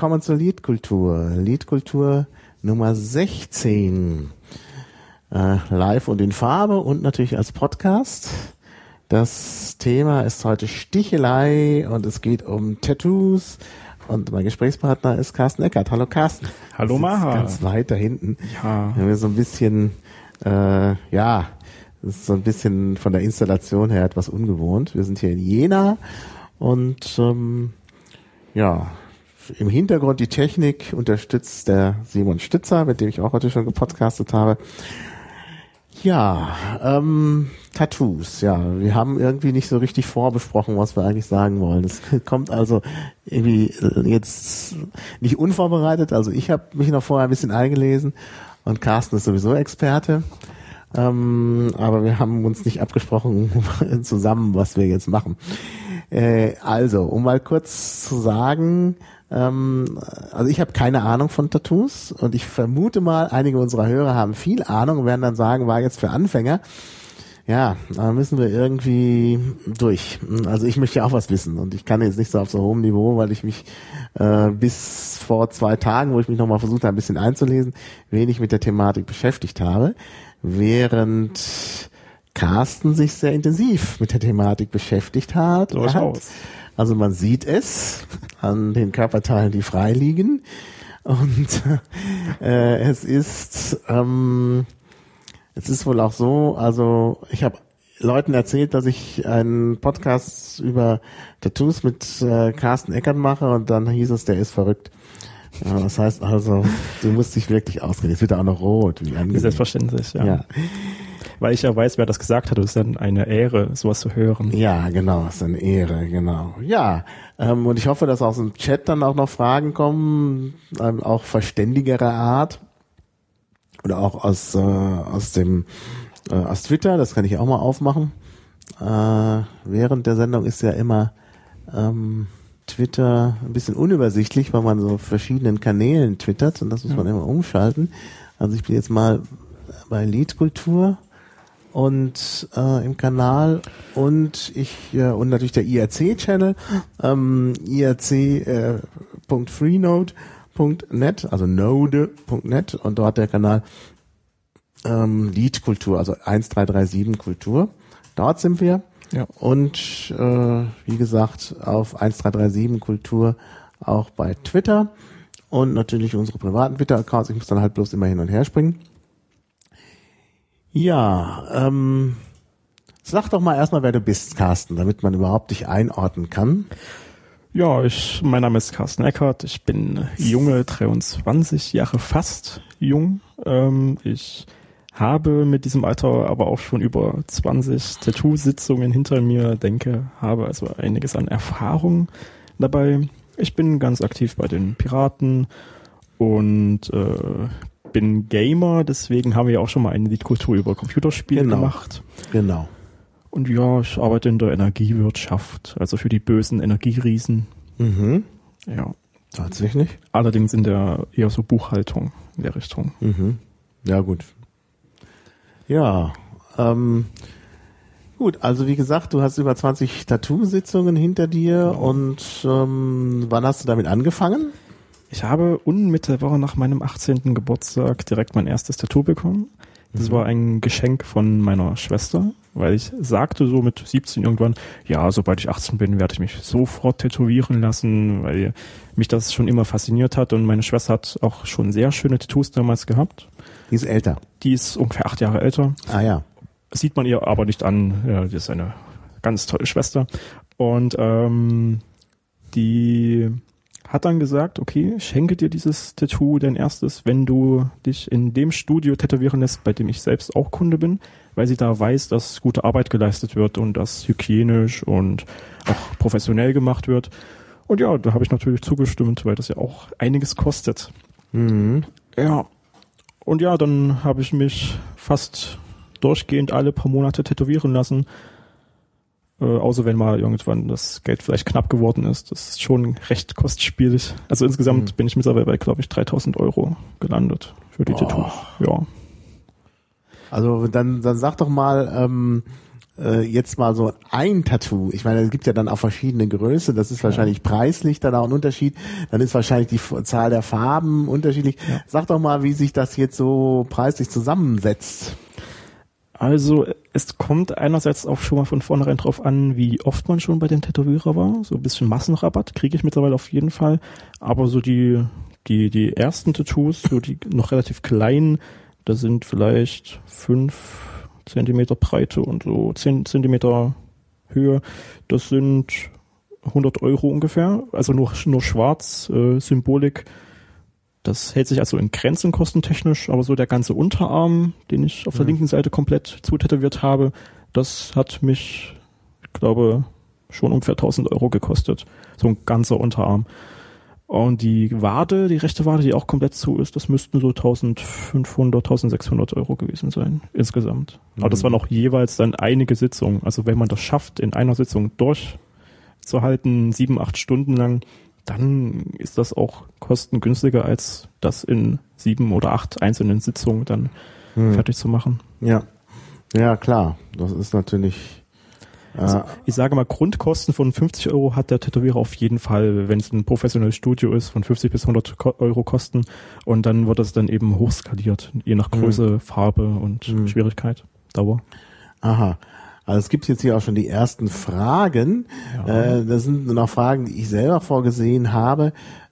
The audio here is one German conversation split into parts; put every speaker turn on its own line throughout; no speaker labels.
willkommen zur Liedkultur. Liedkultur Nummer 16. Live und in Farbe und natürlich als Podcast. Das Thema ist heute Stichelei und es geht um Tattoos. Und mein Gesprächspartner ist Carsten Eckert. Hallo Carsten.
Hallo Maha.
Ganz weit da hinten.
Ja.
Wenn wir so ein bisschen, das ist so ein bisschen von der Installation her etwas ungewohnt. Wir sind hier in Jena und im Hintergrund die Technik unterstützt der Simon Stützer, mit dem ich auch heute schon gepodcastet habe. Ja, Tattoos, ja. Wir haben irgendwie nicht so richtig vorbesprochen, was wir eigentlich sagen wollen. Es kommt also irgendwie jetzt nicht unvorbereitet. Also ich habe mich noch vorher ein bisschen eingelesen und Carsten ist sowieso Experte. Aber wir haben uns nicht abgesprochen zusammen, was wir jetzt machen. Also, um mal kurz zu sagen, also ich habe keine Ahnung von Tattoos und ich vermute mal, einige unserer Hörer haben viel Ahnung und werden dann sagen, war jetzt für Anfänger. Ja, da müssen wir irgendwie durch. Also ich möchte ja auch was wissen und ich kann jetzt nicht so auf so hohem Niveau, weil ich mich bis vor 2 Tagen, wo ich mich nochmal versucht habe, ein bisschen einzulesen, wenig mit der Thematik beschäftigt habe, während Carsten sich sehr intensiv mit der Thematik beschäftigt hat. Also man sieht es an den Körperteilen, die frei liegen. Und es ist wohl auch so, also ich habe Leuten erzählt, dass ich einen Podcast über Tattoos mit Carsten Eckert mache und dann hieß es, der ist verrückt. Ja, das heißt also, du musst dich wirklich ausreden. Jetzt wird er auch noch rot. Wie angenehm.
Selbstverständlich, ja. Weil ich ja weiß, wer das gesagt hat. Es ist dann eine Ehre, sowas zu hören.
Ja, genau, es ist eine Ehre, genau. Ja, und ich hoffe, dass aus dem Chat dann auch noch Fragen kommen, auch verständigerer Art. Oder auch aus Twitter, das kann ich auch mal aufmachen. Während der Sendung ist ja immer Twitter ein bisschen unübersichtlich, weil man so verschiedenen Kanälen twittert und das muss man immer umschalten. Also ich bin jetzt mal bei Liedkultur und im Kanal und und natürlich der IRC-Channel, IRC.freenode.net, also node.net und dort der Kanal Liedkultur, also 1337 Kultur. Dort sind wir. Ja. Und wie gesagt, auf 1337 Kultur auch bei Twitter und natürlich unsere privaten Twitter-Accounts. Ich muss dann halt bloß immer hin und her springen. Ja, sag doch mal erstmal, wer du bist, Carsten, damit man überhaupt dich einordnen kann.
Ja, mein Name ist Carsten Eckert. Ich bin junge 23 Jahre, fast jung. Ich habe mit diesem Alter aber auch schon über 20 Tattoo-Sitzungen hinter mir, habe also einiges an Erfahrung dabei. Ich bin ganz aktiv bei den Piraten und bin Gamer, deswegen haben wir ja auch schon mal eine Liedkultur über Computerspiele gemacht.
Genau.
Und ja, ich arbeite in der Energiewirtschaft, also für die bösen Energieriesen.
Mhm.
Ja.
Tatsächlich?
Allerdings in der eher so Buchhaltung in der Richtung.
Mhm. Ja, gut. Ja, gut, also wie gesagt, du hast über 20 Tattoo-Sitzungen hinter dir und wann hast du damit angefangen?
Ich habe unmittelbar nach meinem 18. Geburtstag direkt mein erstes Tattoo bekommen. Das war ein Geschenk von meiner Schwester, weil ich sagte so mit 17 irgendwann, ja, sobald ich 18 bin, werde ich mich sofort tätowieren lassen, weil mich das schon immer fasziniert hat und meine Schwester hat auch schon sehr schöne Tattoos damals gehabt.
Die ist älter?
Die ist ungefähr 8 Jahre älter.
Ah ja.
Sieht man ihr aber nicht an, ja, die ist eine ganz tolle Schwester und die hat dann gesagt, okay, ich schenke dir dieses Tattoo, dein erstes, wenn du dich in dem Studio tätowieren lässt, bei dem ich selbst auch Kunde bin, weil sie da weiß, dass gute Arbeit geleistet wird und das hygienisch und auch professionell gemacht wird. Und ja, da habe ich natürlich zugestimmt, weil das ja auch einiges kostet.
Mhm.
Ja, und ja, dann habe ich mich fast durchgehend alle paar Monate tätowieren lassen. Außer wenn mal irgendwann das Geld vielleicht knapp geworden ist. Das ist schon recht kostspielig. Also insgesamt bin ich mittlerweile bei, glaube ich, 3.000 € gelandet für die Tattoos. Ja.
Also dann sag doch mal, jetzt mal so ein Tattoo, ich meine, es gibt ja dann auch verschiedene Größe, das ist wahrscheinlich preislich dann auch ein Unterschied, dann ist wahrscheinlich die Zahl der Farben unterschiedlich. Ja. Sag doch mal, wie sich das jetzt so preislich zusammensetzt.
Also es kommt einerseits auch schon mal von vornherein drauf an, wie oft man schon bei dem Tätowierer war. So ein bisschen Massenrabatt kriege ich mittlerweile auf jeden Fall. Aber so die ersten Tattoos, so die noch relativ kleinen, da sind vielleicht 5 Zentimeter Breite und so 10 Zentimeter Höhe. Das sind 100 Euro ungefähr. Also nur schwarz, Symbolik. Das hält sich also in Grenzen kostentechnisch, aber so der ganze Unterarm, den ich auf der linken Seite komplett zutätowiert habe, das hat mich, ich glaube, schon ungefähr 1000 Euro gekostet. So ein ganzer Unterarm. Und die Wade, die rechte Wade, die auch komplett zu ist, das müssten so 1500, 1600 Euro gewesen sein, insgesamt. Aber das waren auch jeweils dann einige Sitzungen. Also wenn man das schafft, in einer Sitzung durchzuhalten, 7-8 Stunden lang, dann ist das auch kostengünstiger, als das in 7 oder 8 einzelnen Sitzungen dann fertig zu machen.
Ja, klar. Das ist natürlich...
Also ich sage mal, Grundkosten von 50 Euro hat der Tätowierer auf jeden Fall, wenn es ein professionelles Studio ist, von 50 bis 100 Euro Kosten. Und dann wird das dann eben hochskaliert, je nach Größe, Farbe und Schwierigkeit, Dauer.
Aha. Also es gibt jetzt hier auch schon die ersten Fragen. Ja. Das sind noch Fragen, die ich selber vorgesehen habe.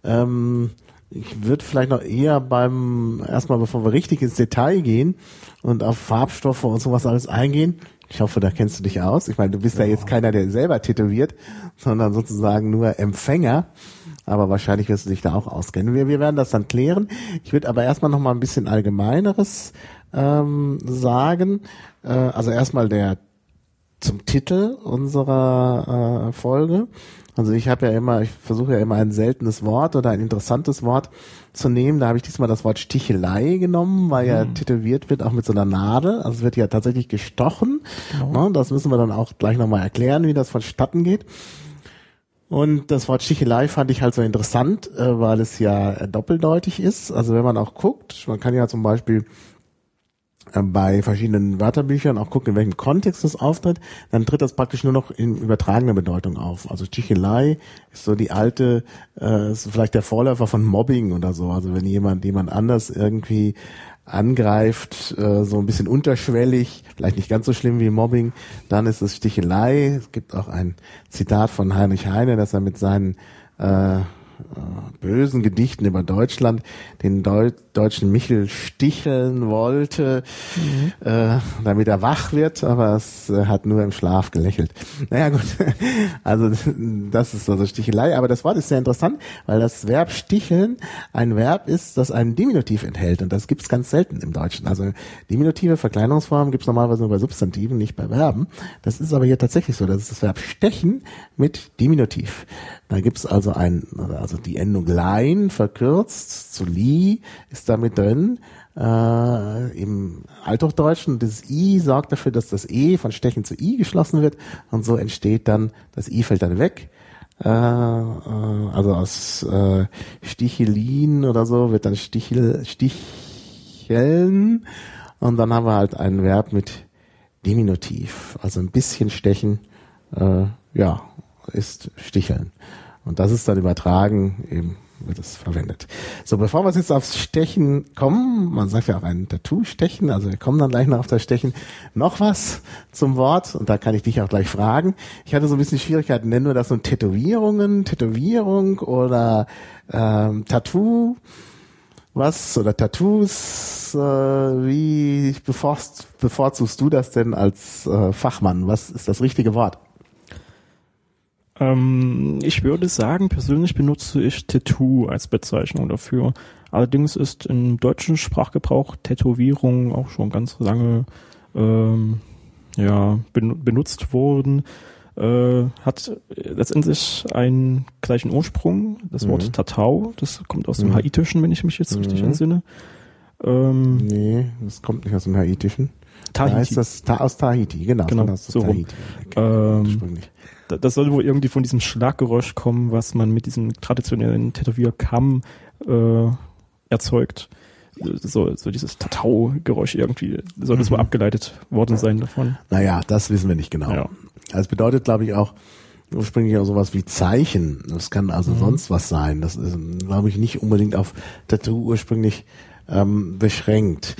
Ich würde vielleicht noch eher erstmal, bevor wir richtig ins Detail gehen und auf Farbstoffe und sowas alles eingehen. Ich hoffe, da kennst du dich aus. Ich meine, du bist ja jetzt keiner, der selber tätowiert, sondern sozusagen nur Empfänger. Aber wahrscheinlich wirst du dich da auch auskennen. Wir werden das dann klären. Ich würde aber erstmal noch mal ein bisschen Allgemeineres sagen. Also erstmal zum Titel unserer Folge. Also ich versuche ja immer ein seltenes Wort oder ein interessantes Wort zu nehmen. Da habe ich diesmal das Wort Stichelei genommen, weil ja tätowiert wird auch mit so einer Nadel. Also es wird ja tatsächlich gestochen. Genau. Das müssen wir dann auch gleich nochmal erklären, wie das vonstatten geht. Und das Wort Stichelei fand ich halt so interessant, weil es ja doppeldeutig ist. Also wenn man auch guckt, man kann ja zum Beispiel bei verschiedenen Wörterbüchern auch gucken, in welchem Kontext das auftritt, dann tritt das praktisch nur noch in übertragener Bedeutung auf. Also Stichelei ist so die alte, ist vielleicht der Vorläufer von Mobbing oder so. Also wenn jemand anders irgendwie angreift, so ein bisschen unterschwellig, vielleicht nicht ganz so schlimm wie Mobbing, dann ist es Stichelei. Es gibt auch ein Zitat von Heinrich Heine, dass er mit seinen bösen Gedichten über Deutschland den deutschen Michel sticheln wollte, damit er wach wird, aber es hat nur im Schlaf gelächelt. Naja gut, also das ist also Stichelei, aber das Wort ist sehr interessant, weil das Verb sticheln ein Verb ist, das einen Diminutiv enthält und das gibt's ganz selten im Deutschen. Also diminutive Verkleinerungsformen gibt's normalerweise nur bei Substantiven, nicht bei Verben. Das ist aber hier tatsächlich so, das ist das Verb stechen mit Diminutiv. Da gibt's also die Endung lein verkürzt zu li ist damit drin. Im Althochdeutschen, das I sorgt dafür, dass das E von Stechen zu I geschlossen wird und so entsteht dann, das I fällt dann weg. Also aus Stichelin oder so wird dann Sticheln und dann haben wir halt ein Verb mit Diminutiv. Also ein bisschen stechen, ist sticheln. Und das ist dann übertragen, eben wird es verwendet. So, bevor wir jetzt aufs Stechen kommen, man sagt ja auch ein Tattoo stechen, also wir kommen dann gleich noch auf das Stechen, noch was zum Wort, und da kann ich dich auch gleich fragen. Ich hatte so ein bisschen Schwierigkeiten, nennen wir das nun Tätowierung oder Tattoo, oder Tattoos, wie bevorzugst du das denn als Fachmann? Was ist das richtige Wort?
Ich würde sagen, persönlich benutze ich Tattoo als Bezeichnung dafür. Allerdings ist im deutschen Sprachgebrauch Tätowierung auch schon ganz lange benutzt worden. Hat letztendlich einen gleichen Ursprung. Das Wort Tatau, das kommt aus dem Haitischen, wenn ich mich jetzt richtig entsinne.
Nee, das kommt nicht aus dem Haitischen.
Tahiti.
Da heißt das aus Tahiti, genau. Aus
so
Tahiti.
Das soll wohl irgendwie von diesem Schlaggeräusch kommen, was man mit diesem traditionellen Tätowierkamm erzeugt. so dieses Tatau-Geräusch irgendwie, soll das wohl abgeleitet worden sein davon.
Naja, das wissen wir nicht genau.
Ja.
Das bedeutet, glaube ich, auch ursprünglich auch sowas wie Zeichen. Das kann also sonst was sein. Das ist, glaube ich, nicht unbedingt auf Tattoo ursprünglich beschränkt.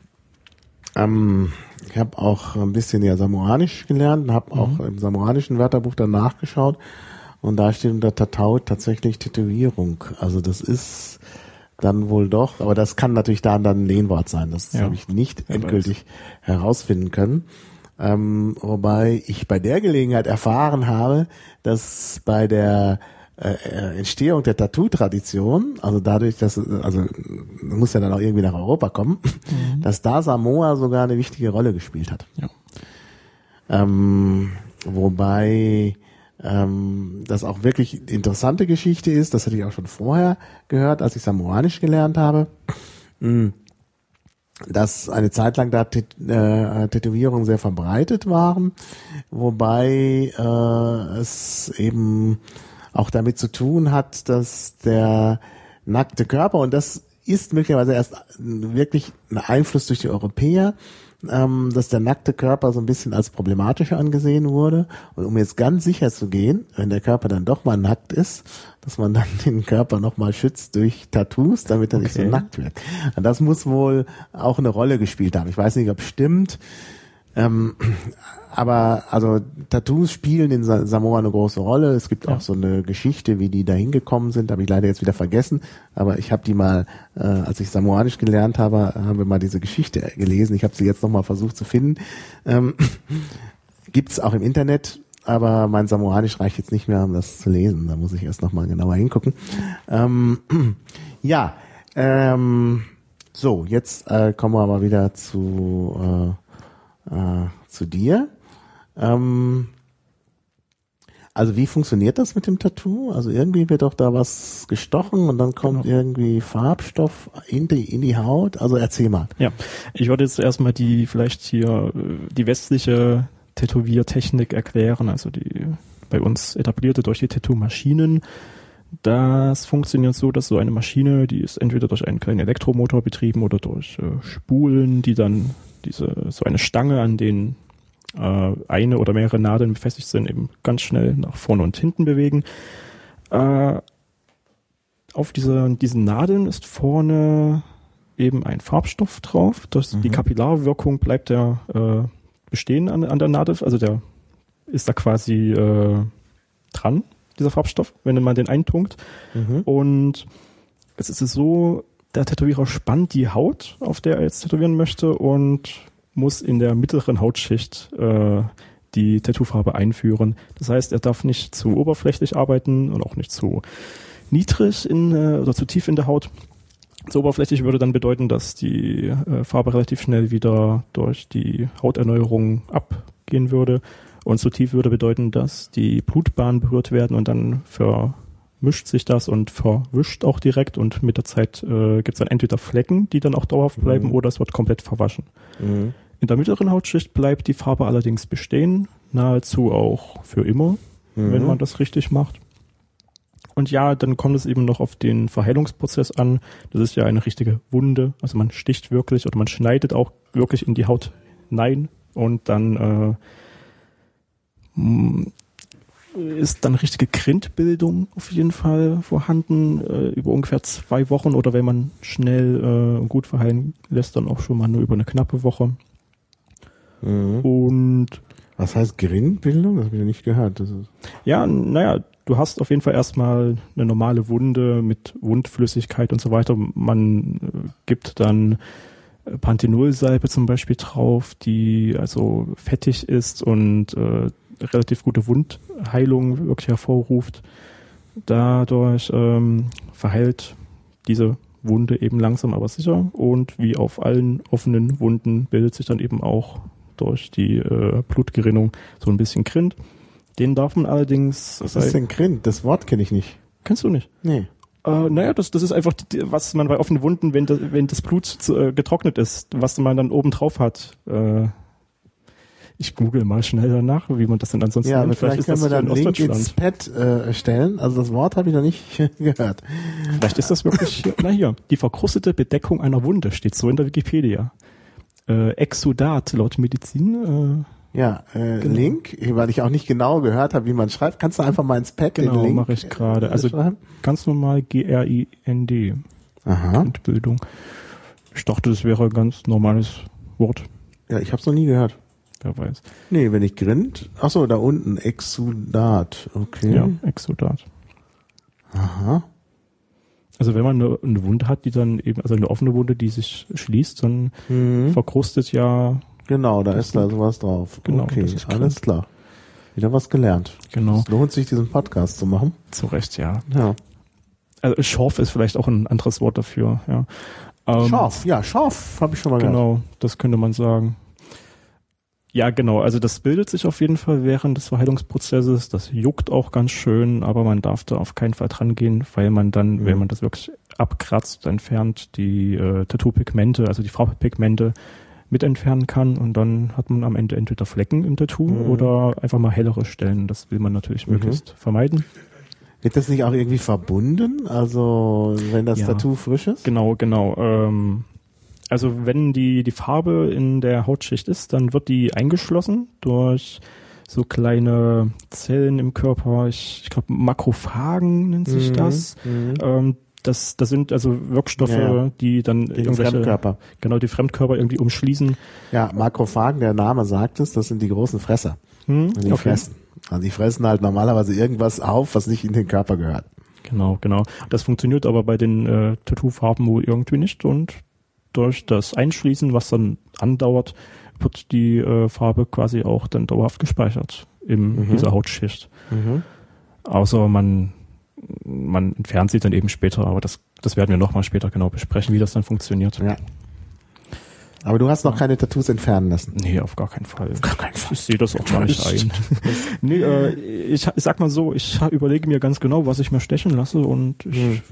Ich habe auch ein bisschen ja Samoanisch gelernt, habe auch im samoanischen Wörterbuch dann nachgeschaut und da steht unter Tatau tatsächlich Tätowierung. Also das ist dann wohl doch, aber das kann natürlich dann ein Lehnwort sein. Das habe ich nicht endgültig herausfinden können. Wobei ich bei der Gelegenheit erfahren habe, dass bei der Entstehung der Tattoo-Tradition, also dadurch, dass, also muss ja dann auch irgendwie nach Europa kommen, dass da Samoa sogar eine wichtige Rolle gespielt hat. Ja. Wobei das auch wirklich interessante Geschichte ist, das hatte ich auch schon vorher gehört, als ich Samoanisch gelernt habe, dass eine Zeit lang da Tätowierungen sehr verbreitet waren, wobei es eben auch damit zu tun hat, dass der nackte Körper, und das ist möglicherweise erst wirklich ein Einfluss durch die Europäer, dass der nackte Körper so ein bisschen als problematischer angesehen wurde. Und um jetzt ganz sicher zu gehen, wenn der Körper dann doch mal nackt ist, dass man dann den Körper nochmal schützt durch Tattoos, damit er nicht so nackt wird. Und das muss wohl auch eine Rolle gespielt haben. Ich weiß nicht, ob es stimmt. Aber also Tattoos spielen in Samoa eine große Rolle. Es gibt auch so eine Geschichte, wie die da hingekommen sind, habe ich leider jetzt wieder vergessen. Aber ich habe die mal, als ich Samoanisch gelernt habe, haben wir mal diese Geschichte gelesen. Ich habe sie jetzt nochmal versucht zu finden. Gibt's auch im Internet, aber mein Samoanisch reicht jetzt nicht mehr, um das zu lesen. Da muss ich erst nochmal genauer hingucken. So, jetzt kommen wir aber wieder zu dir. Also wie funktioniert das mit dem Tattoo? Also irgendwie wird doch da was gestochen und dann kommt irgendwie Farbstoff in die Haut. Also erzähl mal.
Ja, ich würde jetzt erstmal die westliche Tätowiertechnik erklären, also die bei uns etablierte durch die Tattoo-Maschinen. Das funktioniert so, dass so eine Maschine, die ist entweder durch einen kleinen Elektromotor betrieben oder durch Spulen, die dann so eine Stange, an denen eine oder mehrere Nadeln befestigt sind, eben ganz schnell nach vorne und hinten bewegen. Auf diesen Nadeln ist vorne eben ein Farbstoff drauf. Die Kapillarwirkung bleibt ja bestehen an der Nadel. Also der ist da quasi dran, dieser Farbstoff, wenn man den eintunkt. Und es ist so, der Tätowierer spannt die Haut, auf der er jetzt tätowieren möchte, und muss in der mittleren Hautschicht die Tattoofarbe einführen. Das heißt, er darf nicht zu oberflächlich arbeiten und auch nicht zu niedrig oder zu tief in der Haut. Zu oberflächlich würde dann bedeuten, dass die Farbe relativ schnell wieder durch die Hauterneuerung abgehen würde. Und zu tief würde bedeuten, dass die Blutbahnen berührt werden und dann vermischt sich das und verwischt auch direkt, und mit der Zeit gibt es dann entweder Flecken, die dann auch dauerhaft bleiben, oder es wird komplett verwaschen. In der mittleren Hautschicht bleibt die Farbe allerdings bestehen, nahezu auch für immer, wenn man das richtig macht. Und ja, dann kommt es eben noch auf den Verheilungsprozess an. Das ist ja eine richtige Wunde, also man sticht wirklich oder man schneidet auch wirklich in die Haut hinein, und dann ist dann richtige Grindbildung auf jeden Fall vorhanden, über ungefähr 2 Wochen, oder wenn man schnell und gut verheilen lässt, dann auch schon mal nur über eine knappe Woche. Und
was heißt Grindbildung? Das habe ich noch nicht gehört.
Ja, naja, du hast auf jeden Fall erstmal eine normale Wunde mit Wundflüssigkeit und so weiter. Man gibt dann Panthenolsalbe zum Beispiel drauf, die also fettig ist und relativ gute Wundheilung wirklich hervorruft. Dadurch verheilt diese Wunde eben langsam aber sicher, und wie auf allen offenen Wunden bildet sich dann eben auch durch die Blutgerinnung so ein bisschen Grind. Den darf man allerdings...
Was ist denn Grind? Das Wort kenne ich nicht.
Kennst du nicht?
Nee.
Naja, das ist einfach, was man bei offenen Wunden, wenn das Blut getrocknet ist, was man dann oben drauf hat. Ich google mal schnell danach, wie man das denn ansonsten
Ja, aber
nennt.
vielleicht können wir da einen Link ins Pad stellen. Also das Wort habe ich noch nicht gehört.
Vielleicht ist das wirklich hier. Na hier, die verkrustete Bedeckung einer Wunde steht so in der Wikipedia. Exudat laut Medizin.
Genau. Link, weil ich auch nicht genau gehört habe, wie man schreibt. Kannst du einfach mal ins Pad den Link
Genau, mache ich gerade. Also ganz normal GRIND.
Aha.
Grundbildung. Ich dachte, das wäre ein ganz normales Wort.
Ja, ich habe es noch nie gehört.
Wer weiß.
Nee, wenn ich grind. Achso, da unten, Exudat. Okay.
Ja, Exudat.
Aha.
Also wenn man eine Wunde hat, die dann eben, also eine offene Wunde, die sich schließt, dann verkrustet ja.
Genau, da ist da sowas drauf.
Genau,
okay,
das ist
alles klar. Wieder was gelernt.
Genau.
Es lohnt sich, diesen Podcast zu machen.
Zu Recht, ja.
Ja.
Also Schorf ist vielleicht auch ein anderes Wort dafür, ja.
Schorf, ja, Schorf habe ich schon mal gehört.
Genau, das könnte man sagen. Ja, genau, also das bildet sich auf jeden Fall während des Verheilungsprozesses, das juckt auch ganz schön, aber man darf da auf keinen Fall dran gehen, weil man dann, wenn man das wirklich abkratzt, entfernt, die Tattoo-Pigmente, also die Farbpigmente mit entfernen kann und dann hat man am Ende entweder Flecken im Tattoo oder einfach mal hellere Stellen. Das will man natürlich möglichst vermeiden.
Wird das nicht auch irgendwie verbunden? Also wenn das Tattoo frisch ist?
Genau. Also wenn die Farbe in der Hautschicht ist, dann wird die eingeschlossen durch so kleine Zellen im Körper. Ich glaube Makrophagen nennt sich das. Das sind also Wirkstoffe, die dann irgendwelche
Fremdkörper.
Genau, die Fremdkörper irgendwie umschließen.
Ja, Makrophagen, der Name sagt es, das sind die großen Fresser. Die fressen. Also die fressen halt normalerweise irgendwas auf, was nicht in den Körper gehört.
Genau. Das funktioniert aber bei den Tattoo-Farben wohl irgendwie nicht und durch das Einschließen, was dann andauert, wird die Farbe quasi auch dann dauerhaft gespeichert in dieser Hautschicht. Außer man entfernt sie dann eben später, aber das werden wir nochmal später genau besprechen, wie das dann funktioniert.
Ja. Aber du hast noch keine Tattoos entfernen lassen?
Nee, auf gar keinen Fall. Ich sehe das auch gar nicht ein. Nee, ich sag mal so, ich überlege mir ganz genau, was ich mir stechen lasse und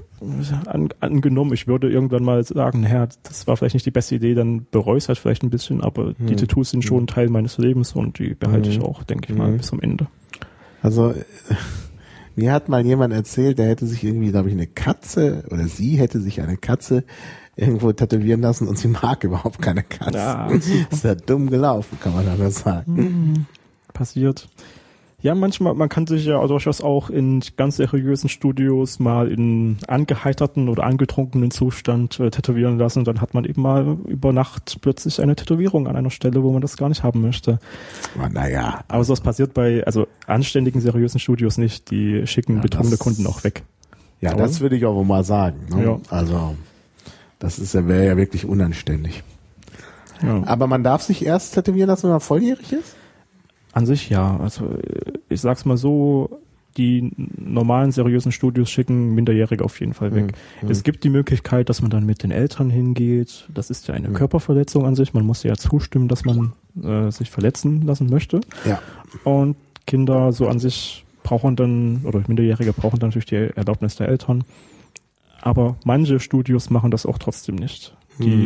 angenommen, ich würde irgendwann mal sagen, naja, das war vielleicht nicht die beste Idee, dann bereue ich es halt vielleicht ein bisschen, aber die Tattoos sind schon Teil meines Lebens und die behalte ich auch, denke ich mal, bis zum Ende.
Also mir hat mal jemand erzählt, der hätte sich irgendwie, glaube ich, eine Katze oder sie hätte sich eine Katze irgendwo tätowieren lassen und sie mag überhaupt keine Katze.
Ja,
ist ja dumm gelaufen, kann man da nur sagen.
Passiert. Ja, manchmal, man kann sich ja durchaus auch in ganz seriösen Studios mal in angeheiterten oder angetrunkenen Zustand tätowieren lassen und dann hat man eben mal über Nacht plötzlich eine Tätowierung an einer Stelle, wo man das gar nicht haben möchte.
Naja.
Aber sowas passiert bei anständigen, seriösen Studios nicht. Die schicken betrunkene Kunden auch weg.
Ja, aber das würde ich auch wohl mal sagen. Ne?
Ja.
Also, das wäre ja wirklich unanständig.
Ja.
Aber man darf sich erst tätowieren lassen, wenn man volljährig ist?
An sich ja. Also ich sag's mal so, die normalen seriösen Studios schicken Minderjährige auf jeden Fall weg. Es gibt die Möglichkeit, dass man dann mit den Eltern hingeht. Das ist ja eine Körperverletzung an sich. Man muss ja zustimmen, dass man sich verletzen lassen möchte.
Ja.
Und Kinder so an sich brauchen dann, oder Minderjährige brauchen dann natürlich die Erlaubnis der Eltern. Aber manche Studios machen das auch trotzdem nicht.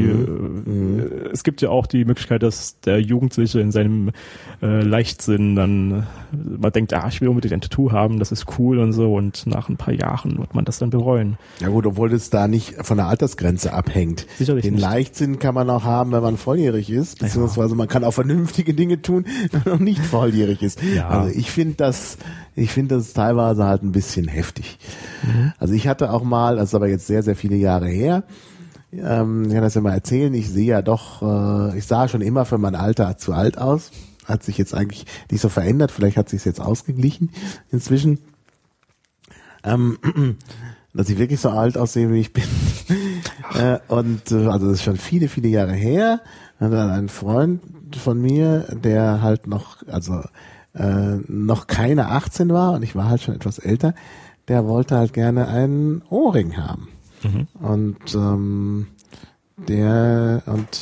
Es gibt ja auch die Möglichkeit, dass der Jugendliche in seinem Leichtsinn dann man denkt, ich will unbedingt ein Tattoo haben, das ist cool und so, und nach ein paar Jahren wird man das dann bereuen.
Ja gut, obwohl es da nicht von der Altersgrenze abhängt.
Sicherlich
Den
nicht.
Leichtsinn kann man auch haben, wenn man volljährig ist, beziehungsweise man kann auch vernünftige Dinge tun, wenn man noch nicht volljährig ist.
Ja.
Also ich finde das teilweise halt ein bisschen heftig. Also ich hatte auch mal, das ist aber jetzt sehr, sehr viele Jahre her, ich kann das ja mal erzählen, ich sehe ja doch, ich sah schon immer für mein Alter zu alt aus. Hat sich jetzt eigentlich nicht so verändert, vielleicht hat sich jetzt ausgeglichen inzwischen. Dass ich wirklich so alt aussehe, wie ich bin. Also das ist schon viele, viele Jahre her. Und dann ein Freund von mir, der halt noch keine 18 war und ich war halt schon etwas älter, der wollte halt gerne einen Ohrring haben. Und da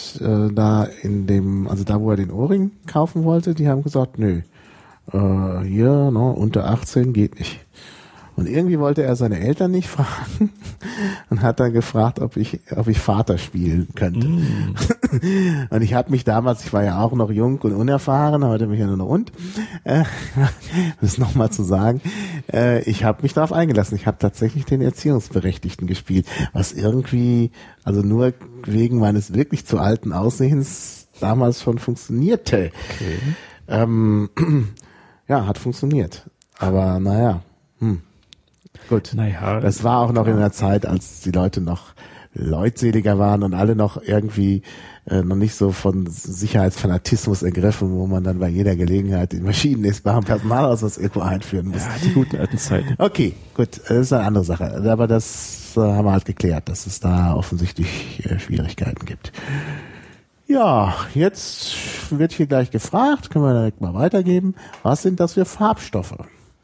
wo er den Ohrring kaufen wollte, die haben gesagt, nö, unter 18 geht nicht. Und irgendwie wollte er seine Eltern nicht fragen und hat dann gefragt, ob ich Vater spielen könnte. Und ich habe mich damals, ich war ja auch noch jung und unerfahren, heute bin ich ja nur noch das nochmal zu sagen, ich habe mich darauf eingelassen. Ich habe tatsächlich den Erziehungsberechtigten gespielt, was irgendwie, also nur wegen meines wirklich zu alten Aussehens damals schon funktionierte.
Okay.
Ja, hat funktioniert. Aber naja, gut.
Naja,
das war auch noch in einer Zeit, als die Leute noch leutseliger waren und alle noch irgendwie noch nicht so von Sicherheitsfanatismus ergriffen, wo man dann bei jeder Gelegenheit den maschinenlesbaren Personalausweis irgendwo einführen muss.
Ja, die guten alten Zeiten.
Okay, gut, das ist eine andere Sache. Aber das haben wir halt geklärt, dass es da offensichtlich Schwierigkeiten gibt. Ja, jetzt wird hier gleich gefragt, können wir direkt mal weitergeben. Was sind das für Farbstoffe?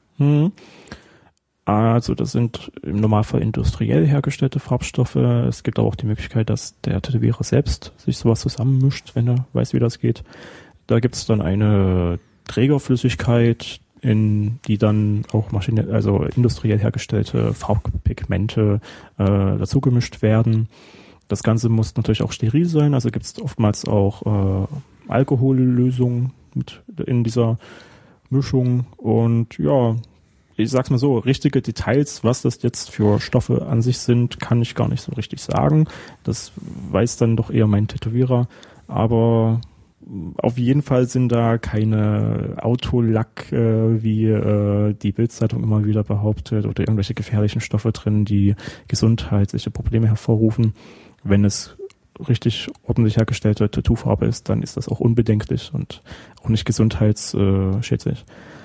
Also das sind im Normalfall industriell hergestellte Farbstoffe. Es gibt aber auch die Möglichkeit, dass der Tätowierer selbst sich sowas zusammenmischt, wenn er weiß, wie das geht. Da gibt es dann eine Trägerflüssigkeit, in die dann auch also industriell hergestellte Farbpigmente dazugemischt werden. Das Ganze muss natürlich auch steril sein, also gibt es oftmals auch Alkohollösungen in dieser Mischung. Und ja, ich sag's mal so, richtige Details, was das jetzt für Stoffe an sich sind, kann ich gar nicht so richtig sagen. Das weiß dann doch eher mein Tätowierer. Aber auf jeden Fall sind da keine Autolack, wie die Bild-Zeitung immer wieder behauptet, oder irgendwelche gefährlichen Stoffe drin, die gesundheitliche Probleme hervorrufen. Wenn es richtig ordentlich hergestellte Tattoo-Farbe ist, dann ist das auch unbedenklich und auch nicht gesundheitsschädlich.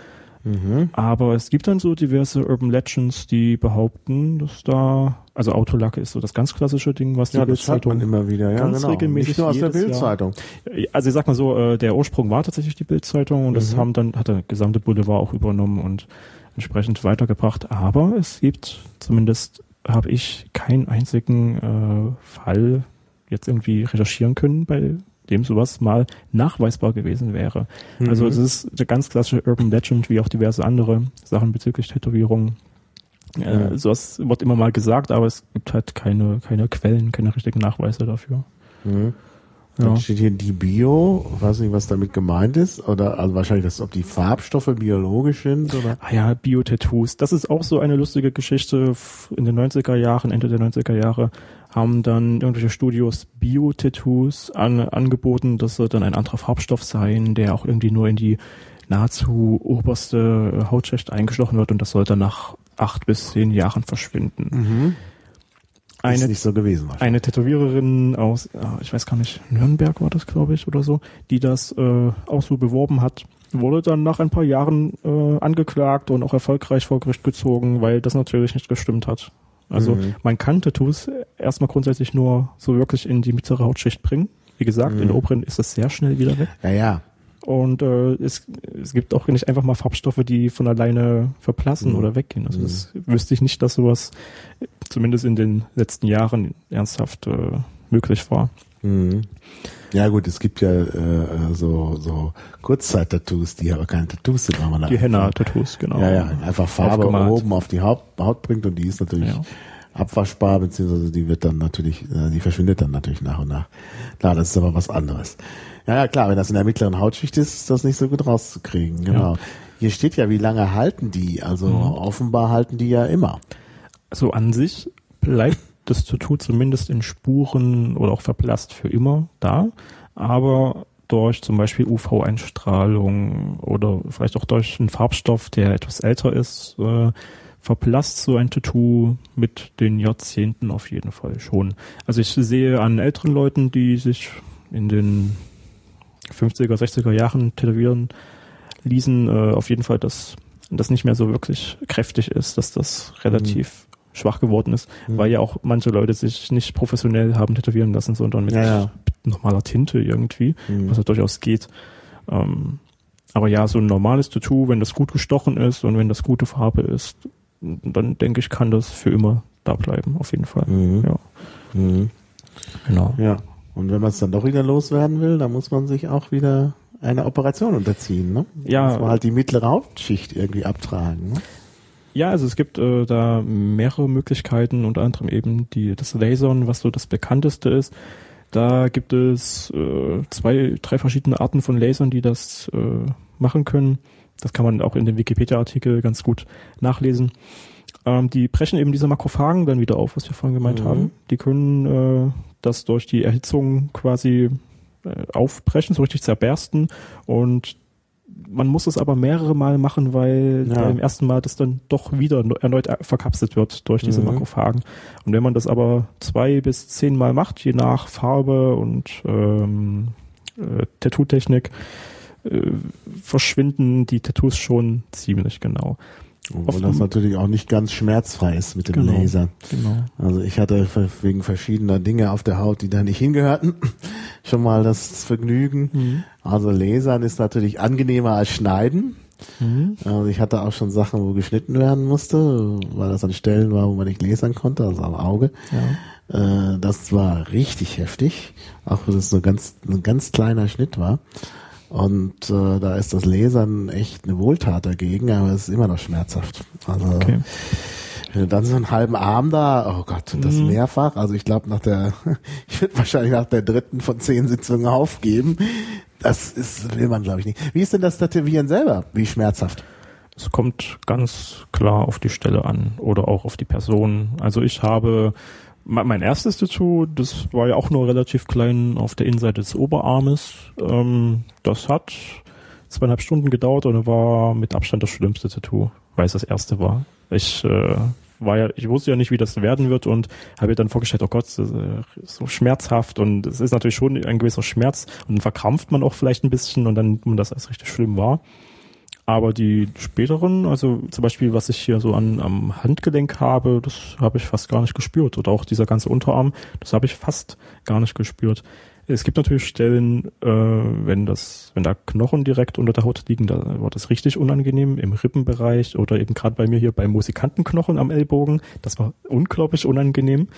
Aber es gibt dann so diverse Urban Legends, die behaupten, dass da, also Autolacke ist so das ganz klassische Ding, was die Bildzeitung
das hört man immer wieder, ja,
ganz
genau.
regelmäßig
Nicht nur aus der Bildzeitung.
Also ich sag mal so, der Ursprung war tatsächlich die Bildzeitung und das hat der gesamte Boulevard auch übernommen und entsprechend weitergebracht. Aber es gibt, zumindest habe ich keinen einzigen Fall jetzt irgendwie recherchieren können, bei dem sowas mal nachweisbar gewesen wäre. Also es ist der ganz klassische Urban Legend, wie auch diverse andere Sachen bezüglich Tätowierungen. Sowas wird immer mal gesagt, aber es gibt halt keine Quellen, keine richtigen Nachweise dafür.
Dann steht hier die Bio, weiß nicht, was damit gemeint ist, oder also wahrscheinlich, ob die Farbstoffe biologisch sind, oder?
Ah ja, Bio-Tattoos. Das ist auch so eine lustige Geschichte. In den 90er Jahren, Ende der 90er Jahre, haben dann irgendwelche Studios Bio-Tattoos angeboten. Das soll dann ein anderer Farbstoff sein, der auch irgendwie nur in die nahezu oberste Hautschicht eingestochen wird und das soll dann nach 8 bis 10 Jahren verschwinden.
Ist nicht so gewesen.
Eine Tätowiererin aus, ich weiß gar nicht, Nürnberg war das, glaube ich, oder so, die das auch so beworben hat, wurde dann nach ein paar Jahren angeklagt und auch erfolgreich vor Gericht gezogen, weil das natürlich nicht gestimmt hat. Also man kann Tattoos erstmal grundsätzlich nur so wirklich in die mittlere Hautschicht bringen. Wie gesagt, in der oberen ist das sehr schnell wieder weg.
Ja.
Und es gibt auch nicht einfach mal Farbstoffe, die von alleine verblassen oder weggehen. Also das wüsste ich nicht, dass sowas zumindest in den letzten Jahren ernsthaft möglich war.
Ja gut, es gibt ja so Kurzzeit-Tattoos, die aber keine Tattoos sind.
Die Henna-Tattoos, genau.
Ja, einfach Farbe
aufgemalt.
Oben auf die Haut bringt und die ist natürlich abwaschbar, beziehungsweise die wird dann natürlich, die verschwindet dann natürlich nach und nach. Klar, das ist aber was anderes. Ja, klar, wenn das in der mittleren Hautschicht ist das nicht so gut rauszukriegen, genau. Ja. Hier steht ja, wie lange halten die, also offenbar halten die ja immer.
Also an sich bleibt das Tattoo zumindest in Spuren oder auch verblasst für immer da, aber durch zum Beispiel UV-Einstrahlung oder vielleicht auch durch einen Farbstoff, der etwas älter ist, verblasst so ein Tattoo mit den Jahrzehnten auf jeden Fall schon. Also ich sehe an älteren Leuten, die sich in den 50er, 60er Jahren tätowieren ließen, auf jeden Fall, dass das nicht mehr so wirklich kräftig ist, dass das relativ schwach geworden ist, weil ja auch manche Leute sich nicht professionell haben tätowieren lassen, sondern mit normaler Tinte irgendwie, was ja durchaus geht. Aber ja, so ein normales Tattoo, wenn das gut gestochen ist und wenn das gute Farbe ist, dann denke ich, kann das für immer da bleiben, auf jeden Fall. Genau.
Ja. Und wenn man es dann doch wieder loswerden will, dann muss man sich auch wieder einer Operation unterziehen, ne?
Ja.
Muss man halt die mittlere Hauptschicht irgendwie abtragen, ne?
Ja, also es gibt da mehrere Möglichkeiten, unter anderem eben das Lasern, was so das bekannteste ist. Da gibt es 2, 3 verschiedene Arten von Lasern, die das machen können. Das kann man auch in dem Wikipedia-Artikel ganz gut nachlesen. Die brechen eben diese Makrophagen dann wieder auf, was wir vorhin gemeint haben. Die können das durch die Erhitzung quasi aufbrechen, so richtig zerbersten, und man muss es aber mehrere Mal machen, weil beim ersten Mal das dann doch wieder erneut verkapselt wird durch diese Makrophagen. Und wenn man das aber 2 bis 10 Mal macht, je nach Farbe und Tattoo-Technik, verschwinden die Tattoos schon ziemlich genau.
Obwohl das natürlich auch nicht ganz schmerzfrei ist mit dem Laser.
Genau.
Also ich hatte wegen verschiedener Dinge auf der Haut, die da nicht hingehörten, schon mal das Vergnügen. Also Lasern ist natürlich angenehmer als Schneiden. Also ich hatte auch schon Sachen, wo geschnitten werden musste, weil das an Stellen war, wo man nicht lasern konnte, also am Auge. Ja. Das war richtig heftig, auch wenn es ein ganz kleiner Schnitt war. Und da ist das Lasern echt eine Wohltat dagegen, aber es ist immer noch schmerzhaft. Also wenn du dann so einen halben Arm da, oh Gott, und das mehrfach, also ich glaube ich würde wahrscheinlich nach der 3. von 10 Sitzungen aufgeben. Will man glaube ich nicht. Wie ist denn das Tätowieren selber? Wie schmerzhaft?
Es kommt ganz klar auf die Stelle an oder auch auf die Person. Also ich habe mein erstes Tattoo, das war ja auch nur relativ klein auf der Innenseite des Oberarmes. Das hat 2,5 Stunden gedauert und war mit Abstand das schlimmste Tattoo, weil es das erste war. Ich wusste ja nicht, wie das werden wird, und habe mir dann vorgestellt, oh Gott, so schmerzhaft, und es ist natürlich schon ein gewisser Schmerz, und dann verkrampft man auch vielleicht ein bisschen, und dann nimmt man das als richtig schlimm wahr. Aber die späteren, also zum Beispiel, was ich hier so am Handgelenk habe, das habe ich fast gar nicht gespürt. Oder auch dieser ganze Unterarm, das habe ich fast gar nicht gespürt. Es gibt natürlich Stellen, wenn da Knochen direkt unter der Haut liegen, da wird das richtig unangenehm, im Rippenbereich oder eben gerade bei mir hier beim Musikantenknochen am Ellbogen. Das war unglaublich unangenehm.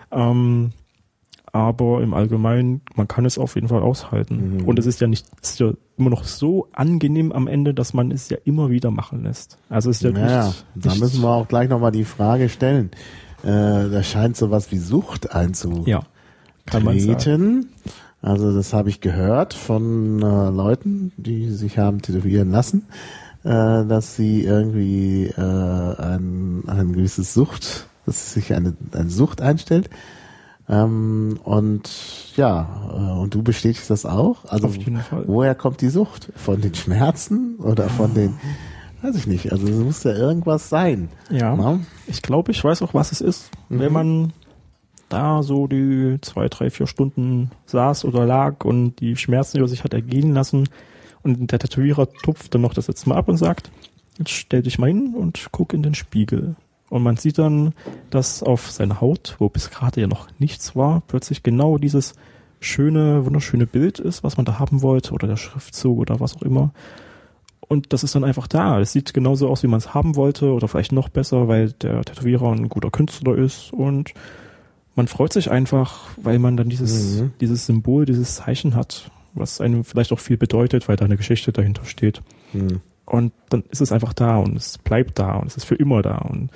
Aber im Allgemeinen, man kann es auf jeden Fall aushalten. Und es ist ja immer noch so angenehm am Ende, dass man es ja immer wieder machen lässt. Also es ist ja
da müssen wir auch gleich nochmal die Frage stellen. Da scheint sowas wie Sucht einzutreten.
Kann man sagen.
Also das habe ich gehört von Leuten, die sich haben tätowieren lassen, dass sie irgendwie ein gewisses dass sich eine Sucht einstellt. Und du bestätigst das auch? Also
auf jeden Fall.
Woher kommt die Sucht? Von den Schmerzen oder von den, weiß ich nicht, also es muss ja irgendwas sein.
Ja, na? Ich glaube, ich weiß auch, was es ist. Wenn man da so die 2, 3, 4 Stunden saß oder lag und die Schmerzen über sich hat ergehen lassen, und der Tätowierer tupft dann noch das letzte Mal ab und sagt, jetzt stell dich mal hin und guck in den Spiegel. Und man sieht dann, dass auf seiner Haut, wo bis gerade ja noch nichts war, plötzlich genau dieses wunderschöne Bild ist, was man da haben wollte, oder der Schriftzug oder was auch immer. Und das ist dann einfach da. Es sieht genauso aus, wie man es haben wollte, oder vielleicht noch besser, weil der Tätowierer ein guter Künstler ist, und man freut sich einfach, weil man dann dieses Symbol, dieses Zeichen hat, was einem vielleicht auch viel bedeutet, weil da eine Geschichte dahinter steht. Und dann ist es einfach da, und es bleibt da, und es ist für immer da. Und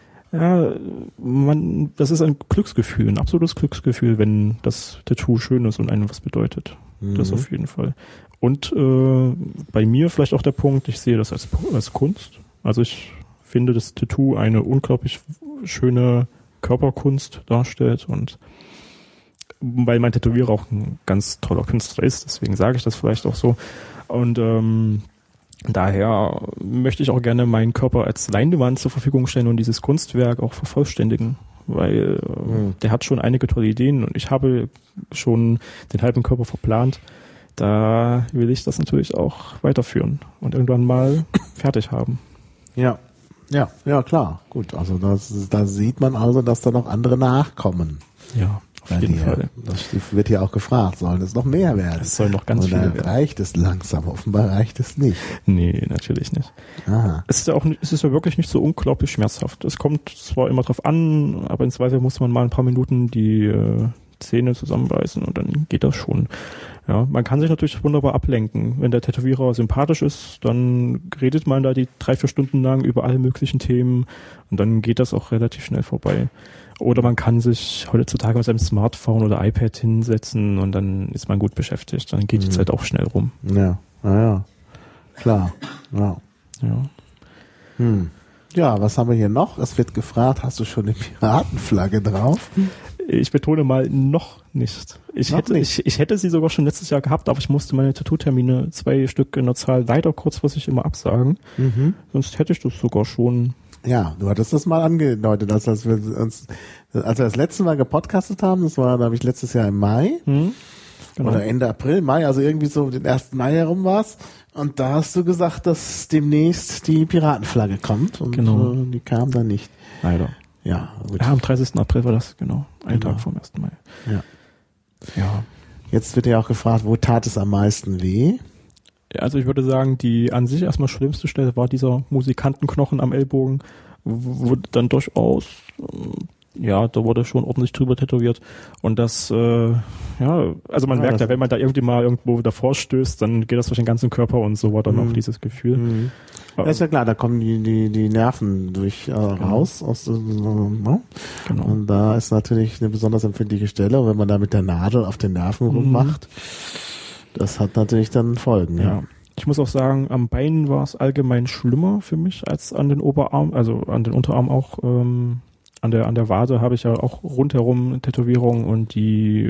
das ist ein Glücksgefühl, ein absolutes Glücksgefühl, wenn das Tattoo schön ist und einem was bedeutet. Das auf jeden Fall. Und bei mir vielleicht auch der Punkt, ich sehe das als Kunst. Also ich finde, das Tattoo eine unglaublich schöne Körperkunst darstellt, und weil mein Tätowierer auch ein ganz toller Künstler ist, deswegen sage ich das vielleicht auch so. Und daher möchte ich auch gerne meinen Körper als Leinwand zur Verfügung stellen und dieses Kunstwerk auch vervollständigen, weil der hat schon einige tolle Ideen, und ich habe schon den halben Körper verplant. Da will ich das natürlich auch weiterführen und irgendwann mal fertig haben.
Ja, klar. Gut, also da sieht man also, dass da noch andere nachkommen.
Ja, auf jeden Fall.
Das wird ja auch gefragt, sollen es noch mehr werden?
Es soll noch ganz viele werden.
Reicht es langsam? Offenbar reicht es nicht.
Nee, natürlich nicht.
Aha.
Es ist ja wirklich nicht so unglaublich schmerzhaft. Es kommt zwar immer drauf an, aber in Zweifel muss man mal ein paar Minuten die Zähne zusammenbeißen, und dann geht das schon. Ja, man kann sich natürlich wunderbar ablenken. Wenn der Tätowierer sympathisch ist, dann redet man da die 3-4 Stunden lang über alle möglichen Themen und dann geht das auch relativ schnell vorbei. Oder man kann sich heutzutage mit seinem Smartphone oder iPad hinsetzen und dann ist man gut beschäftigt. Dann geht die Zeit auch schnell rum.
Ja, ja. Klar. Ja. Ja, was haben wir hier noch? Es wird gefragt, hast du schon eine Piratenflagge drauf?
Ich betone mal, noch nicht. Ich hätte sie sogar schon letztes Jahr gehabt, aber ich musste meine Tattoo-Termine 2 Stück in der Zahl leider kurzfristig immer absagen. Sonst hätte ich das sogar schon.
Ja, du hattest das mal angedeutet, als wir das letzte Mal gepodcastet haben, das war, glaube ich, letztes Jahr im Mai. Genau. Oder Ende April, Mai, also irgendwie so den 1. Mai herum war's. Und da hast du gesagt, dass demnächst die Piratenflagge kommt. Und
genau.
Die kam dann nicht.
Leider.
Ja, gut.
Ja, am 30. April war das, genau. Ein Tag vom 1. Mai. Ja.
Jetzt wird ja auch gefragt, wo tat es am meisten weh?
Ja, also ich würde sagen, die an sich erstmal schlimmste Stelle war dieser Musikantenknochen am Ellbogen, wo dann durchaus, da wurde schon ordentlich drüber tätowiert. Und das, also man merkt ja, wenn man da irgendwie mal irgendwo davor stößt, dann geht das durch den ganzen Körper und so war dann auch dieses Gefühl.
Ja, ist ja klar, da kommen die Nerven raus aus Genau. Und da ist natürlich eine besonders empfindliche Stelle. Und wenn man da mit der Nadel auf den Nerven rummacht, das hat natürlich dann Folgen. Ja.
Ich muss auch sagen, am Bein war es allgemein schlimmer für mich als an den Oberarm, also an den Unterarm auch. An der Wade habe ich ja auch rundherum Tätowierungen und die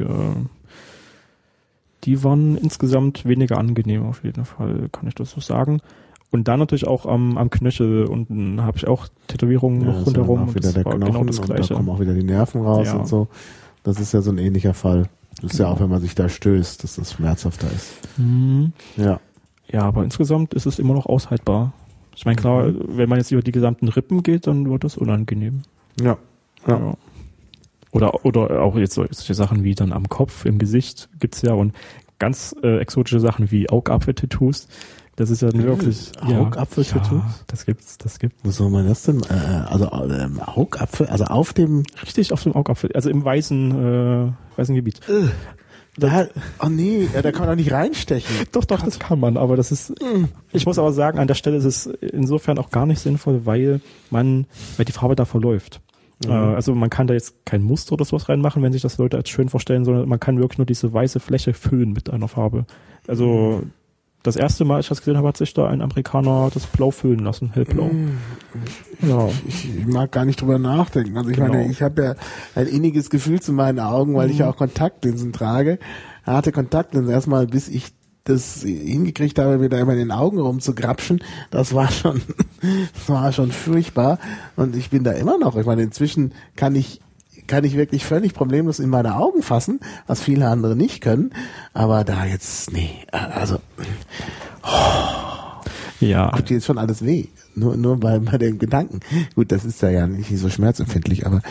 waren insgesamt weniger angenehm auf jeden Fall, kann ich das so sagen. Und dann natürlich auch am Knöchel unten habe ich auch Tätowierungen noch rundherum.
Auch wieder der Knochen genau das Gleiche. Und da kommen auch wieder die Nerven raus und so. Das ist ja so ein ähnlicher Fall. Das ist ja auch, wenn man sich da stößt, dass das schmerzhafter ist. Ja.
Ja, aber insgesamt ist es immer noch aushaltbar. Ich meine, klar, wenn man jetzt über die gesamten Rippen geht, dann wird das unangenehm.
Ja.
Oder auch jetzt solche Sachen wie dann am Kopf, im Gesicht gibt's ja und ganz exotische Sachen wie Augapfel-Tattoos. Das ist ja wirklich
Augapfel-Tattoos?
Ja, das gibt's.
Wo soll man das denn? Augapfel, also auf dem...
Richtig, auf dem Augapfel, also im weißen Gebiet.
Da kann man doch nicht reinstechen.
Doch, das kann man, aber das ist, ich muss aber sagen, an der Stelle ist es insofern auch gar nicht sinnvoll, weil die Farbe da verläuft. Also man kann da jetzt kein Muster oder sowas reinmachen, wenn sich das Leute als schön vorstellen, sondern man kann wirklich nur diese weiße Fläche füllen mit einer Farbe. Also das erste Mal, als ich das gesehen habe, hat sich da ein Amerikaner das Blau füllen lassen, hellblau.
Ich mag gar nicht drüber nachdenken. Also ich meine, ich habe ja ein inniges Gefühl zu meinen Augen, weil ich ja auch Kontaktlinsen trage. Harte Kontaktlinsen erstmal, bis ich das hingekriegt habe, mir da immer in den Augen rumzugrapschen. Das war schon furchtbar. Und ich bin da immer noch. Ich meine, inzwischen kann ich wirklich völlig problemlos in meine Augen fassen, was viele andere nicht können. Aber da jetzt, tut jetzt schon alles weh. Nur bei dem Gedanken. Gut, das ist ja nicht so schmerzempfindlich, aber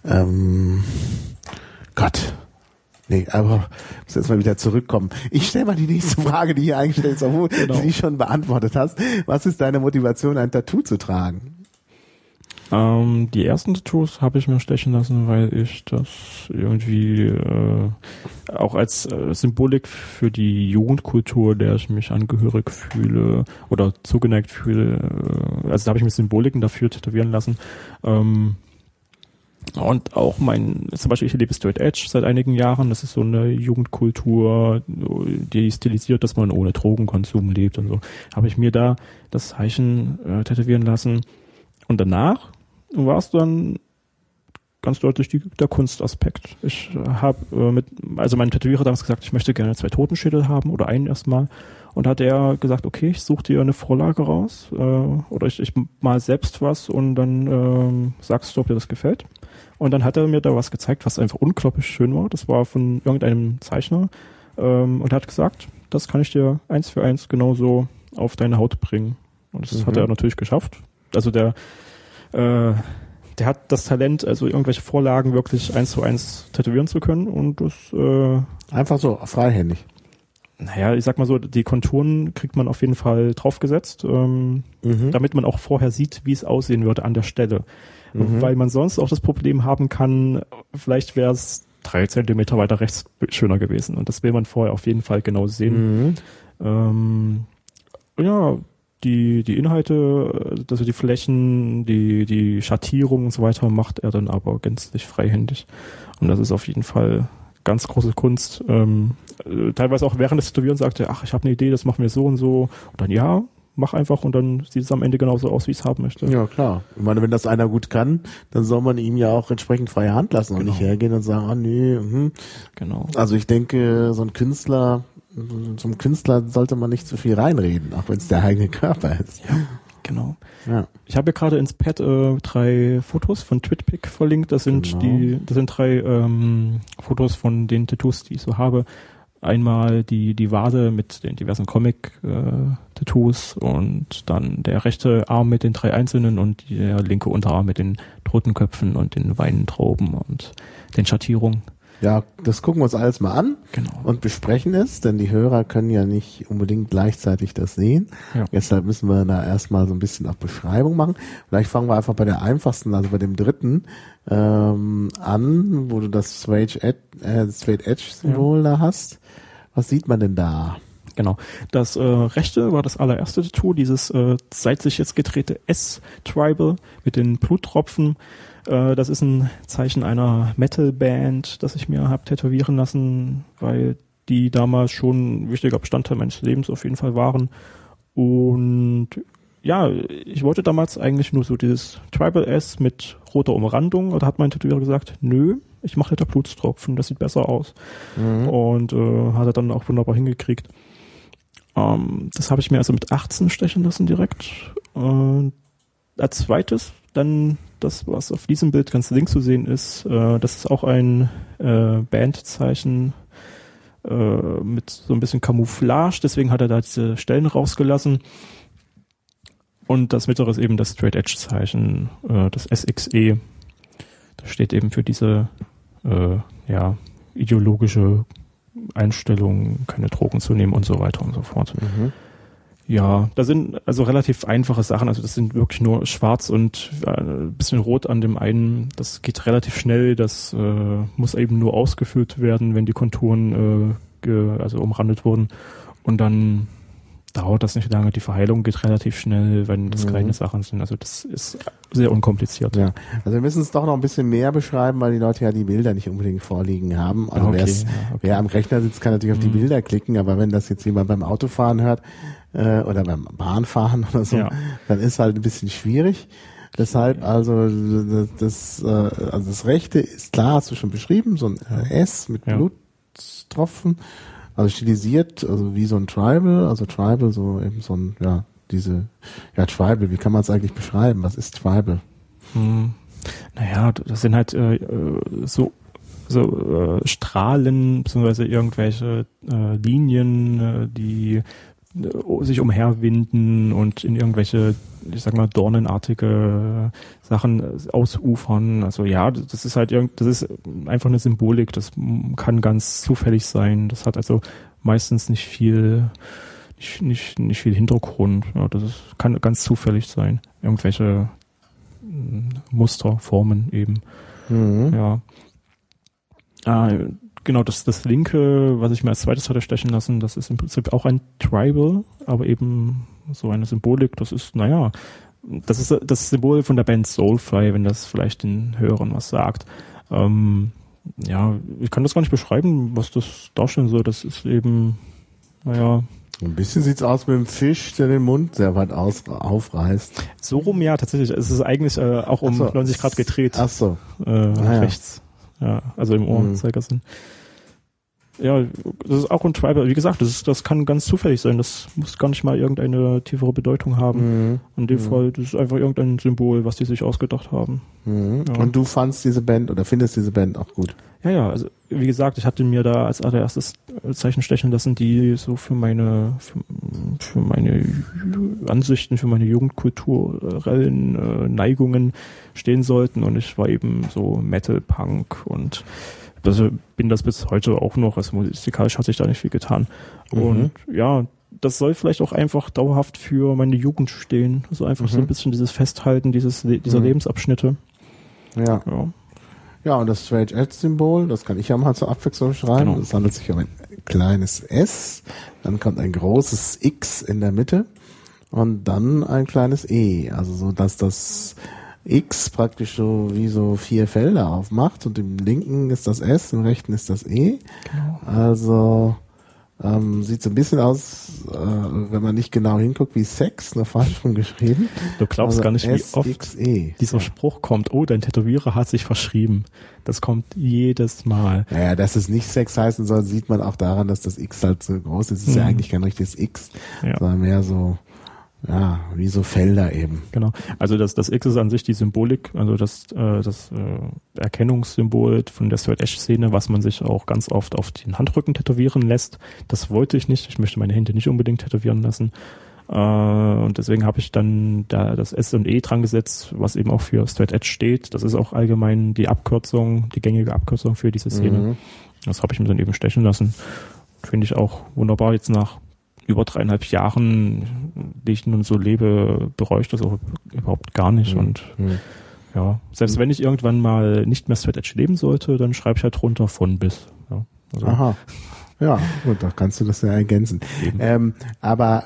Gott. Nee, aber muss jetzt mal wieder zurückkommen. Ich stelle mal die nächste Frage, die hier eingestellt ist, obwohl du die schon beantwortet hast. Was ist deine Motivation, ein Tattoo zu tragen?
Die ersten Tattoos habe ich mir stechen lassen, weil ich das irgendwie auch als Symbolik für die Jugendkultur, der ich mich angehörig fühle oder zugeneigt fühle, also da habe ich mir Symboliken dafür tätowieren lassen. Und auch zum Beispiel, ich lebe Straight Edge seit einigen Jahren, das ist so eine Jugendkultur, die stilisiert, dass man ohne Drogenkonsum lebt und so. Habe ich mir da das Zeichen tätowieren lassen. Und danach war es dann ganz deutlich der Kunstaspekt. Ich habe meinem Tätowierer damals gesagt, ich möchte gerne 2 Totenschädel haben oder einen erstmal. Und hat er gesagt, okay, ich suche dir eine Vorlage raus oder ich mal selbst was und dann sagst du, ob dir das gefällt. Und dann hat er mir da was gezeigt, was einfach unglaublich schön war. Das war von irgendeinem Zeichner und hat gesagt, das kann ich dir 1 für 1 genauso auf deine Haut bringen. Und das hat er natürlich geschafft. Also der hat das Talent, also irgendwelche Vorlagen wirklich 1 zu 1 tätowieren zu können und das
einfach so, freihändig.
Naja, ich sag mal so, die Konturen kriegt man auf jeden Fall draufgesetzt, damit man auch vorher sieht, wie es aussehen würde an der Stelle. Weil man sonst auch das Problem haben kann, vielleicht wäre es 3 Zentimeter weiter rechts schöner gewesen. Und das will man vorher auf jeden Fall genau sehen. Ja, die Inhalte, also die Flächen, die Schattierung und so weiter macht er dann aber gänzlich freihändig. Und das ist auf jeden Fall ganz große Kunst. Teilweise auch während des Tätowieren sagte er, ach, ich habe eine Idee, das machen wir so und so. Und dann ja, mach einfach und dann sieht es am Ende genauso aus, wie ich es haben möchte.
Ja, klar. Ich meine, wenn das einer gut kann, dann soll man ihm ja auch entsprechend freie Hand lassen und nicht hergehen und sagen, ah nee,
Genau.
Also ich denke, zum Künstler sollte man nicht zu viel reinreden, auch wenn es der eigene Körper ist.
Ja, genau.
Ja.
Ich habe hier gerade ins Pad 3 Fotos von TwitPic verlinkt. Das sind 3 Fotos von den Tattoos, die ich so habe. Einmal die Wade mit den diversen Comic-Tattoos und dann der rechte Arm mit den 3 einzelnen und der linke Unterarm mit den Totenköpfen und den Weintrauben und den Schattierungen.
Ja, das gucken wir uns alles mal an und besprechen es, denn die Hörer können ja nicht unbedingt gleichzeitig das sehen. Ja. Deshalb müssen wir da erstmal so ein bisschen auf Beschreibung machen. Vielleicht fangen wir einfach bei der einfachsten, also bei dem dritten an, wo du das Straight Edge Symbol da hast. Was sieht man denn da?
Genau. Das rechte war das allererste Tattoo, dieses seitlich jetzt gedrehte S-Tribal mit den Bluttropfen. Das ist ein Zeichen einer Metal-Band, das ich mir habe tätowieren lassen, weil die damals schon ein wichtiger Bestandteil meines Lebens auf jeden Fall waren. Und ja, ich wollte damals eigentlich nur so dieses Tribal S mit roter Umrandung. Da hat mein Tätowierer gesagt, nö, ich mache da Blutstropfen, das sieht besser aus. Und hat er dann auch wunderbar hingekriegt. Das habe ich mir also mit 18 stechen lassen direkt. Als zweites dann das, was auf diesem Bild ganz links zu sehen ist, das ist auch ein Bandzeichen mit so ein bisschen Camouflage, deswegen hat er da diese Stellen rausgelassen. Und das mittlere ist eben das Straight Edge Zeichen, das SXE. Das steht eben für diese ideologische Einstellung, keine Drogen zu nehmen und so weiter und so fort. Ja, da sind also relativ einfache Sachen, also das sind wirklich nur schwarz und ein bisschen rot an dem einen, das geht relativ schnell, das muss eben nur ausgefüllt werden, wenn die Konturen umrandet wurden und dann dauert das nicht lange, die Verheilung geht relativ schnell, wenn das kleine Sachen sind, also das ist sehr unkompliziert.
Ja, also wir müssen es doch noch ein bisschen mehr beschreiben, weil die Leute ja die Bilder nicht unbedingt vorliegen haben, also wer am Rechner sitzt, kann natürlich auf die Bilder klicken, aber wenn das jetzt jemand beim Autofahren hört, oder beim Bahnfahren oder so, dann ist halt ein bisschen schwierig. Deshalb also das rechte ist klar, hast du schon beschrieben, so ein S mit Bluttropfen, also stilisiert, also wie so ein Tribal, also Tribal, so eben so ein, Tribal, wie kann man es eigentlich beschreiben? Was ist Tribal?
Naja, das sind halt so Strahlen, beziehungsweise irgendwelche Linien, die sich umherwinden und in irgendwelche, ich sag mal, dornenartige Sachen ausufern. Also ja, das ist halt das ist einfach eine Symbolik, das kann ganz zufällig sein. Das hat also meistens nicht viel Hintergrund. Ja, kann ganz zufällig sein. Irgendwelche Muster, Formen eben. Ja. Genau, das linke, was ich mir als zweites hatte stechen lassen, das ist im Prinzip auch ein Tribal, aber eben so eine Symbolik, das ist, das ist das Symbol von der Band Soulfly, wenn das vielleicht den Hörern was sagt. Ich kann das gar nicht beschreiben, was das darstellen soll, das ist eben,
ein bisschen sieht's aus wie ein Fisch, der den Mund sehr weit aufreißt.
So rum, ja, tatsächlich. Es ist eigentlich auch um 90 Grad gedreht.
Ach so.
Rechts. Ja, also im Uhrzeigersinn. Ja, das ist auch ein Tribal. Wie gesagt, das kann ganz zufällig sein. Das muss gar nicht mal irgendeine tiefere Bedeutung haben. In dem Fall, das ist einfach irgendein Symbol, was die sich ausgedacht haben. Ja.
Und du fandst diese Band oder findest diese Band auch gut?
Ja, also wie gesagt, ich hatte mir da als allererstes Zeichen stechen lassen, die so für meine Ansichten, für meine jugendkulturellen Neigungen stehen sollten. Und ich war eben so Metal, Punk und bin das bis heute auch noch. Also musikalisch hat sich da nicht viel getan. Und ja, das soll vielleicht auch einfach dauerhaft für meine Jugend stehen. Also einfach so ein bisschen dieses Festhalten dieser Lebensabschnitte.
Ja. Ja, und das Straight Edge Symbol, das kann ich ja mal zur Abwechslung schreiben.
Genau.
Es handelt sich um ein kleines S, dann kommt ein großes X in der Mitte und dann ein kleines E. Also so, dass das X praktisch so wie so 4 Felder aufmacht und im linken ist das S, im rechten ist das E.
Genau.
Also sieht so ein bisschen aus, wenn man nicht genau hinguckt, wie Sex, nur falsch rum geschrieben.
Du glaubst
Also
gar nicht, wie oft
SXE.
dieser Spruch kommt, oh, dein Tätowierer hat sich verschrieben. Das kommt jedes Mal.
Naja, dass es nicht Sex heißen soll, sieht man auch daran, dass das X halt so groß ist. Es ist ja eigentlich kein richtiges X, sondern mehr so, ja, wie so Felder eben.
Genau. Also das X ist an sich die Symbolik, also das Erkennungssymbol von der Straight Edge Szene, was man sich auch ganz oft auf den Handrücken tätowieren lässt. Das wollte ich nicht. Ich möchte meine Hände nicht unbedingt tätowieren lassen. Und deswegen habe ich dann da das S und E dran gesetzt, was eben auch für Straight Edge steht. Das ist auch allgemein die Abkürzung, die gängige Abkürzung für diese Szene. Das habe ich mir dann eben stechen lassen. Finde ich auch wunderbar. Jetzt nach über 3,5 Jahren, die ich nun so lebe, bereue ich das auch überhaupt gar nicht. Und ja, selbst wenn ich irgendwann mal nicht mehr Straight Edge leben sollte, dann schreibe ich halt drunter von bis. Ja, also.
Aha. Ja, gut, da kannst du das ja ergänzen. Aber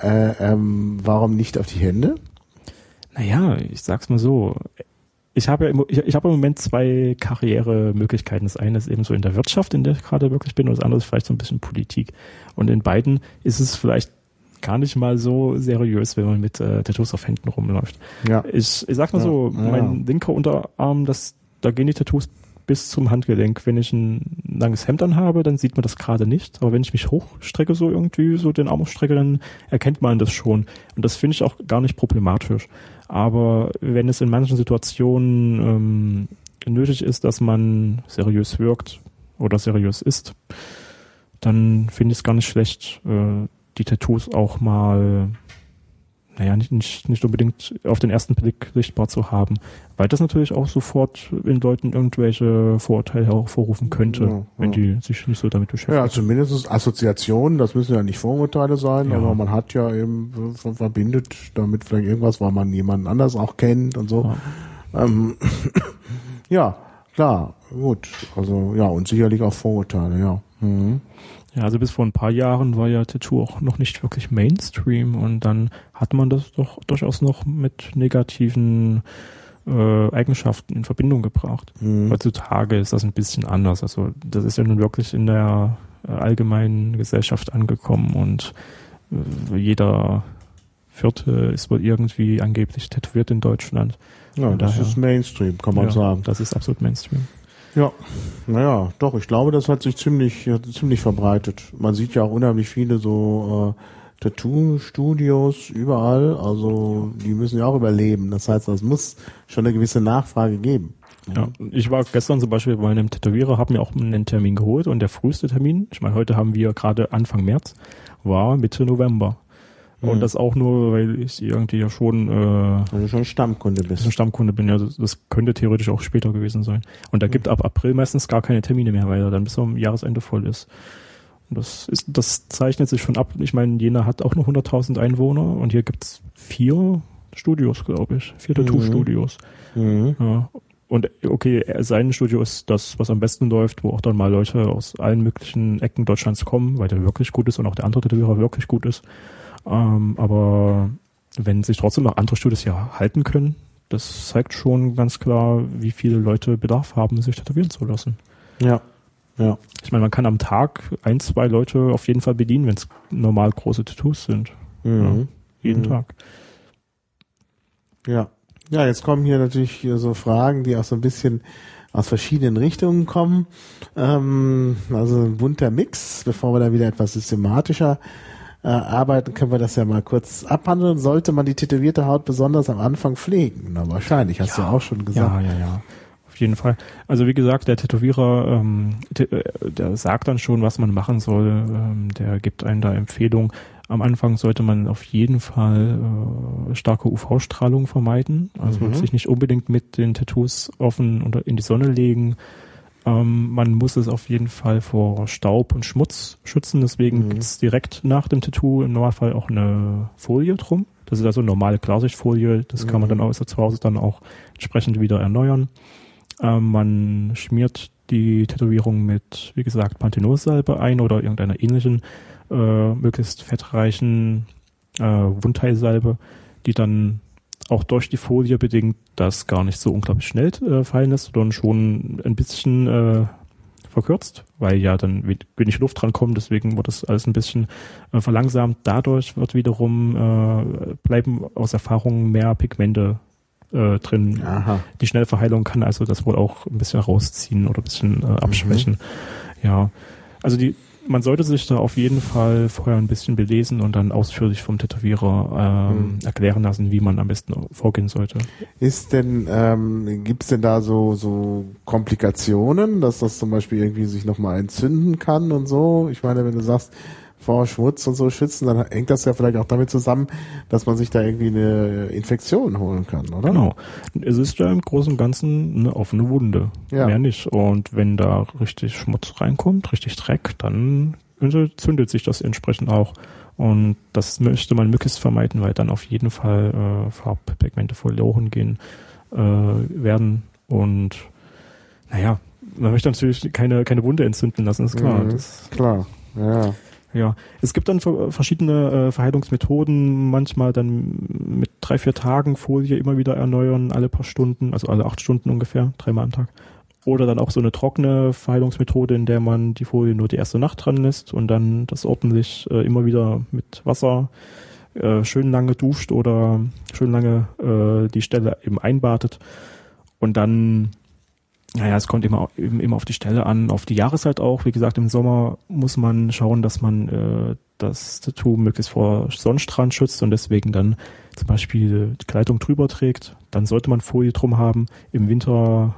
warum nicht auf die Hände?
Naja, ich sag's mal so. Ich habe im Moment 2 Karrieremöglichkeiten. Das eine ist eben so in der Wirtschaft, in der ich gerade wirklich bin, und das andere ist vielleicht so ein bisschen Politik. Und in beiden ist es vielleicht gar nicht mal so seriös, wenn man mit Tattoos auf Händen rumläuft. Ja. Ich sag mal so, mein linker Unterarm, da gehen die Tattoos bis zum Handgelenk. Wenn ich ein langes Hemd anhabe, dann sieht man das gerade nicht. Aber wenn ich mich hochstrecke, so irgendwie, so den Arm hochstrecke, dann erkennt man das schon. Und das finde ich auch gar nicht problematisch. Aber wenn es in manchen Situationen nötig ist, dass man seriös wirkt oder seriös ist, dann finde ich es gar nicht schlecht, die Tattoos auch mal, naja, nicht unbedingt auf den ersten Blick sichtbar zu haben, weil das natürlich auch sofort in Leuten irgendwelche Vorurteile hervorrufen könnte, wenn die sich nicht so damit beschäftigen.
Ja, zumindest Assoziationen, das müssen ja nicht Vorurteile sein, aber man hat ja eben verbindet damit vielleicht irgendwas, weil man jemanden anders auch kennt und so. Ja, ja, klar, gut. Also ja, und sicherlich auch Vorurteile, ja.
Ja, also bis vor ein paar Jahren war ja Tattoo auch noch nicht wirklich Mainstream und dann hat man das doch durchaus noch mit negativen Eigenschaften in Verbindung gebracht. Heutzutage ist das ein bisschen anders. Also das ist ja nun wirklich in der allgemeinen Gesellschaft angekommen und jeder Vierte ist wohl irgendwie angeblich tätowiert in Deutschland.
Ja, das ist Mainstream, kann man sagen.
Das ist absolut Mainstream.
Ja, naja, doch, ich glaube, das hat sich ziemlich verbreitet. Man sieht ja auch unheimlich viele so Tattoo-Studios überall, also die müssen ja auch überleben. Das heißt, es muss schon eine gewisse Nachfrage geben.
Ja, ich war gestern zum Beispiel bei einem Tätowierer, habe mir auch einen Termin geholt und der früheste Termin, ich meine, heute haben wir gerade Anfang März, war Mitte November. Und das auch nur, weil ich irgendwie ja schon
Stammkunde bist.
Stammkunde bin, ja, das könnte theoretisch auch später gewesen sein. Und da gibt ab April meistens gar keine Termine mehr, weil er dann bis zum Jahresende voll ist. Und das zeichnet sich schon ab. Ich meine, Jena hat auch nur 100.000 Einwohner und hier gibt's 4 Studios, glaube ich. 4 Tattoo-Studios. Ja. Und okay, sein Studio ist das, was am besten läuft, wo auch dann mal Leute aus allen möglichen Ecken Deutschlands kommen, weil der wirklich gut ist und auch der andere Tätowierer wirklich gut ist. Aber wenn sich trotzdem noch andere Studios ja halten können, das zeigt schon ganz klar, wie viele Leute Bedarf haben, sich tätowieren zu lassen.
Ja, ja.
Ich meine, man kann am Tag 1, 2 Leute auf jeden Fall bedienen, wenn es normal große Tattoos sind. Ja, jeden Tag.
Ja. Ja, jetzt kommen hier natürlich so Fragen, die auch so ein bisschen aus verschiedenen Richtungen kommen. Also ein bunter Mix, bevor wir da wieder etwas systematischer arbeiten, können wir das ja mal kurz abhandeln. Sollte man die tätowierte Haut besonders am Anfang pflegen? Na, wahrscheinlich, hast du ja auch schon gesagt.
Ja. Auf jeden Fall. Also wie gesagt, der Tätowierer, der sagt dann schon, was man machen soll. Der gibt einem da Empfehlungen. Am Anfang sollte man auf jeden Fall starke UV-Strahlung vermeiden. Also sich nicht unbedingt mit den Tattoos offen oder in die Sonne legen. Man muss es auf jeden Fall vor Staub und Schmutz schützen. Deswegen gibt es direkt nach dem Tattoo im Normalfall auch eine Folie drum. Das ist also eine normale Klarsichtfolie. Das kann man dann auch zu Hause dann auch entsprechend wieder erneuern. Man schmiert die Tätowierung mit, wie gesagt, Panthenolsalbe ein oder irgendeiner ähnlichen, möglichst fettreichen Wundheilsalbe, die dann auch durch die Folie bedingt das gar nicht so unglaublich schnell fallen lässt, sondern schon ein bisschen verkürzt, weil ja dann wenig Luft dran kommt, deswegen wird das alles ein bisschen verlangsamt. Dadurch wird wiederum bleiben aus Erfahrung mehr Pigmente drin.
Aha.
Die Schnellverheilung kann also das wohl auch ein bisschen rausziehen oder ein bisschen abschwächen. Ja, also man sollte sich da auf jeden Fall vorher ein bisschen belesen und dann ausführlich vom Tätowierer erklären lassen, wie man am besten vorgehen sollte.
Gibt's denn da so Komplikationen, dass das zum Beispiel irgendwie sich nochmal entzünden kann und so? Ich meine, wenn du sagst, vor Schmutz und so schützen, dann hängt das ja vielleicht auch damit zusammen, dass man sich da irgendwie eine Infektion holen kann, oder?
Genau. Es ist ja im Großen und Ganzen eine offene Wunde.
Ja.
Mehr nicht. Und wenn da richtig Schmutz reinkommt, richtig Dreck, dann zündet sich das entsprechend auch. Und das möchte man möglichst vermeiden, weil dann auf jeden Fall Farbpigmente verloren gehen werden. Und naja, man möchte natürlich keine Wunde entzünden lassen, ist klar.
Klar, ja.
Ja, es gibt dann verschiedene Verheilungsmethoden, manchmal dann mit 3-4 Tagen Folie immer wieder erneuern, alle paar Stunden, also alle 8 Stunden ungefähr, 3-mal am Tag. Oder dann auch so eine trockene Verheilungsmethode, in der man die Folie nur die erste Nacht dran lässt und dann das ordentlich immer wieder mit Wasser schön lange duscht oder schön lange die Stelle eben einbadet und dann. Naja, es kommt immer auf die Stelle an, auf die Jahreszeit auch. Wie gesagt, im Sommer muss man schauen, dass man das Tattoo möglichst vor Sonnenstrahlen schützt und deswegen dann zum Beispiel die Kleidung drüber trägt. Dann sollte man Folie drum haben. Im Winter,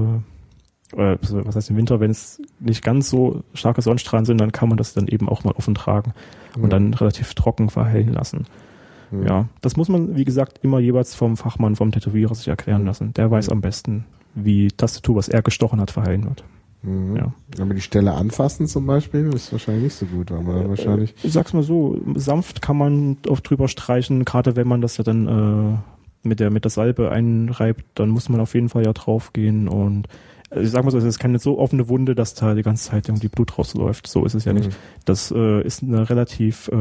was heißt im Winter, wenn es nicht ganz so starke Sonnenstrahlen sind, dann kann man das dann eben auch mal offen tragen und dann relativ trocken verheilen lassen. Ja, das muss man, wie gesagt, immer jeweils vom Fachmann, vom Tätowierer sich erklären lassen. Der weiß am besten, wie das Tattoo, was er gestochen hat, verheilen wird. Ja.
Aber die Stelle anfassen zum Beispiel ist wahrscheinlich nicht so gut, weil man dann wahrscheinlich.
Ich sag's mal so, sanft kann man oft drüber streichen, gerade wenn man das ja dann mit der Salbe einreibt, dann muss man auf jeden Fall ja draufgehen und ich sag mal so, es ist keine so offene Wunde, dass da die ganze Zeit irgendwie Blut rausläuft. So ist es ja nicht. Das ist eine relativ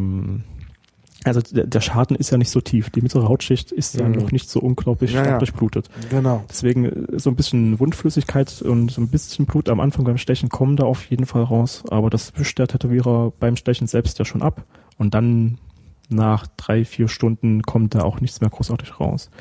also der Schaden ist ja nicht so tief. Die mittlere Hautschicht ist ja noch nicht so unglaublich stark durchblutet.
Genau.
Deswegen so ein bisschen Wundflüssigkeit und so ein bisschen Blut am Anfang beim Stechen kommen da auf jeden Fall raus. Aber das wischt der Tätowierer beim Stechen selbst ja schon ab. Und dann nach 3-4 Stunden kommt da auch nichts mehr großartig raus.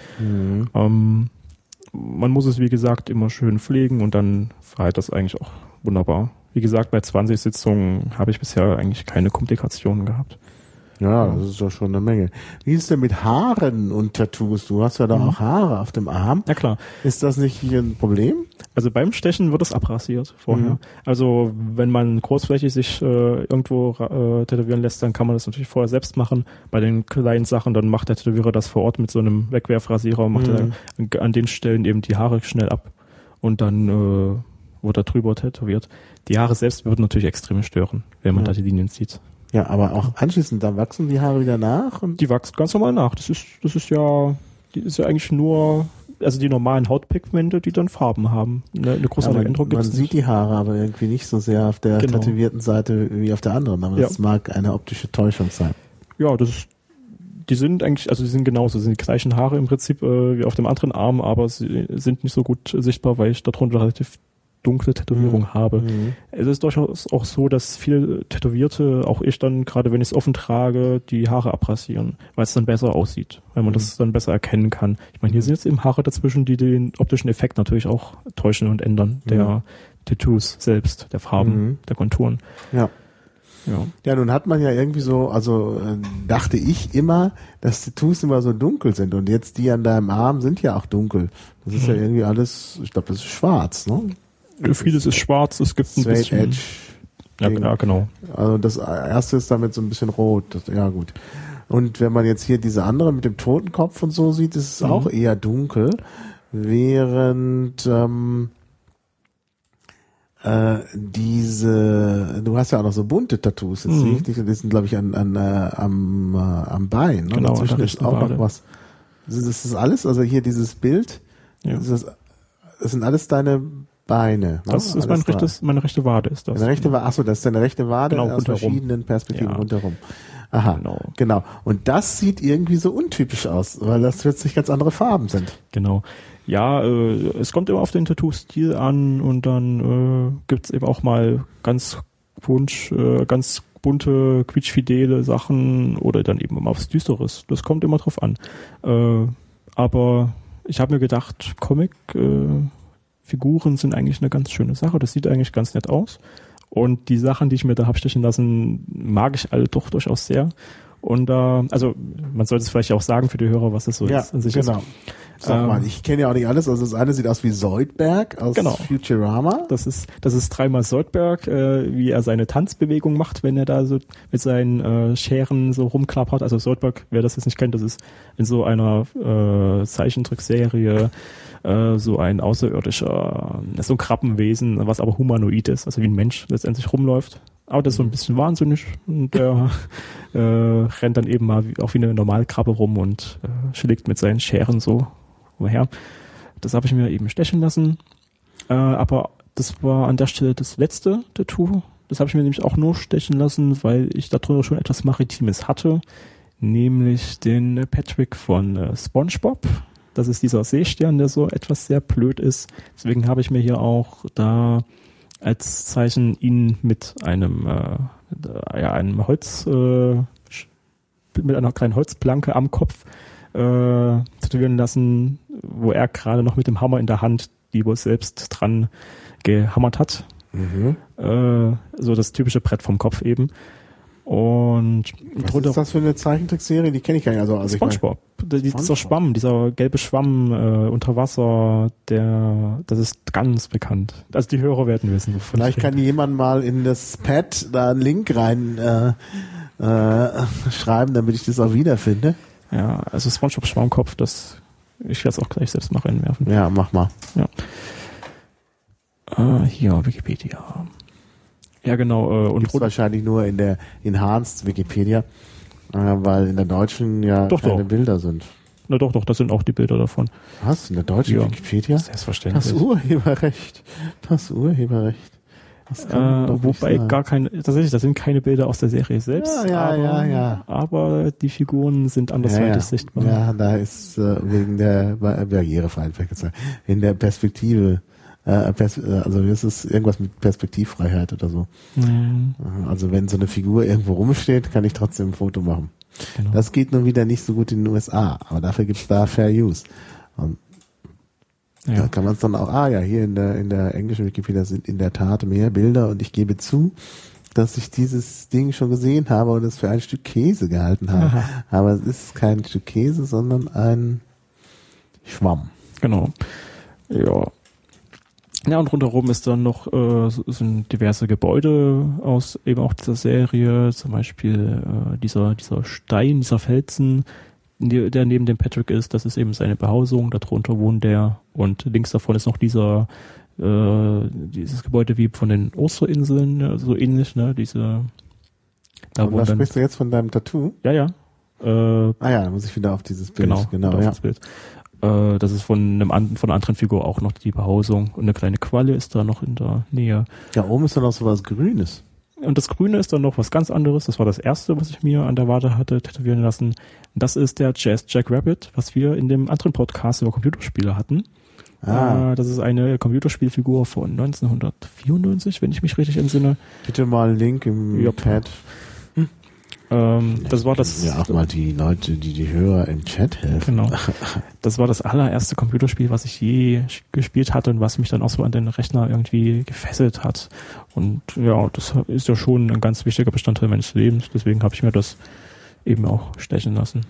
Man muss es, wie gesagt, immer schön pflegen und dann verheilt das eigentlich auch wunderbar. Wie gesagt, bei 20 Sitzungen habe ich bisher eigentlich keine Komplikationen gehabt.
Ja, das ist doch schon eine Menge. Wie ist denn mit Haaren und Tattoos? Du hast ja da auch Haare auf dem Arm.
Ja, klar.
Ist das nicht hier ein Problem?
Also beim Stechen wird es abrasiert vorher. Also wenn man großflächig sich irgendwo tätowieren lässt, dann kann man das natürlich vorher selbst machen. Bei den kleinen Sachen, dann macht der Tätowierer das vor Ort mit so einem Wegwerfrasierer und macht er an den Stellen eben die Haare schnell ab. Und dann wird da drüber tätowiert. Die Haare selbst würden natürlich extrem stören, wenn man da die Linien zieht.
Ja, aber auch anschließend, dann wachsen die Haare wieder nach? Und
die wachsen ganz normal nach. Die ist ja eigentlich nur, also die normalen Hautpigmente, die dann Farben haben. Eine großartige Änderung gibt's nicht.
Man sieht die Haare aber irgendwie nicht so sehr auf der tätowierten Seite wie auf der anderen. Aber das mag eine optische Täuschung sein.
Ja, die sind eigentlich, also die sind genauso, sind die gleichen Haare im Prinzip wie auf dem anderen Arm, aber sie sind nicht so gut sichtbar, weil ich darunter relativ dunkle Tätowierung habe. Es ist durchaus auch so, dass viele Tätowierte, auch ich dann, gerade wenn ich es offen trage, die Haare abrasieren, weil es dann besser aussieht, weil man das dann besser erkennen kann. Ich meine, hier sind jetzt eben Haare dazwischen, die den optischen Effekt natürlich auch täuschen und ändern, der Tattoos selbst, der Farben, der Konturen.
Ja. Ja, nun hat man ja irgendwie so, also dachte ich immer, dass Tattoos immer so dunkel sind und jetzt die an deinem Arm sind ja auch dunkel. Das ist ja irgendwie alles, ich glaube, das ist schwarz, ne?
Vieles ist schwarz, es gibt ein bisschen
Edge.
Ja, genau.
Also das erste ist damit so ein bisschen rot. Ja, gut. Und wenn man jetzt hier diese andere mit dem Totenkopf und so sieht, ist es auch eher dunkel, während du hast ja auch noch so bunte Tattoos, jetzt sehe ich nicht, die sind, glaube ich, am Bein. Ne?
Genau,
dazwischen ist auch noch was. Ist das alles? Also hier dieses Bild, ist das Das sind alles deine Beine.
Das ist meine rechte Wade ist das.
Deine rechte Wade, achso, das ist deine rechte Wade
genau,
aus
rundherum.
Verschiedenen Perspektiven
Ja.
rundherum. Aha, genau. Und das sieht irgendwie so untypisch aus, weil das plötzlich ganz andere Farben sind.
Genau. Ja, es kommt immer auf den Tattoo-Stil an und dann gibt's eben auch mal ganz bunte, quietschfidele Sachen oder dann eben mal aufs Düsteres. Das kommt immer drauf an. Aber ich habe mir gedacht, Comic-Figuren sind eigentlich eine ganz schöne Sache. Das sieht eigentlich ganz nett aus. Und die Sachen, die ich mir da habe stechen lassen, mag ich alle doch durchaus sehr. Und also man sollte es vielleicht auch sagen für die Hörer, was das so ist.
An sich genau. Ist. Sag mal, ich kenne ja auch nicht alles. Also das eine sieht aus wie Zoidberg aus Futurama.
Das ist dreimal Zoidberg, wie er seine Tanzbewegung macht, wenn er da so mit seinen Scheren so rumklappert. Also Zoidberg, wer das jetzt nicht kennt, das ist in so einer Zeichentrickserie so ein außerirdischer, so ein Krabbenwesen, was aber humanoid ist, also wie ein Mensch letztendlich rumläuft. Aber das ist so ein bisschen wahnsinnig und der rennt dann eben mal auch wie eine Normalkrabbe rum und schlägt mit seinen Scheren so umher. Das habe ich mir eben stechen lassen. Aber das war an der Stelle das letzte Tattoo. Das habe ich mir nämlich auch nur stechen lassen, weil ich darunter schon etwas Maritimes hatte. Nämlich den Patrick von SpongeBob. Das ist dieser Seestern, der so etwas sehr blöd ist. Deswegen habe ich mir hier auch da als Zeichen ihn mit einem Holz, mit einer kleinen Holzplanke am Kopf tätowieren lassen, wo er gerade noch mit dem Hammer in der Hand die wohl selbst dran gehammert hat.
Mhm.
So das typische Brett vom Kopf eben. Und
was ist das für eine Zeichentrickserie? Die kenne ich gar nicht. Also
SpongeBob. Dieser Schwamm, dieser gelbe Schwamm unter Wasser, das ist ganz bekannt. Also die Hörer werden wissen, wovon
vielleicht kann jemand mal in das Pad da einen Link rein schreiben, damit ich das auch wiederfinde.
Ja, also SpongeBob Schwammkopf, ich werde es auch gleich selbst mal reinwerfen.
Ja, mach mal.
Ja. Hier, Wikipedia. Ja, genau. Und
gibt's wahrscheinlich nur in Hans Wikipedia, weil in der deutschen keine Bilder sind.
Na doch, das sind auch die Bilder davon.
Was? In der deutschen Wikipedia?
Selbstverständlich.
Das Urheberrecht.
Wobei tatsächlich, das sind keine Bilder aus der Serie selbst.
Ja.
Aber die Figuren sind andersweitig sichtbar.
Ja, da ist wegen der Barrierefreiheit, in der Perspektive. Also es ist irgendwas mit Perspektivfreiheit oder so.
Mhm.
Also wenn so eine Figur irgendwo rumsteht, kann ich trotzdem ein Foto machen. Genau. Das geht nun wieder nicht so gut in den USA, aber dafür gibt es da Fair Use. Und da kann man es dann auch, hier in der englischen Wikipedia sind in der Tat mehr Bilder und ich gebe zu, dass ich dieses Ding schon gesehen habe und es für ein Stück Käse gehalten habe. Aha. Aber es ist kein Stück Käse, sondern ein Schwamm.
Genau. Ja. Ja, und rundherum ist dann noch sind diverse Gebäude aus eben auch dieser Serie, zum Beispiel dieser Stein, dieser Felsen, der neben dem Patrick ist, das ist eben seine Behausung, darunter wohnt der und links davon ist noch dieses Gebäude wie von den Osterinseln, so ähnlich, ne,
da sprichst du jetzt von deinem Tattoo?
Ja.
Da muss ich wieder auf dieses Bild.
Genau, auf das Bild. Das ist von einer anderen Figur auch noch die Behausung. Und eine kleine Qualle ist da noch in der Nähe.
Da oben ist dann noch so was Grünes.
Und das Grüne ist dann noch was ganz anderes. Das war das erste, was ich mir an der Wade hatte tätowieren lassen. Das ist der Jazz Jackrabbit, was wir in dem anderen Podcast über Computerspiele hatten. Das ist eine Computerspielfigur von 1994, wenn ich mich richtig entsinne.
Bitte mal einen Link im Pad.
Das war das.
Ja, auch mal die Leute, die Hörer im Chat helfen.
Genau. Das war das allererste Computerspiel, was ich je gespielt hatte und was mich dann auch so an den Rechner irgendwie gefesselt hat. Und ja, das ist ja schon ein ganz wichtiger Bestandteil meines Lebens. Deswegen habe ich mir das eben auch stechen lassen.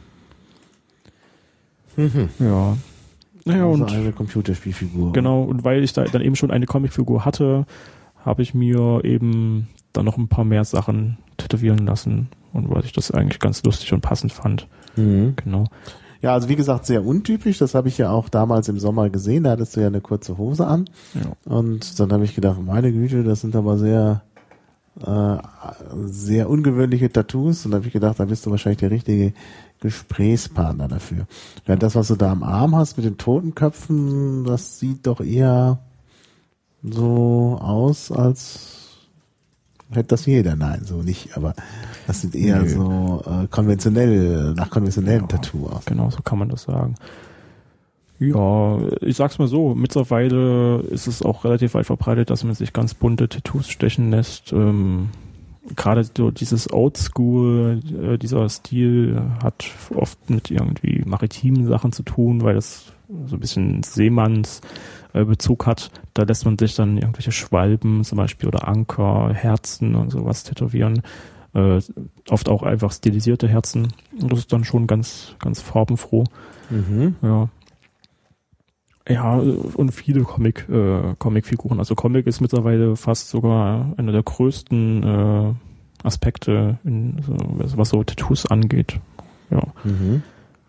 Mhm.
Ja. Naja,
also
und
eine Computerspielfigur.
Genau, und weil ich da dann eben schon eine Comicfigur hatte, habe ich mir eben dann noch ein paar mehr Sachen tätowieren lassen. Und weil ich das eigentlich ganz lustig und passend fand.
Mhm.
Genau.
Ja, also wie gesagt, sehr untypisch. Das habe ich ja auch damals im Sommer gesehen. Da hattest du ja eine kurze Hose an.
Ja.
Und dann habe ich gedacht, meine Güte, das sind aber sehr sehr ungewöhnliche Tattoos und da habe ich gedacht, da bist du wahrscheinlich der richtige Gesprächspartner dafür. Ja, das, was du da am Arm hast mit den Totenköpfen, das sieht doch eher so aus, als hätte das jeder. Nein, so nicht, aber das sieht eher so konventionell, nach konventionellem Tattoo aus.
Genau, so kann man das sagen. Ja, ich sag's mal so, mittlerweile ist es auch relativ weit verbreitet, dass man sich ganz bunte Tattoos stechen lässt. Gerade so dieses Oldschool, dieser Stil hat oft mit irgendwie maritimen Sachen zu tun, weil das so ein bisschen Seemannsbezug hat. Da lässt man sich dann irgendwelche Schwalben zum Beispiel oder Anker, Herzen und sowas tätowieren. Oft auch einfach stilisierte Herzen. Und das ist dann schon ganz, ganz farbenfroh.
Mhm.
Ja. Ja, und viele Comicfiguren. Also Comic ist mittlerweile fast sogar einer der größten Aspekte, was so Tattoos angeht. Ja.
Mhm.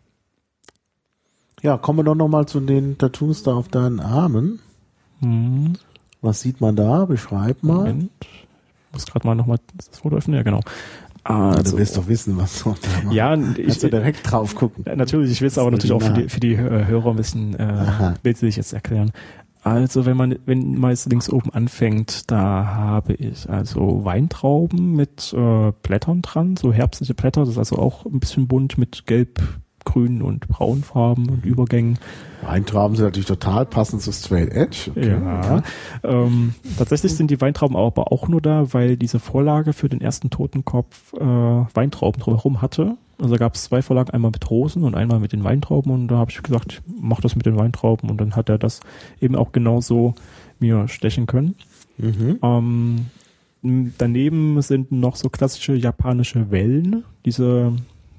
Ja, kommen wir doch nochmal zu den Tattoos da auf deinen Armen.
Mhm.
Was sieht man da? Beschreib mal.
Moment. Ich muss gerade mal nochmal das Foto öffnen. Ja, genau.
Du willst doch wissen, was so da macht.
Ja,
kannst du direkt drauf gucken.
Natürlich, ich will es aber natürlich auch für die Hörer ein bisschen bildlich jetzt erklären. Also wenn man jetzt links oben anfängt, da habe ich also Weintrauben mit Blättern dran, so herbstliche Blätter, das ist also auch ein bisschen bunt mit Gelb, Grün und Braunfarben und Übergängen.
Weintrauben sind natürlich total passend zu Straight Edge. Okay.
Ja. Tatsächlich sind die Weintrauben aber auch nur da, weil diese Vorlage für den ersten Totenkopf Weintrauben drumherum hatte. Also gab es 2 Vorlagen, einmal mit Rosen und einmal mit den Weintrauben und da habe ich gesagt, ich mach das mit den Weintrauben und dann hat er das eben auch genauso mir stechen können.
Mhm.
Daneben sind noch so klassische japanische Wellen, diese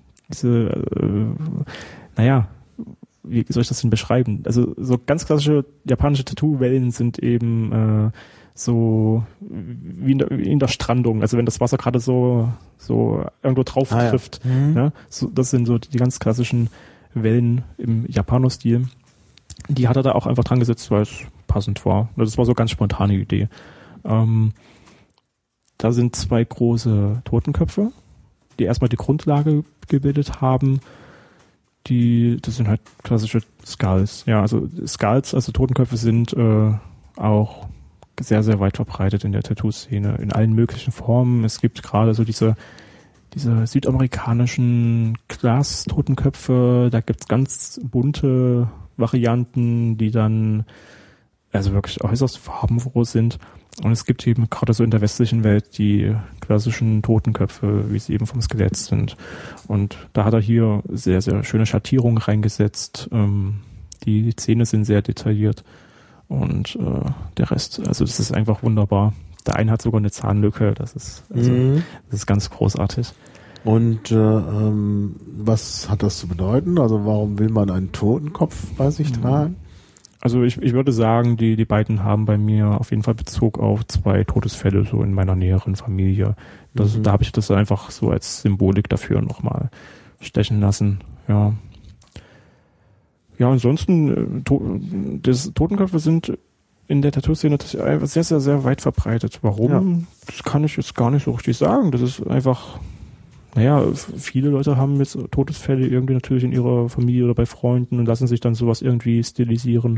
naja, wie soll ich das denn beschreiben? Also so ganz klassische japanische Tattoo-Wellen sind eben so wie in der Strandung. Also wenn das Wasser gerade so irgendwo drauf trifft.
Ja. Mhm.
Ja, so, das sind so die ganz klassischen Wellen im Japano-Stil. Die hat er da auch einfach dran gesetzt, weil es passend war. Das war so eine ganz spontane Idee. Da sind 2 große Totenköpfe, die erstmal die Grundlage gebildet haben. Das sind halt klassische Skulls. Ja, also Skulls, also Totenköpfe sind auch sehr, sehr weit verbreitet in der Tattoo-Szene, in allen möglichen Formen. Es gibt gerade so diese südamerikanischen Glas-Totenköpfe, da gibt's ganz bunte Varianten, die dann also wirklich äußerst farbenfroh sind. Und es gibt eben gerade so in der westlichen Welt die klassischen Totenköpfe, wie sie eben vom Skelett sind. Und da hat er hier sehr, sehr schöne Schattierungen reingesetzt. Die Zähne sind sehr detailliert. Und der Rest, also das ist einfach wunderbar. Der eine hat sogar eine Zahnlücke, das ist ganz großartig.
Und was hat das zu bedeuten? Also warum will man einen Totenkopf bei sich tragen?
Also ich würde sagen, die beiden haben bei mir auf jeden Fall Bezug auf 2 Todesfälle so in meiner näheren Familie. Da habe ich das einfach so als Symbolik dafür nochmal stechen lassen. Ja. Ja, ansonsten Totenköpfe sind in der Tattoo-Szene sehr, sehr, sehr weit verbreitet. Warum? Ja. Das kann ich jetzt gar nicht so richtig sagen. Das ist einfach, naja, viele Leute haben jetzt Todesfälle irgendwie natürlich in ihrer Familie oder bei Freunden und lassen sich dann sowas irgendwie stilisieren.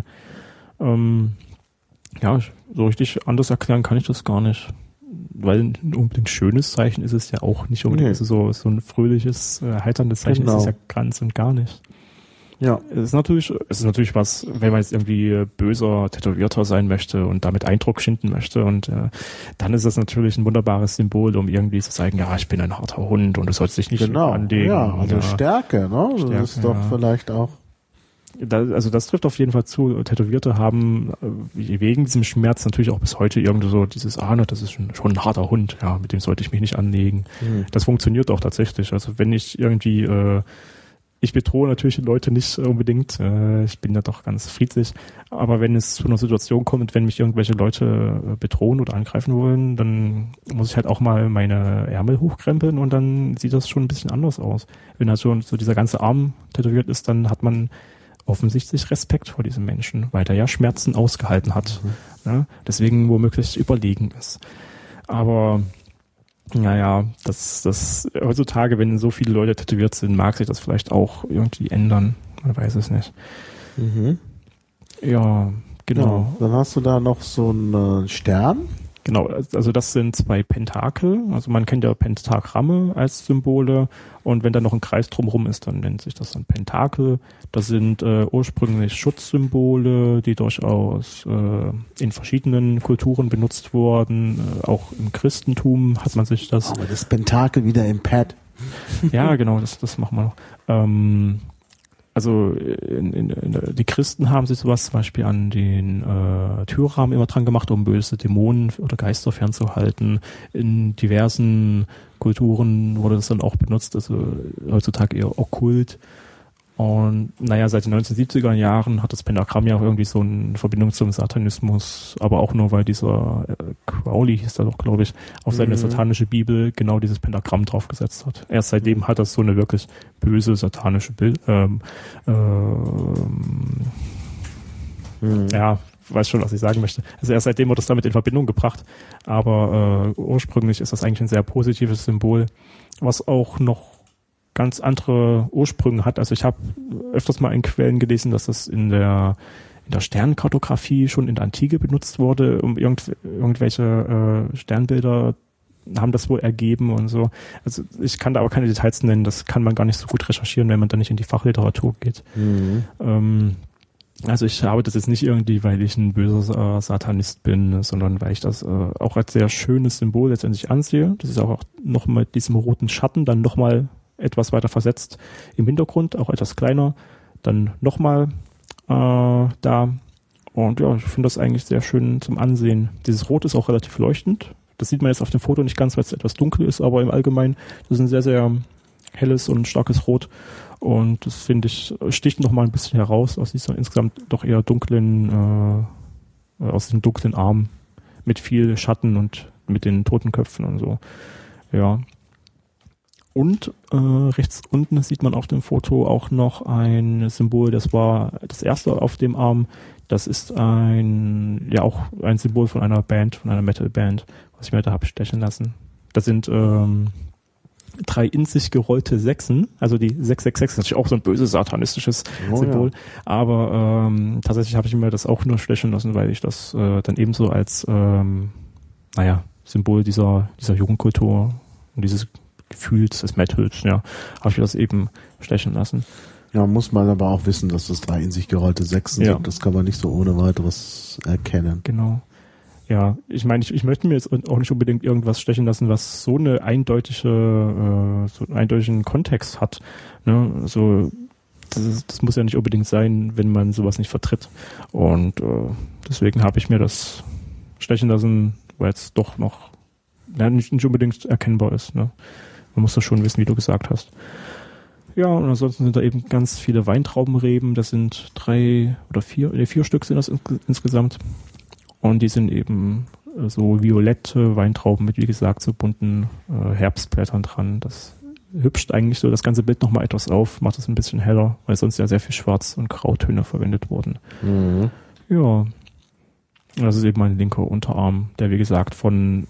Ja, so richtig anders erklären kann ich das gar nicht. Weil ein unbedingt schönes Zeichen ist es ja auch nicht unbedingt. Nee. Also so ein fröhliches, heiterndes Zeichen ist es ja ganz und gar nicht. Ja. Es ist natürlich was, wenn man jetzt irgendwie böser Tätowierter sein möchte und damit Eindruck schinden möchte und dann ist das natürlich ein wunderbares Symbol, um irgendwie zu zeigen, ja, ich bin ein harter Hund und du sollst dich nicht anlegen.
Ja, also Stärke, ne? Stärke, das ist doch vielleicht auch.
Also das trifft auf jeden Fall zu. Tätowierte haben wegen diesem Schmerz natürlich auch bis heute irgendwie so dieses, das ist schon ein harter Hund, ja, mit dem sollte ich mich nicht anlegen. Das funktioniert auch tatsächlich. Also wenn ich irgendwie ich bedrohe natürlich die Leute nicht unbedingt. Ich bin ja doch ganz friedlich. Aber wenn es zu einer Situation kommt, wenn mich irgendwelche Leute bedrohen oder angreifen wollen, dann muss ich halt auch mal meine Ärmel hochkrempeln und dann sieht das schon ein bisschen anders aus. Wenn halt schon so dieser ganze Arm tätowiert ist, dann hat man offensichtlich Respekt vor diesem Menschen, weil der ja Schmerzen ausgehalten hat. Ne? Deswegen womöglich überlegen ist. Aber Naja, das heutzutage, wenn so viele Leute tätowiert sind, mag sich das vielleicht auch irgendwie ändern. Man weiß es nicht.
Mhm.
Ja, genau.
Ja, dann hast du da noch so einen Stern.
Genau, also das sind 2 Pentakel. Also man kennt ja Pentagramme als Symbole und wenn da noch ein Kreis drumherum ist, dann nennt sich das dann Pentakel. Das sind ursprünglich Schutzsymbole, die durchaus in verschiedenen Kulturen benutzt wurden. Auch im Christentum hat man sich das...
Aber das Pentakel wieder im Pad.
Ja, genau, das machen wir noch. Also die Christen haben sich sowas zum Beispiel an den Türrahmen immer dran gemacht, um böse Dämonen oder Geister fernzuhalten. In diversen Kulturen wurde das dann auch benutzt, also heutzutage eher okkult. Und naja, seit den 1970er Jahren hat das Pentagramm ja auch irgendwie so eine Verbindung zum Satanismus, aber auch nur, weil dieser Crowley hieß da doch, glaube ich, auf seine satanische Bibel genau dieses Pentagramm draufgesetzt hat. Erst seitdem hat das so eine wirklich böse satanische ja, weiß schon, was ich sagen möchte. Also erst seitdem wird das damit in Verbindung gebracht, aber ursprünglich ist das eigentlich ein sehr positives Symbol, was auch noch ganz andere Ursprünge hat. Also ich habe öfters mal in Quellen gelesen, dass das in der Sternkartografie schon in der Antike benutzt wurde, um irgendwelche Sternbilder haben das wohl ergeben und so. Also ich kann da aber keine Details nennen, das kann man gar nicht so gut recherchieren, wenn man da nicht in die Fachliteratur geht. Also ich habe das jetzt nicht irgendwie, weil ich ein böser Satanist bin, sondern weil ich das auch als sehr schönes Symbol letztendlich ansehe. Das ist auch noch mit diesem roten Schatten dann nochmal etwas weiter versetzt im Hintergrund, auch etwas kleiner, dann nochmal da. Und ja, ich finde das eigentlich sehr schön zum Ansehen. Dieses Rot ist auch relativ leuchtend. Das sieht man jetzt auf dem Foto nicht ganz, weil es etwas dunkel ist, aber im Allgemeinen, das ist ein sehr, sehr helles und starkes Rot. Und das, finde ich, sticht nochmal ein bisschen heraus aus dieser insgesamt doch eher dunklen, aus dem dunklen Arm mit viel Schatten und mit den Totenköpfen und so. Ja. Und rechts unten sieht man auf dem Foto auch noch ein Symbol, das war das erste auf dem Arm. Das ist auch ein Symbol von einer Band, von einer Metal-Band, was ich mir da habe stechen lassen. Das sind 3 in sich gerollte Sechsen, also die 666, ist natürlich auch so ein böses satanistisches Symbol. Ja. Aber tatsächlich habe ich mir das auch nur stechen lassen, weil ich das dann ebenso als Symbol dieser Jugendkultur und dieses Gefühls des Metals, ja, habe ich mir das eben stechen lassen.
Ja, muss man aber auch wissen, dass das 3 in sich gerollte Sechsen sind. Das kann man nicht so ohne weiteres erkennen.
Genau. Ja, ich meine, ich möchte mir jetzt auch nicht unbedingt irgendwas stechen lassen, was so einen eindeutigen Kontext hat. Ne? Also das muss ja nicht unbedingt sein, wenn man sowas nicht vertritt. Und deswegen habe ich mir das stechen lassen, weil es doch noch nicht unbedingt erkennbar ist. Ne? Man muss das schon wissen, wie du gesagt hast. Ja, und ansonsten sind da eben ganz viele Weintraubenreben. Das sind 4 Stück sind das insgesamt. Und die sind eben so violette Weintrauben mit, wie gesagt, so bunten Herbstblättern dran. Das hübscht eigentlich so das ganze Bild nochmal etwas auf, macht es ein bisschen heller, weil sonst ja sehr viel Schwarz- und Grautöne verwendet wurden. Mhm. Ja, das ist eben mein linker Unterarm, der wie gesagt vom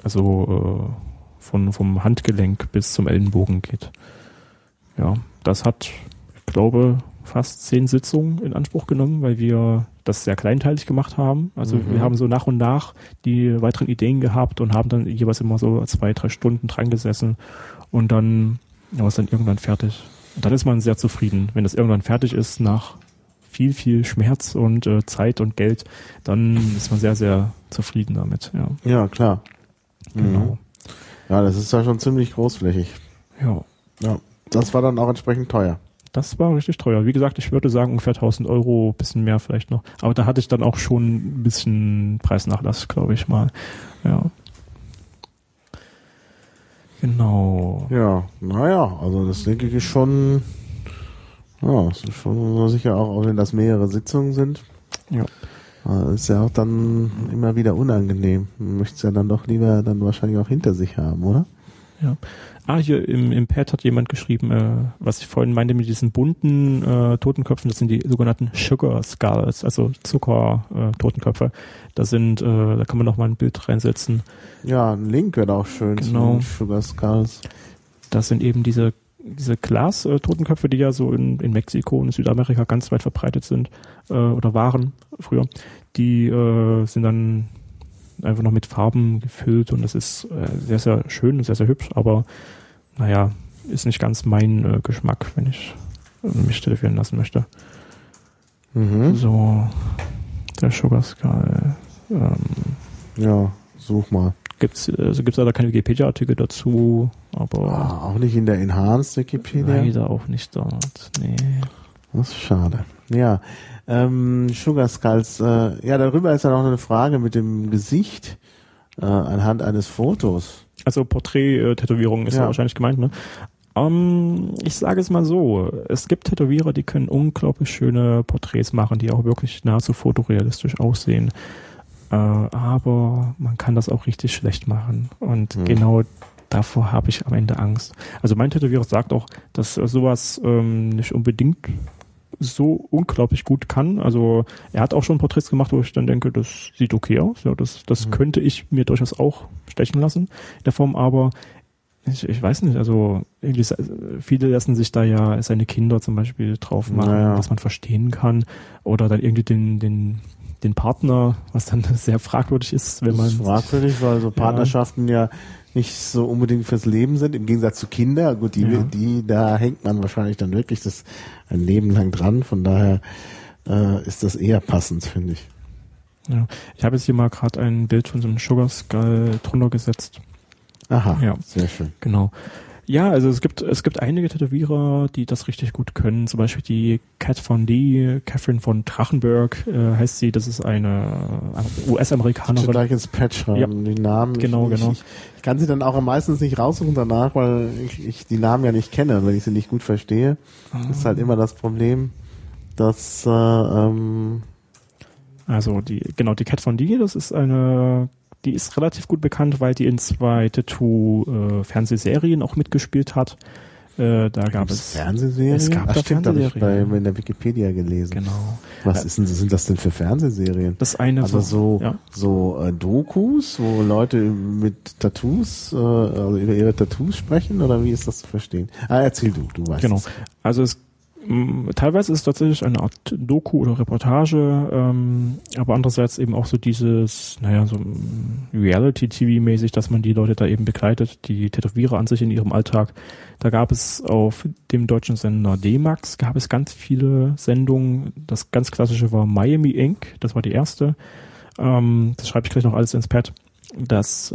Handgelenk bis zum Ellenbogen geht. Ja, das hat, ich glaube, fast 10 Sitzungen in Anspruch genommen, weil wir das sehr kleinteilig gemacht haben. Also wir haben so nach und nach die weiteren Ideen gehabt und haben dann jeweils immer so 2-3 Stunden dran gesessen und dann war es dann irgendwann fertig. Und dann ist man sehr zufrieden. Wenn das irgendwann fertig ist, nach viel, viel Schmerz und Zeit und Geld, dann ist man sehr, sehr zufrieden damit.
Ja, klar.
Genau.
Mhm. Ja, das ist ja schon ziemlich großflächig.
Ja.
Das war dann auch entsprechend teuer.
Das war richtig teuer. Wie gesagt, ich würde sagen ungefähr 1.000 €, bisschen mehr vielleicht noch. Aber da hatte ich dann auch schon ein bisschen Preisnachlass, glaube ich mal. Ja. Genau.
Ja, also das denke ich ist schon, das ist schon sicher auch wenn das mehrere Sitzungen sind.
Ja.
Ist ja auch dann immer wieder unangenehm. Man möchte es ja dann doch lieber dann wahrscheinlich auch hinter sich haben, oder?
Ja. Hier im Pad hat jemand geschrieben, was ich vorhin meinte mit diesen bunten Totenköpfen, das sind die sogenannten Sugar Skulls, also Zucker-Totenköpfe. Da kann man noch mal ein Bild reinsetzen.
Ja, ein Link wäre auch schön zu den Sugar Skulls.
Das sind eben diese Glas-Totenköpfe, die ja so in Mexiko und Südamerika ganz weit verbreitet sind oder waren früher. Die sind dann einfach noch mit Farben gefüllt und das ist sehr, sehr schön und sehr, sehr hübsch, aber naja, ist nicht ganz mein Geschmack, wenn ich mich tätowieren lassen möchte.
Mhm.
So, der Sugar Skull.
Ja, such mal.
Gibt's leider keine Wikipedia-Artikel dazu, aber
auch nicht in der Enhanced Wikipedia?
Leider auch nicht dort, nee.
Das ist schade. Ja, Sugar Skulls, darüber ist ja noch eine Frage mit dem Gesicht anhand eines Fotos.
Also Porträt-Tätowierung ist ja wahrscheinlich gemeint, ne? Ich sage es mal so, es gibt Tätowierer, die können unglaublich schöne Porträts machen, die auch wirklich nahezu fotorealistisch aussehen. Aber man kann das auch richtig schlecht machen. Und genau davor habe ich am Ende Angst. Also mein Tätowierer sagt auch, dass sowas nicht unbedingt so unglaublich gut kann. Also er hat auch schon Porträts gemacht, wo ich dann denke, das sieht okay aus. Ja, das könnte ich mir durchaus auch stechen lassen in der Form, aber ich weiß nicht, also irgendwie viele lassen sich da ja seine Kinder zum Beispiel drauf machen, was man verstehen kann. Oder dann irgendwie den Partner, was dann sehr fragwürdig ist, wenn man... Das ist
fragwürdig, weil so Partnerschaften ja nicht so unbedingt fürs Leben sind, im Gegensatz zu Kindern. Gut, da hängt man wahrscheinlich dann wirklich das ein Leben lang dran, von daher ist das eher passend, finde ich.
Ja, ich habe jetzt hier mal gerade ein Bild von so einem Sugar Skull drunter gesetzt.
Aha, ja, sehr schön.
Genau. Ja, also es gibt einige Tätowierer, die das richtig gut können. Zum Beispiel die Catherine von Drachenberg heißt sie. Das ist eine US-Amerikanerin.
Ich gleich ins Pad schreiben, die Namen.
Genau.
Ich kann sie dann auch meistens nicht raussuchen danach, weil ich die Namen ja nicht kenne. Und wenn ich sie nicht gut verstehe, ist halt immer das Problem, dass
also die Cat Von D, das ist die ist relativ gut bekannt, weil die in 2 Tattoo-Fernsehserien auch mitgespielt hat. Da gab es
Fernsehserien?
Es gab
Fernsehserien. Habe ich in der Wikipedia gelesen.
Genau.
Was sind das denn für Fernsehserien?
Das eine
also so Dokus, wo Leute mit Tattoos, also über ihre Tattoos sprechen, oder wie ist das zu verstehen? Erzähl du weißt
Genau.
es.
Also teilweise ist es tatsächlich eine Art Doku oder Reportage, aber andererseits eben auch so dieses, so Reality-TV-mäßig, dass man die Leute da eben begleitet, die Tätowierer an sich in ihrem Alltag. Da gab es auf dem deutschen Sender D-Max ganz viele Sendungen. Das ganz klassische war Miami Inc., das war die erste. Das schreibe ich gleich noch alles ins Pad. Das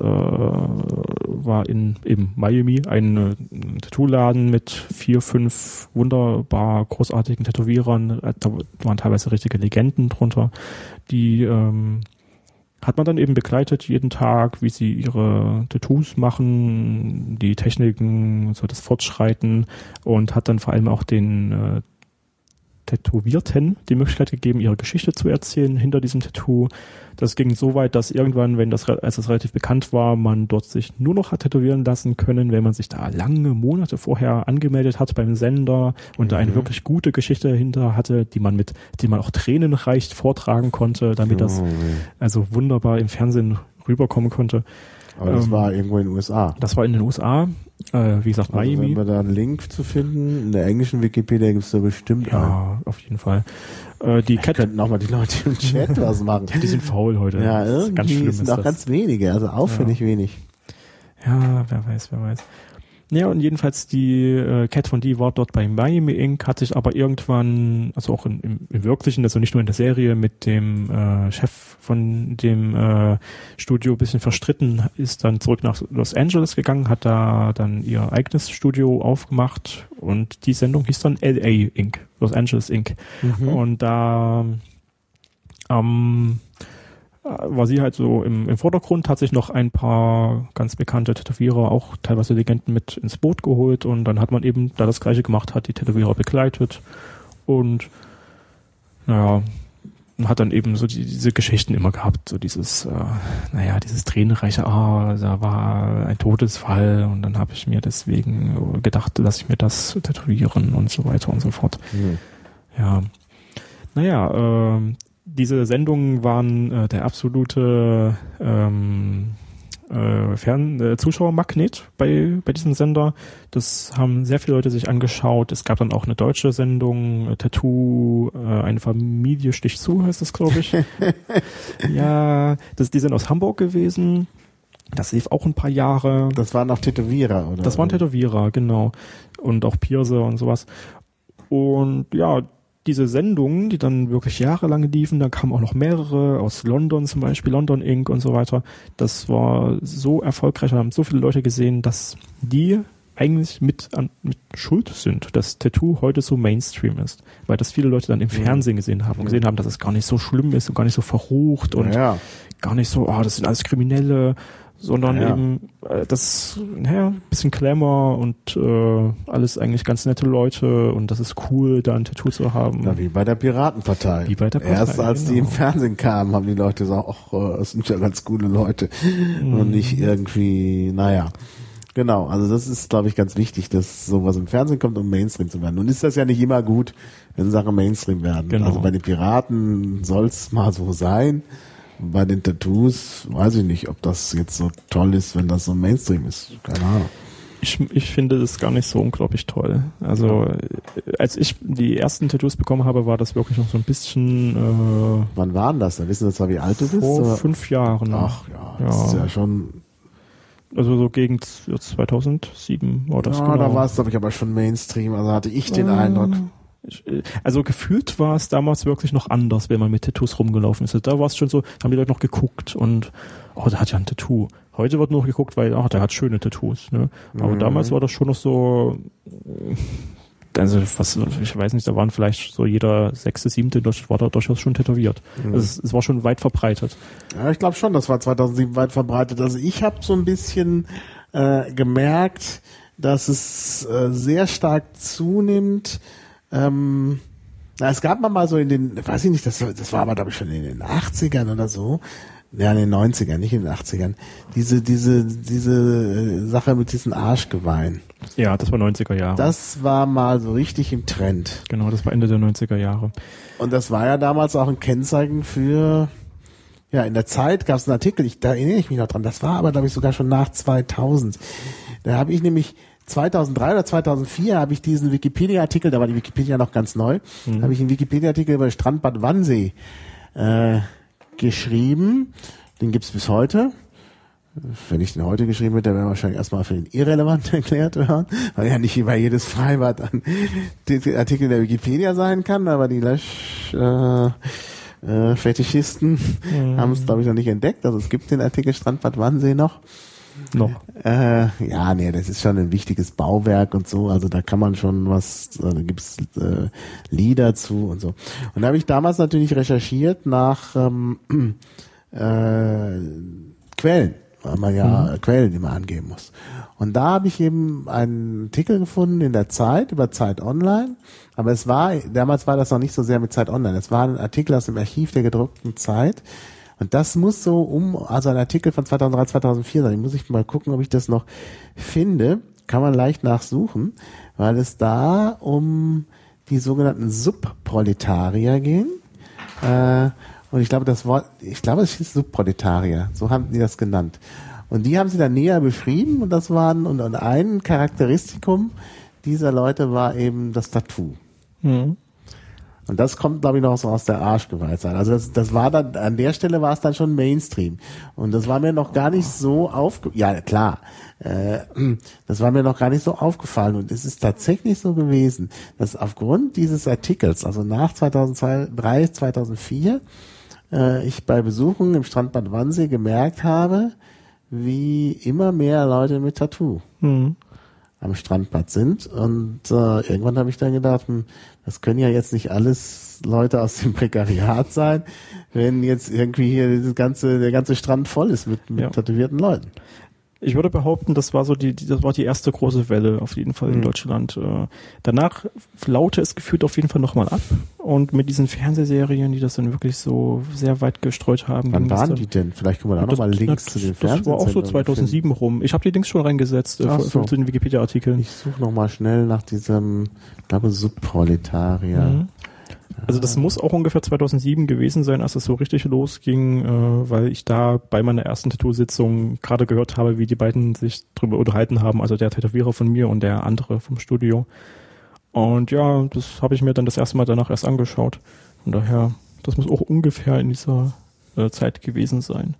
war in Miami ein Tattoo-Laden mit 4, 5 wunderbar großartigen Tätowierern. Da waren teilweise richtige Legenden drunter. Die hat man dann eben begleitet jeden Tag, wie sie ihre Tattoos machen, die Techniken, so das Fortschreiten, und hat dann vor allem auch den Tätowierten die Möglichkeit gegeben, ihre Geschichte zu erzählen hinter diesem Tattoo. Das ging so weit, dass irgendwann, als das relativ bekannt war, man dort sich nur noch hat tätowieren lassen können, wenn man sich da lange Monate vorher angemeldet hat beim Sender und da eine wirklich gute Geschichte dahinter hatte, die man auch tränenreich vortragen konnte, damit das also wunderbar im Fernsehen rüberkommen konnte.
Aber das war irgendwo in den USA.
Das war in den USA. Wie gesagt,
also
Miami.
Wenn wir da einen Link zu finden, in der englischen Wikipedia gibt es da bestimmt einen.
Ja, auf jeden Fall.
Könnten auch mal die Leute im Chat was machen.
Ja, die sind faul heute.
Ja, irgendwie
ganz schlimm
sind auch ganz wenige, also auffällig wenig.
Ja, wer weiß. Ja, und jedenfalls die Cat Von D war dort bei Miami Inc., hat sich aber irgendwann, also auch im Wirklichen, also nicht nur in der Serie, mit dem Chef von dem Studio ein bisschen verstritten, ist dann zurück nach Los Angeles gegangen, hat da dann ihr eigenes Studio aufgemacht und die Sendung hieß dann LA Inc., Los Angeles Inc. Und da war sie halt so im Vordergrund, hat sich noch ein paar ganz bekannte Tätowierer, auch teilweise Legenden, mit ins Boot geholt, und dann hat man eben da das Gleiche gemacht, hat die Tätowierer begleitet und hat dann eben so diese Geschichten immer gehabt, so dieses tränenreiche, da war ein Todesfall und dann habe ich mir deswegen gedacht, dass ich mir das tätowieren und so weiter und so fort. Ja. Diese Sendungen waren der absolute Zuschauermagnet bei diesem Sender. Das haben sehr viele Leute sich angeschaut. Es gab dann auch eine deutsche Sendung, Tattoo, eine Familie sticht zu, heißt das, glaube ich. Ja, die sind aus Hamburg gewesen. Das lief auch ein paar Jahre.
Das waren auch Tätowierer, oder?
Das waren Tätowierer, genau. Und auch Piercer und sowas. Und ja, diese Sendungen, die dann wirklich jahrelang liefen, da kamen auch noch mehrere aus London zum Beispiel, London Inc. und so weiter. Das war so erfolgreich, wir haben so viele Leute gesehen, dass die eigentlich mit Schuld sind, dass Tattoo heute so Mainstream ist. Weil das viele Leute dann im Fernsehen gesehen haben und gesehen haben, dass es gar nicht so schlimm ist und gar nicht so verrucht und gar nicht so, das sind alles Kriminelle, sondern eben bisschen Glamour und alles eigentlich ganz nette Leute und das ist cool, da ein Tattoo zu haben.
Ja, wie bei der Piratenpartei. Erst als die im Fernsehen kamen, haben die Leute gesagt, das sind ja ganz coole Leute und nicht irgendwie, Genau, also das ist, glaube ich, ganz wichtig, dass sowas im Fernsehen kommt, um Mainstream zu werden. Nun ist das ja nicht immer gut, wenn Sachen Mainstream werden.
Genau.
Also bei den Piraten soll es mal so sein. Bei den Tattoos weiß ich nicht, ob das jetzt so toll ist, wenn das so Mainstream ist. Keine Ahnung.
Ich finde das gar nicht so unglaublich toll. Also als ich die ersten Tattoos bekommen habe, war das wirklich noch so ein bisschen...
Wann waren das? Da wissen wir zwar, wie alt du bist.
Vor 5 Jahren.
Ach ja, das ist ja schon...
Also so gegen 2007 war das, genau.
Da war es, glaube ich, aber schon Mainstream. Also hatte ich den Eindruck...
Also gefühlt war es damals wirklich noch anders, wenn man mit Tattoos rumgelaufen ist. Also da war es schon so, haben die Leute noch geguckt und der hat ja ein Tattoo. Heute wird nur noch geguckt, weil der hat schöne Tattoos. Ne? Aber damals war das schon noch so, also ich weiß nicht, da waren vielleicht so jeder 6., 7. in Deutschland war da durchaus schon tätowiert. Also es war schon weit verbreitet.
Ja, ich glaube schon, das war 2007 weit verbreitet. Also ich habe so ein bisschen gemerkt, dass es sehr stark zunimmt. Es gab mal so in den, weiß ich nicht, das war aber glaube ich schon in den 80ern oder so, ja in den 90ern, nicht in den 80ern, diese Sache mit diesen Arschgeweihen.
Ja, das war 90er Jahre.
Das war mal so richtig im Trend.
Genau, das war Ende der 90er Jahre.
Und das war ja damals auch ein Kennzeichen für, in der Zeit gab es einen Artikel, da erinnere ich mich noch dran, das war aber glaube ich sogar schon nach 2000. Da habe ich nämlich 2003 oder 2004 habe ich diesen Wikipedia-Artikel, da war die Wikipedia noch ganz neu, habe ich einen Wikipedia-Artikel über Strandbad Wannsee geschrieben. Den gibt's bis heute. Wenn ich den heute geschrieben hätte, wäre wahrscheinlich erstmal für den irrelevant erklärt werden, weil ja nicht über jedes Freibad ein Artikel der Wikipedia sein kann, aber die Fetischisten haben es, glaube ich, noch nicht entdeckt. Also es gibt den Artikel Strandbad Wannsee noch. Das ist schon ein wichtiges Bauwerk und so, also da kann man schon was, da gibt's Lieder zu und so. Und da habe ich damals natürlich recherchiert nach Quellen, weil man ja Quellen immer angeben muss. Und da habe ich eben einen Artikel gefunden in der Zeit, über Zeit Online, aber damals war das noch nicht so sehr mit Zeit Online, es war ein Artikel aus dem Archiv der gedruckten Zeit. Und das muss also ein Artikel von 2003, 2004 sein. Ich muss mal gucken, ob ich das noch finde. Kann man leicht nachsuchen, weil es da um die sogenannten Subproletarier ging. Und ich glaube, es hieß Subproletarier. So haben die das genannt. Und die haben sie dann näher beschrieben und und ein Charakteristikum dieser Leute war eben das Tattoo. Und das kommt, glaube ich, noch so aus der Arschgeweihzeit. Also das war dann, an der Stelle war es dann schon Mainstream. Und das war mir noch gar nicht so das war mir noch gar nicht so aufgefallen. Und es ist tatsächlich so gewesen, dass aufgrund dieses Artikels, also nach 2003, 2004, ich bei Besuchen im Strandbad Wannsee gemerkt habe, wie immer mehr Leute mit Tattoo am Strandbad sind. Und irgendwann habe ich dann gedacht, das können ja jetzt nicht alles Leute aus dem Prekariat sein, wenn jetzt irgendwie hier der ganze Strand voll ist mit tätowierten Leuten.
Ich würde behaupten, das war die erste große Welle auf jeden Fall in Deutschland. Danach flaute es gefühlt auf jeden Fall nochmal ab Und mit diesen Fernsehserien, die das dann wirklich so sehr weit gestreut haben.
Wann waren die denn? Vielleicht können wir da nochmal Links zu den Fernsehsendern.
Das war auch so 2007 rum. Ich habe die Links schon reingesetzt zu den Wikipedia-Artikeln.
Ich suche nochmal schnell nach diesem, ich glaube, Subproletarier.
Mhm. Also das muss auch ungefähr 2007 gewesen sein, als es so richtig losging, weil ich da bei meiner ersten Tattoo-Sitzung gerade gehört habe, wie die beiden sich drüber unterhalten haben, also der Tätowierer von mir und der andere vom Studio. Und ja, das habe ich mir dann das erste Mal danach erst angeschaut. Von daher, das muss auch ungefähr in dieser Zeit gewesen sein.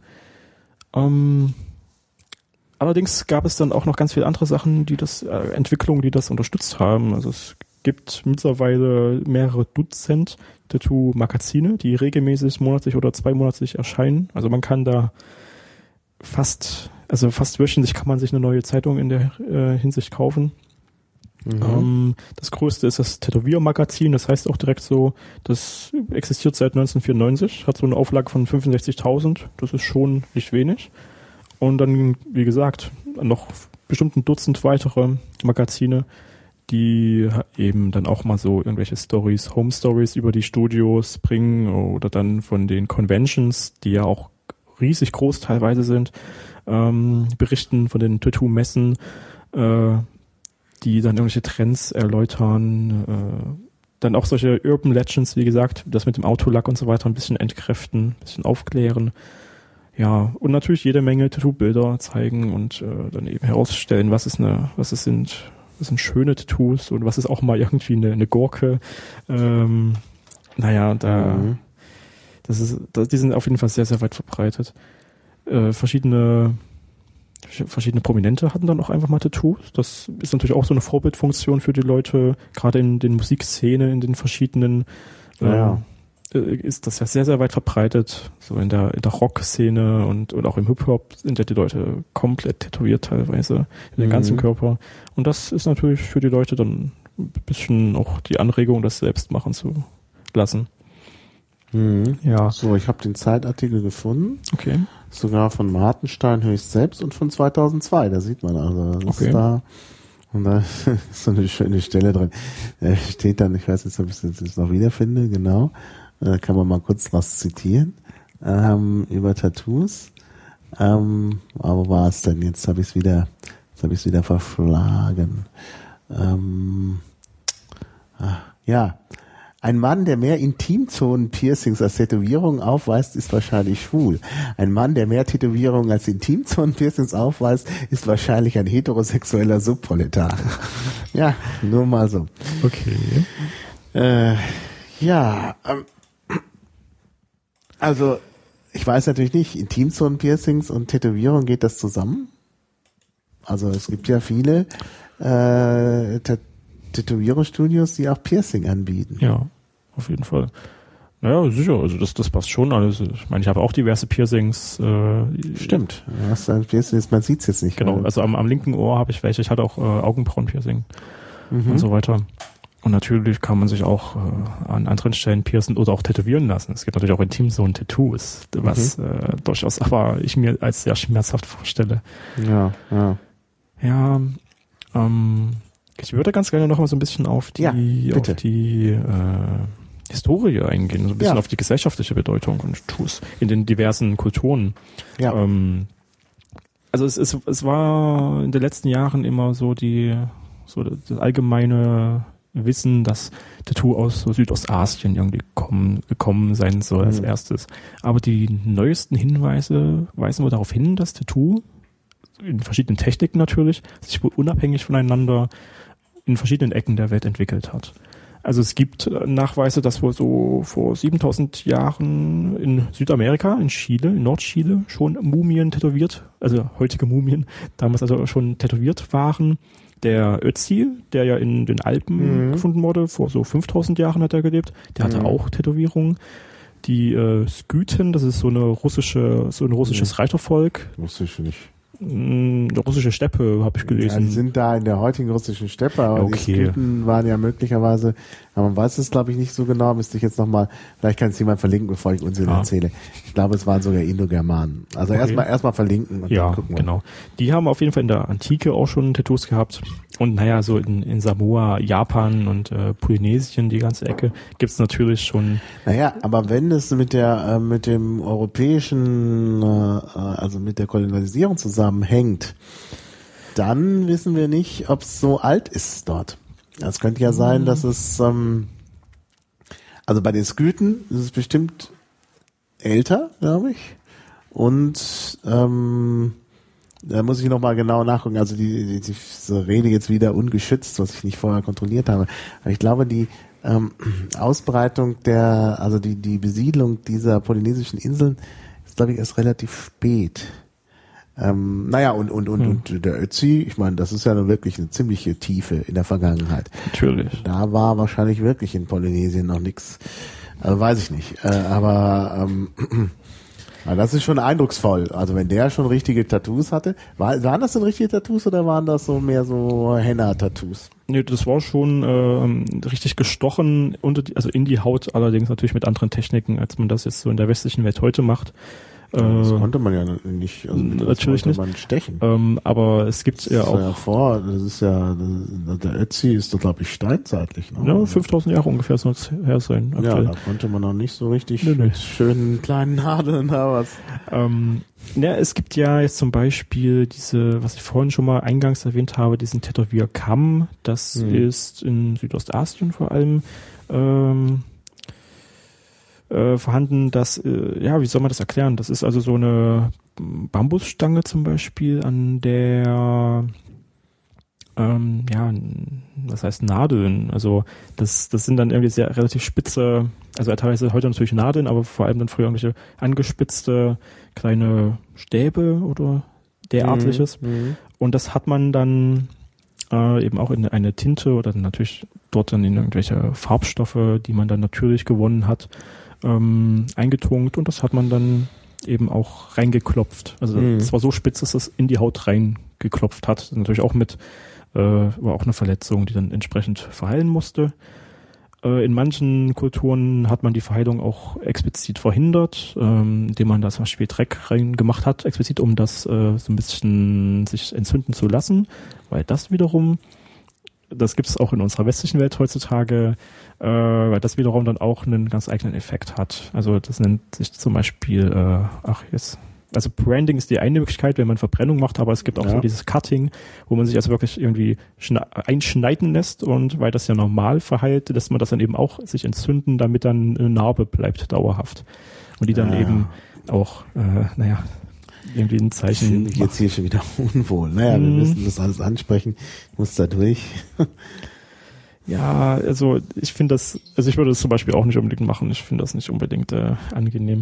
Allerdings gab es dann auch noch ganz viele andere Sachen, die Entwicklungen, die das unterstützt haben. Also es gibt mittlerweile mehrere Dutzend Tattoo-Magazine, die regelmäßig monatlich oder zweimonatlich erscheinen. Also man kann da fast wöchentlich kann man sich eine neue Zeitung in der Hinsicht kaufen. Mhm. Das größte ist das Tätowiermagazin, das heißt auch direkt so, das existiert seit 1994, hat so eine Auflage von 65.000, das ist schon nicht wenig. Und dann, wie gesagt, noch bestimmt ein Dutzend weitere Magazine, die eben dann auch mal so irgendwelche Stories, Home Stories über die Studios bringen oder dann von den Conventions, die ja auch riesig groß teilweise sind, berichten von den Tattoo-Messen, die dann irgendwelche Trends erläutern, dann auch solche Urban Legends, wie gesagt, das mit dem Autolack und so weiter ein bisschen entkräften, ein bisschen aufklären. Ja, und natürlich jede Menge Tattoo-Bilder zeigen und dann eben herausstellen, was sind schöne Tattoos und was ist auch mal irgendwie eine Gurke. Die sind auf jeden Fall sehr, sehr weit verbreitet. Verschiedene Prominente hatten dann auch einfach mal Tattoos. Das ist natürlich auch so eine Vorbildfunktion für die Leute, gerade in den Musikszene, in den verschiedenen, ist das ja sehr, sehr weit verbreitet. So in der Rock-Szene und auch im Hip-Hop sind ja die Leute komplett tätowiert teilweise in den ganzen Körper. Und das ist natürlich für die Leute dann ein bisschen auch die Anregung, das selbst machen zu lassen.
Mhm. Ja. So, ich habe den Zeitartikel gefunden.
Okay.
Sogar von Martenstein höchst selbst und von 2002. Da sieht man also, das ist da. Und da ist so eine schöne Stelle drin. Da steht dann, ich weiß jetzt, ob ich das jetzt noch wiederfinde, genau. Da kann man mal kurz was zitieren. Über Tattoos. Aber wo war es denn? Jetzt habe ich es wieder verschlagen. Ja. Ein Mann, der mehr Intimzonen-Piercings als Tätowierungen aufweist, ist wahrscheinlich schwul. Ein Mann, der mehr Tätowierungen als Intimzonen-Piercings aufweist, ist wahrscheinlich ein heterosexueller Subproletar. Ja, nur mal so.
Okay.
Also, ich weiß natürlich nicht, Intimzonen-Piercings und Tätowierung, geht das zusammen? Also, es gibt ja viele Tätowiererstudios, die auch Piercing anbieten.
Ja, auf jeden Fall. Naja, sicher, also das passt schon alles. Ich meine, ich habe auch diverse Piercings.
Stimmt, du hast ein Piercing, man sieht es jetzt nicht.
Genau, also am linken Ohr habe ich welche. Ich hatte auch Augenbrauen-Piercing und so weiter. Und natürlich kann man sich auch an anderen Stellen piercen oder auch tätowieren lassen. Es gibt natürlich auch Intimzonen-Tattoos, was durchaus aber ich mir als sehr schmerzhaft vorstelle.
Ja.
Ich würde ganz gerne noch mal so ein bisschen auf die Historie eingehen, so ein bisschen auf die gesellschaftliche Bedeutung von Tattoos in den diversen Kulturen.
Ja.
Also es war in den letzten Jahren immer so das allgemeine Wissen, dass Tattoo aus so Südostasien irgendwie gekommen sein soll als erstes. Aber die neuesten Hinweise weisen wohl darauf hin, dass Tattoo in verschiedenen Techniken natürlich sich wohl unabhängig voneinander in verschiedenen Ecken der Welt entwickelt hat. Also es gibt Nachweise, dass wohl so vor 7000 Jahren in Südamerika, in Chile, in Nordchile schon Mumien tätowiert, also heutige Mumien, damals also schon tätowiert waren. Der Ötzi, der ja in den Alpen gefunden wurde, vor so 5000 Jahren hat er gelebt, der hatte auch Tätowierungen. Die Skythen, das ist so ein russisches Reitervolk.
Russisch nicht.
Eine russische Steppe, habe ich gelesen.
Ja, die sind da in der heutigen russischen Steppe, aber die Skythen waren ja möglicherweise, Aber man weiß es, glaube ich, nicht so genau. Müsste ich jetzt nochmal, vielleicht kann es jemand verlinken, bevor ich Unsinn erzähle. Ich glaube, es waren sogar Indogermanen. Also
Okay.
erstmal verlinken und dann gucken wir.
Genau. Die haben auf jeden Fall in der Antike auch schon Tattoos gehabt. Und naja, so in Samoa, Japan und Polynesien, die ganze Ecke, gibt's natürlich schon.
Naja, aber wenn es mit dem europäischen, also mit der Kolonialisierung zusammenhängt, dann wissen wir nicht, ob es so alt ist dort. Es könnte ja sein, dass es, also bei den Skythen ist es bestimmt älter, glaube ich. Und da muss ich nochmal genau nachgucken. Also die rede jetzt wieder ungeschützt, was ich nicht vorher kontrolliert habe. Aber ich glaube, die Ausbreitung die Besiedlung dieser polynesischen Inseln ist, glaube ich, erst relativ spät. Und der Ötzi, ich meine, das ist ja nun wirklich eine ziemliche Tiefe in der Vergangenheit.
Natürlich.
Da war wahrscheinlich wirklich in Polynesien noch nichts, weiß ich nicht. Aber das ist schon eindrucksvoll. Also wenn der schon richtige Tattoos hatte, waren das denn richtige Tattoos oder waren das so mehr so Henna-Tattoos?
Nee, das war schon richtig gestochen also in die Haut, allerdings natürlich mit anderen Techniken, als man das jetzt so in der westlichen Welt heute macht.
Das konnte man ja nicht, also
natürlich nicht.
Man stechen.
Aber es gibt ja auch.
Der Ötzi ist doch, glaube ich, steinzeitlich. Ne?
Ja, 5000 Jahre ungefähr soll es her sein.
Aktuell. Ja, da konnte man noch nicht so richtig mit schönen kleinen Nadeln da was.
Es gibt ja jetzt zum Beispiel diese, was ich vorhin schon mal eingangs erwähnt habe, diesen Tätowierkamm. Das ist in Südostasien vor allem vorhanden, dass, wie soll man das erklären? Das ist also so eine Bambusstange zum Beispiel, an der, was heißt Nadeln? Also das sind dann irgendwie sehr relativ spitze, also teilweise heute natürlich Nadeln, aber vor allem dann früher irgendwelche angespitzte kleine Stäbe oder derartiges. Und das hat man dann eben auch in eine Tinte oder natürlich dort dann in irgendwelche Farbstoffe, die man dann natürlich gewonnen hat, eingetunkt, und das hat man dann eben auch reingeklopft. Also es war so spitz, dass es in die Haut reingeklopft hat. Natürlich auch war auch eine Verletzung, die dann entsprechend verheilen musste. In manchen Kulturen hat man die Verheilung auch explizit verhindert, indem man da zum Beispiel Dreck reingemacht hat, explizit, um das so ein bisschen sich entzünden zu lassen, weil das wiederum, das gibt es auch in unserer westlichen Welt heutzutage, weil das wiederum dann auch einen ganz eigenen Effekt hat. Also das nennt sich zum Beispiel, also Branding ist die eine Möglichkeit, wenn man Verbrennung macht, aber es gibt auch so dieses Cutting, wo man sich also wirklich irgendwie einschneiden lässt, und weil das ja normal verheilt, lässt man das dann eben auch sich entzünden, damit dann eine Narbe bleibt dauerhaft. Und die dann eben auch, irgendwie ein Zeichen.
Ich fühle mich jetzt hier schon wieder unwohl. Wir müssen das alles ansprechen. Ich muss da durch.
Ja, also ich finde das, also ich würde das zum Beispiel auch nicht unbedingt machen. Ich finde das nicht unbedingt angenehm.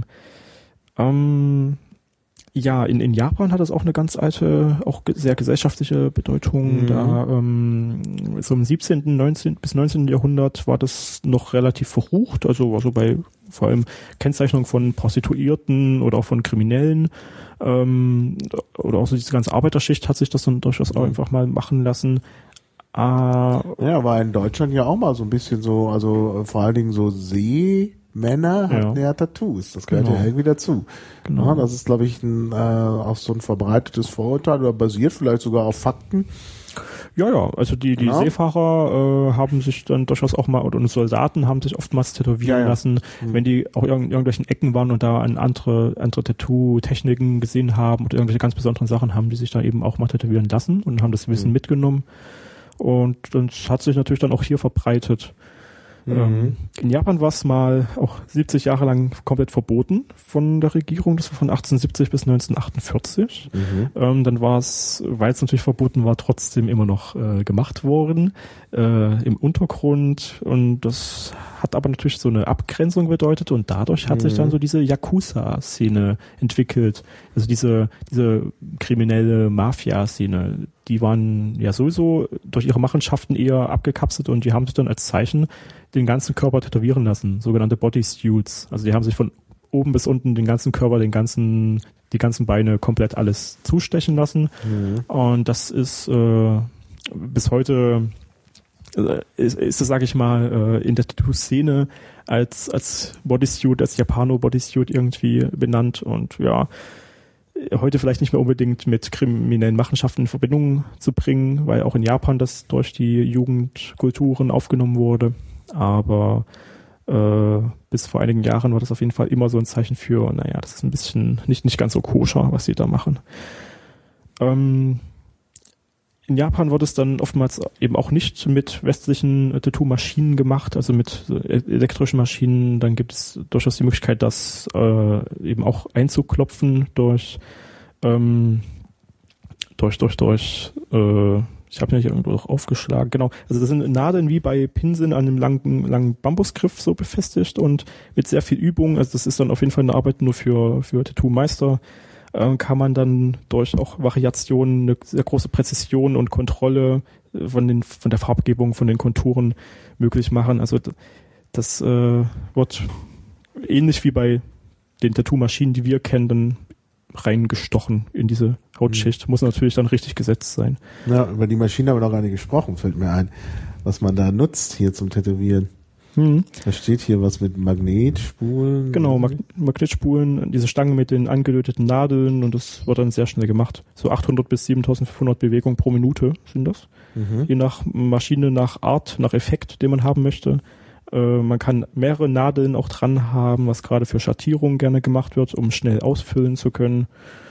In Japan hat das auch eine ganz alte, auch sehr gesellschaftliche Bedeutung. Da so im 17., 19. bis 19. Jahrhundert war das noch relativ verrucht, also bei vor allem Kennzeichnung von Prostituierten oder auch von Kriminellen, oder auch so diese ganze Arbeiterschicht hat sich das dann durchaus auch einfach mal machen lassen.
War in Deutschland ja auch mal so ein bisschen so, also vor allen Dingen so Seemänner hatten ja Tattoos. Das gehört ja irgendwie dazu.
Genau.
Ja, das ist, glaube ich, auch so ein verbreitetes Vorurteil oder basiert vielleicht sogar auf Fakten.
Ja, also die Seefahrer haben sich dann durchaus auch mal, oder Soldaten haben sich oftmals tätowieren lassen, wenn die auch in irgendwelchen Ecken waren und da an andere Tattoo-Techniken gesehen haben oder irgendwelche ganz besonderen Sachen, haben die sich da eben auch mal tätowieren lassen und haben das Wissen mitgenommen. Und das hat sich natürlich dann auch hier verbreitet. In Japan war es mal auch 70 Jahre lang komplett verboten von der Regierung. Das war von 1870 bis 1948. Dann war es, weil es natürlich verboten war, trotzdem immer noch gemacht worden im Untergrund. Und das hat aber natürlich so eine Abgrenzung bedeutet. Und dadurch hat sich dann so diese Yakuza-Szene entwickelt. Also diese kriminelle Mafia-Szene. Die waren ja sowieso durch ihre Machenschaften eher abgekapselt, und die haben sich dann als Zeichen den ganzen Körper tätowieren lassen, sogenannte Bodysuits. Also die haben sich von oben bis unten den ganzen Körper, die ganzen Beine, komplett alles zustechen lassen. Und das ist bis heute ist das, sage ich mal, in der Tattoo-Szene als Bodysuit, als Japano-Bodysuit irgendwie benannt und ja, heute vielleicht nicht mehr unbedingt mit kriminellen Machenschaften in Verbindung zu bringen, weil auch in Japan das durch die Jugendkulturen aufgenommen wurde. Aber bis vor einigen Jahren war das auf jeden Fall immer so ein Zeichen für, naja, das ist ein bisschen nicht ganz so koscher, was sie da machen. In Japan wurde es dann oftmals eben auch nicht mit westlichen Tattoo-Maschinen gemacht, also mit elektrischen Maschinen. Dann gibt es durchaus die Möglichkeit, das eben auch einzuklopfen durch ich habe ja hier irgendwo auch aufgeschlagen, genau. Also das sind Nadeln wie bei Pinseln an einem langen Bambusgriff so befestigt und mit sehr viel Übung, also das ist dann auf jeden Fall eine Arbeit nur für Tattoo-Meister, kann man dann durch auch Variationen eine sehr große Präzision und Kontrolle von der Farbgebung, von den Konturen möglich machen. Also das wird ähnlich wie bei den Tattoo-Maschinen, die wir kennen, dann reingestochen in diese Hautschicht. Muss natürlich dann richtig gesetzt sein.
Ja, über die Maschine haben wir noch gar nicht gesprochen, fällt mir ein, was man da nutzt hier zum Tätowieren. Da steht hier was mit Magnetspulen.
Genau, Magnetspulen, diese Stangen mit den angelöteten Nadeln und das wird dann sehr schnell gemacht. So 800 bis 7500 Bewegungen pro Minute sind das. Je nach Maschine, nach Art, nach Effekt, den man haben möchte. Man kann mehrere Nadeln auch dran haben, was gerade für Schattierungen gerne gemacht wird, um schnell ausfüllen zu können.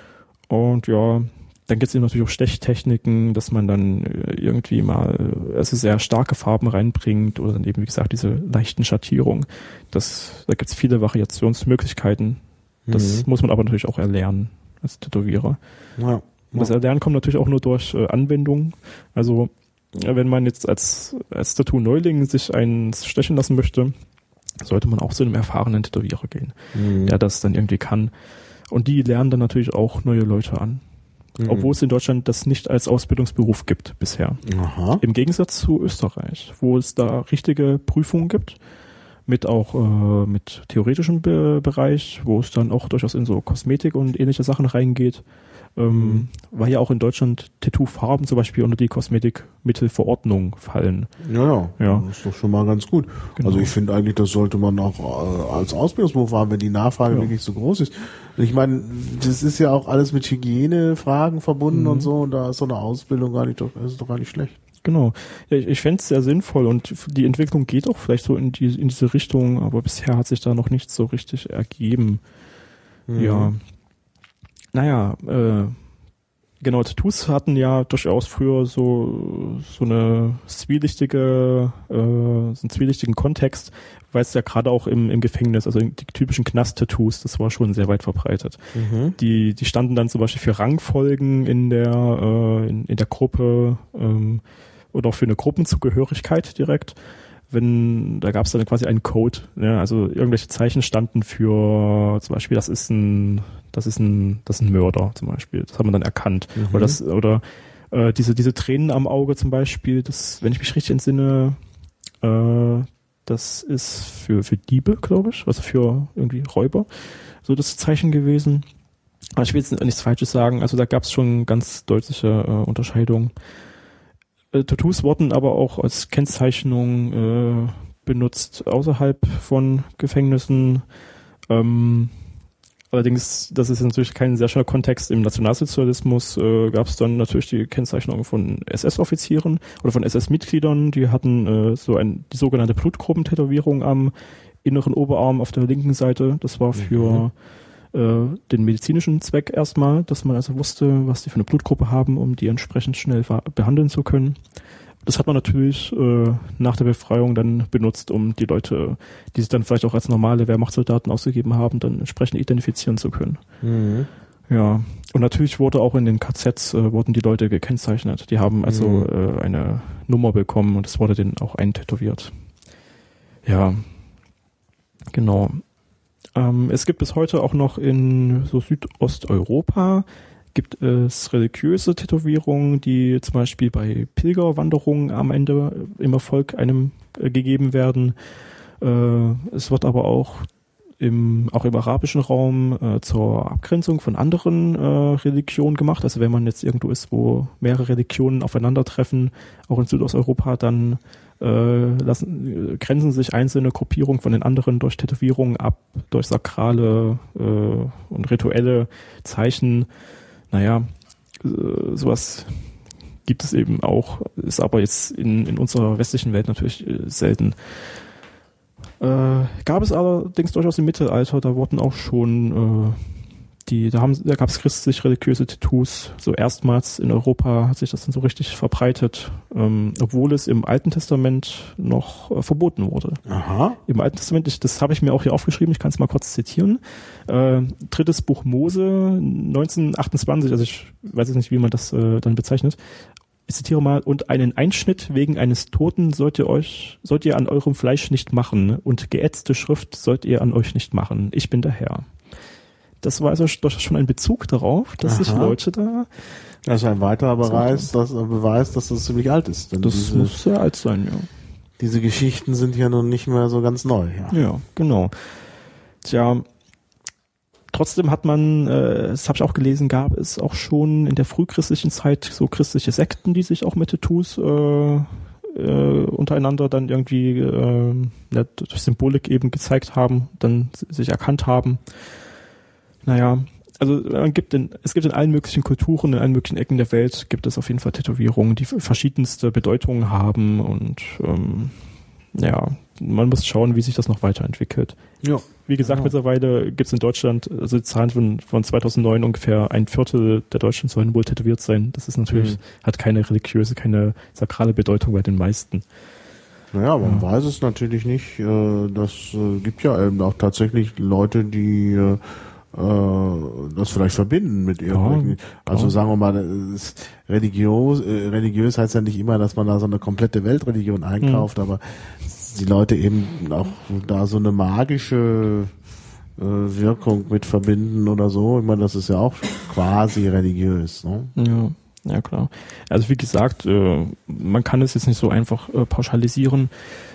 Und ja, dann gibt es eben natürlich auch Stechtechniken, dass man dann irgendwie mal sehr starke Farben reinbringt oder dann eben, wie gesagt, diese leichten Schattierungen. Da gibt es viele Variationsmöglichkeiten. Das muss man aber natürlich auch erlernen als Tätowierer. Ja. Und das Erlernen kommt natürlich auch nur durch Anwendung. Also wenn man jetzt als Tattoo-Neuling sich eins stechen lassen möchte, sollte man auch zu einem erfahrenen Tätowierer gehen, der das dann irgendwie kann. Und die lernen dann natürlich auch neue Leute an. Obwohl es in Deutschland das nicht als Ausbildungsberuf gibt bisher.
Aha.
Im Gegensatz zu Österreich, wo es da richtige Prüfungen gibt, mit theoretischem Bereich, wo es dann auch durchaus in so Kosmetik und ähnliche Sachen reingeht. Weil ja auch in Deutschland Tattoo-Farben zum Beispiel unter die Kosmetikmittelverordnung fallen.
Ja, das ist doch schon mal ganz gut. Genau. Also ich finde eigentlich, das sollte man auch als Ausbildungsberuf haben, wenn die Nachfrage wirklich so groß ist. Ich meine, das ist ja auch alles mit Hygienefragen verbunden und so, und da ist so eine Ausbildung ist doch gar nicht schlecht.
Genau. Ja, ich fände es sehr sinnvoll und die Entwicklung geht auch vielleicht so in diese Richtung, aber bisher hat sich da noch nichts so richtig ergeben. Ja. Naja, genau, Tattoos hatten ja durchaus früher so einen zwielichtigen Kontext, weil es ja gerade auch im Gefängnis, also die typischen Knast-Tattoos, das war schon sehr weit verbreitet. Die standen dann zum Beispiel für Rangfolgen in der Gruppe oder auch für eine Gruppenzugehörigkeit direkt. Da gab es dann quasi einen Code, ja, also irgendwelche Zeichen standen für zum Beispiel, das ist ein Mörder zum Beispiel, das hat man dann erkannt. Oder diese Tränen am Auge zum Beispiel, das, wenn ich mich richtig entsinne, das ist für Diebe, glaube ich, also für irgendwie Räuber, so das Zeichen gewesen. Aber ich will jetzt nichts Falsches sagen, also da gab es schon ganz deutliche Unterscheidungen. Tattoos wurden aber auch als Kennzeichnung benutzt außerhalb von Gefängnissen. Allerdings, das ist natürlich kein sehr schöner Kontext. Im Nationalsozialismus gab es dann natürlich die Kennzeichnung von SS-Offizieren oder von SS-Mitgliedern. Die hatten die sogenannte Blutgruppentätowierung am inneren Oberarm auf der linken Seite. Das war für den medizinischen Zweck erstmal, dass man also wusste, was die für eine Blutgruppe haben, um die entsprechend schnell behandeln zu können. Das hat man natürlich nach der Befreiung dann benutzt, um die Leute, die sich dann vielleicht auch als normale Wehrmachtssoldaten ausgegeben haben, dann entsprechend identifizieren zu können. Ja, und natürlich wurde auch in den KZs wurden die Leute gekennzeichnet. Die haben also eine Nummer bekommen und es wurde denen auch eintätowiert. Ja, genau. Es gibt bis heute auch noch in so Südosteuropa gibt es religiöse Tätowierungen, die zum Beispiel bei Pilgerwanderungen am Ende im Erfolg einem gegeben werden. Es wird aber auch im arabischen Raum zur Abgrenzung von anderen Religionen gemacht. Also wenn man jetzt irgendwo ist, wo mehrere Religionen aufeinandertreffen, auch in Südosteuropa, dann grenzen sich einzelne Gruppierungen von den anderen durch Tätowierungen ab, durch sakrale und rituelle Zeichen. Naja, sowas gibt es eben auch, ist aber jetzt in unserer westlichen Welt natürlich selten. Gab es allerdings durchaus im Mittelalter, da wurden auch schon da gab es christlich-religiöse Tattoos. So erstmals in Europa hat sich das dann so richtig verbreitet, obwohl es im Alten Testament noch verboten wurde.
Aha.
Im Alten Testament, das habe ich mir auch hier aufgeschrieben, ich kann es mal kurz zitieren. 3. Buch Mose, 1928, also ich weiß jetzt nicht, wie man das dann bezeichnet. Ich zitiere mal, und einen Einschnitt wegen eines Toten sollt ihr an eurem Fleisch nicht machen, und geätzte Schrift sollt ihr an euch nicht machen. Ich bin der Herr. Das war also durchaus schon ein Bezug darauf, dass sich Leute da...
Das ist ein weiterer Beweis, dass das ziemlich alt ist. Denn
das muss sehr alt sein, ja.
Diese Geschichten sind ja nun nicht mehr so ganz neu.
Ja, genau. Tja, trotzdem hat man, das habe ich auch gelesen, gab es auch schon in der frühchristlichen Zeit so christliche Sekten, die sich auch mit Tattoos untereinander dann irgendwie durch Symbolik eben gezeigt haben, dann sich erkannt haben. Naja, also es gibt in allen möglichen Kulturen, in allen möglichen Ecken der Welt gibt es auf jeden Fall Tätowierungen, die verschiedenste Bedeutungen haben und man muss schauen, wie sich das noch weiterentwickelt.
Ja.
Wie gesagt, mittlerweile gibt es in Deutschland, also die Zahlen von 2009 ungefähr 1/4 der Deutschen sollen wohl tätowiert sein. Das ist natürlich, hat keine religiöse, keine sakrale Bedeutung bei den meisten.
Naja, man weiß es natürlich nicht. Das gibt ja eben auch tatsächlich Leute, die das vielleicht verbinden mit irgendwelchen, also sagen wir mal, religiös heißt ja nicht immer, dass man da so eine komplette Weltreligion einkauft, aber die Leute eben auch da so eine magische Wirkung mit verbinden oder so. Ich meine, das ist ja auch quasi religiös, ne?
Ja, klar. Also wie gesagt, man kann es jetzt nicht so einfach pauschalisieren,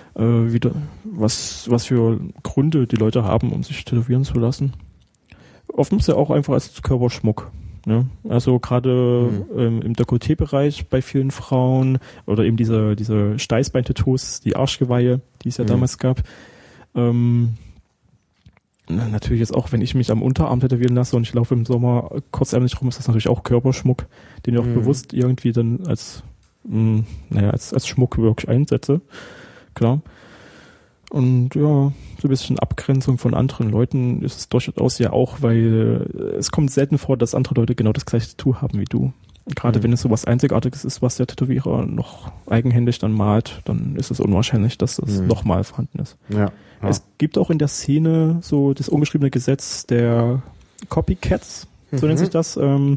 was für Gründe die Leute haben, um sich tätowieren zu lassen. Oft ist ja auch einfach als Körperschmuck. Ne? Also gerade im Dekolleté-Bereich bei vielen Frauen oder eben diese Steißbein-Tattoos, die Arschgeweihe, die es ja damals gab. Natürlich jetzt auch, wenn ich mich am Unterarm tätowieren lasse und ich laufe im Sommer kurzärmlich rum, ist das natürlich auch Körperschmuck, den ich auch bewusst irgendwie dann als Schmuck wirklich einsetze. Klar. Und ja, so ein bisschen Abgrenzung von anderen Leuten ist es durchaus ja auch, weil es kommt selten vor, dass andere Leute genau das gleiche Tattoo haben wie du. Gerade wenn es so was Einzigartiges ist, was der Tätowierer noch eigenhändig dann malt, dann ist es unwahrscheinlich, dass das nochmal vorhanden ist.
Ja.
Es gibt auch in der Szene so das ungeschriebene Gesetz der Copycats, so nennt sich das,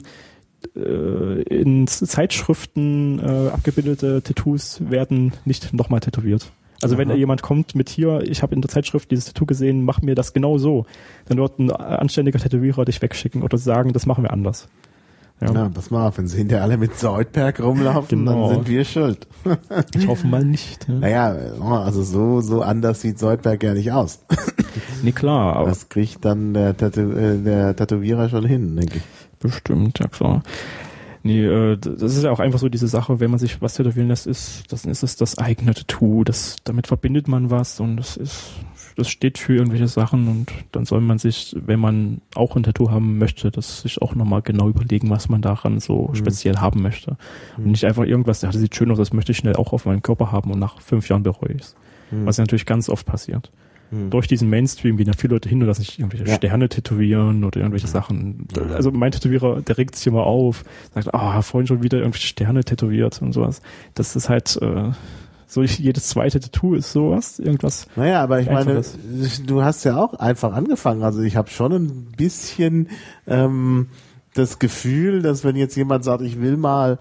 in Zeitschriften abgebildete Tattoos werden nicht nochmal tätowiert. Also wenn da jemand kommt mit hier, ich habe in der Zeitschrift dieses Tattoo gesehen, mach mir das genau so, dann wird ein anständiger Tätowierer dich wegschicken oder sagen, das machen wir anders.
Ja, pass mal auf, wenn sie hinterher alle mit Zoidberg rumlaufen, dann sind wir schuld.
Ich hoffe mal nicht. Ja.
Naja, also so anders sieht Zoidberg ja nicht aus.
Nee, klar. Aber
das kriegt dann der Tätowierer schon hin, denke ich.
Bestimmt, ja klar. Nee, das ist ja auch einfach so diese Sache, wenn man sich was tätowieren lässt, dann ist es das eigene Tattoo, damit verbindet man was und das steht für irgendwelche Sachen und dann soll man sich, wenn man auch ein Tattoo haben möchte, das sich auch nochmal genau überlegen, was man daran so speziell haben möchte. Und nicht einfach irgendwas, das sieht schön aus, das möchte ich schnell auch auf meinem Körper haben und nach 5 Jahren bereue ich es. Was ja natürlich ganz oft passiert. Durch diesen Mainstream gehen ja viele Leute hin und lassen sich irgendwelche Sterne tätowieren oder irgendwelche Sachen. Also mein Tätowierer, der regt sich immer auf, sagt, vorhin schon wieder irgendwelche Sterne tätowiert und sowas. Das ist halt, so jedes zweite Tattoo ist sowas, irgendwas.
Naja, aber ich meine,
Einfaches.
du hast ja auch einfach angefangen. Also ich habe schon ein bisschen das Gefühl, dass wenn jetzt jemand sagt, ich will mal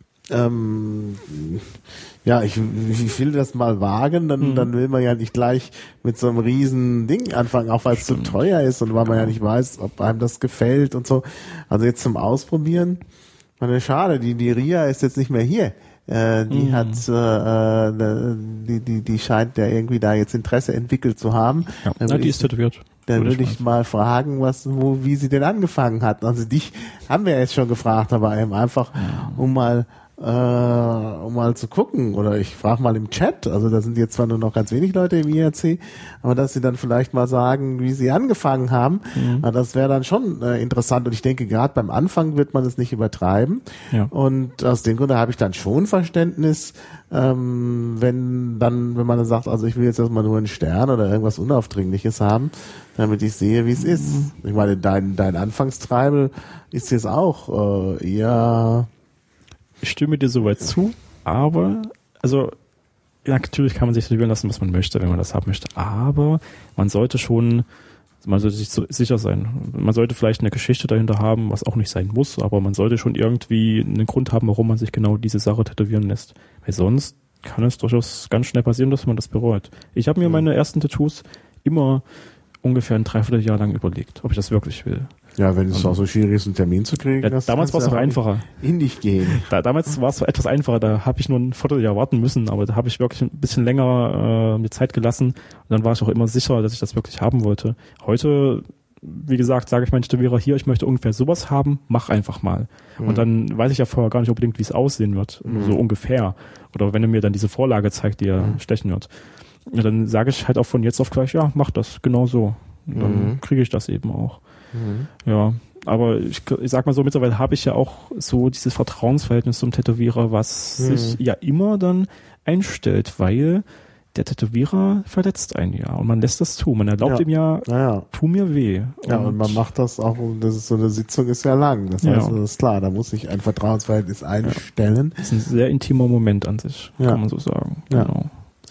ich will das mal wagen, dann will man ja nicht gleich mit so einem riesen Ding anfangen, auch weil es zu teuer ist und weil man ja nicht weiß, ob einem das gefällt und so. Also jetzt zum Ausprobieren, schade, die Ria ist jetzt nicht mehr hier. Die hat, die scheint ja irgendwie da jetzt Interesse entwickelt zu haben.
Ja, die ist tätowiert.
Dann würde ich mal fragen, wie sie denn angefangen hat. Also dich haben wir jetzt schon gefragt, aber eben einfach, um mal um mal zu gucken. Oder ich frage mal im Chat, also da sind jetzt zwar nur noch ganz wenig Leute im IRC, aber dass sie dann vielleicht mal sagen, wie sie angefangen haben, das wäre dann schon interessant. Und ich denke, gerade beim Anfang wird man es nicht übertreiben.
Ja.
Und aus dem Grunde habe ich dann schon Verständnis, wenn man dann sagt, also ich will jetzt erstmal nur einen Stern oder irgendwas Unaufdringliches haben, damit ich sehe, wie es ist. Ich meine, dein Anfangstreibel ist jetzt auch eher...
Ich stimme dir soweit zu, aber, also, ja, natürlich kann man sich tätowieren lassen, was man möchte, wenn man das haben möchte, aber man sollte sich sicher sein. Man sollte vielleicht eine Geschichte dahinter haben, was auch nicht sein muss, aber man sollte schon irgendwie einen Grund haben, warum man sich genau diese Sache tätowieren lässt. Weil sonst kann es durchaus ganz schnell passieren, dass man das bereut. Ich habe mir meine ersten Tattoos immer ungefähr ein Dreivierteljahr lang überlegt, ob ich das wirklich will.
Ja, wenn es auch so schwierig ist, einen Termin zu kriegen.
Ja, damals war es noch einfacher.
In dich gehen.
Damals war es etwas einfacher, da habe ich nur ein Vierteljahr warten müssen, aber da habe ich wirklich ein bisschen länger mir Zeit gelassen und dann war ich auch immer sicher, dass ich das wirklich haben wollte. Heute, wie gesagt, sage ich meinem Tätowierer hier, ich möchte ungefähr sowas haben, mach einfach mal. Und dann weiß ich ja vorher gar nicht unbedingt, wie es aussehen wird, so ungefähr. Oder wenn er mir dann diese Vorlage zeigt, die er stechen wird. Ja, dann sage ich halt auch von jetzt auf gleich, ja, mach das, genau so. Und dann kriege ich das eben auch. Ja, aber ich sag mal so, mittlerweile habe ich ja auch so dieses Vertrauensverhältnis zum Tätowierer, was sich ja immer dann einstellt, weil der Tätowierer verletzt einen ja und man lässt das zu. Man erlaubt ihm tu mir weh.
Ja, und man macht das auch, das ist so eine Sitzung ist ja lang. Das heißt, das ist klar, da muss sich ein Vertrauensverhältnis einstellen.
Das ist ein sehr intimer Moment an sich, kann man so sagen. Genau.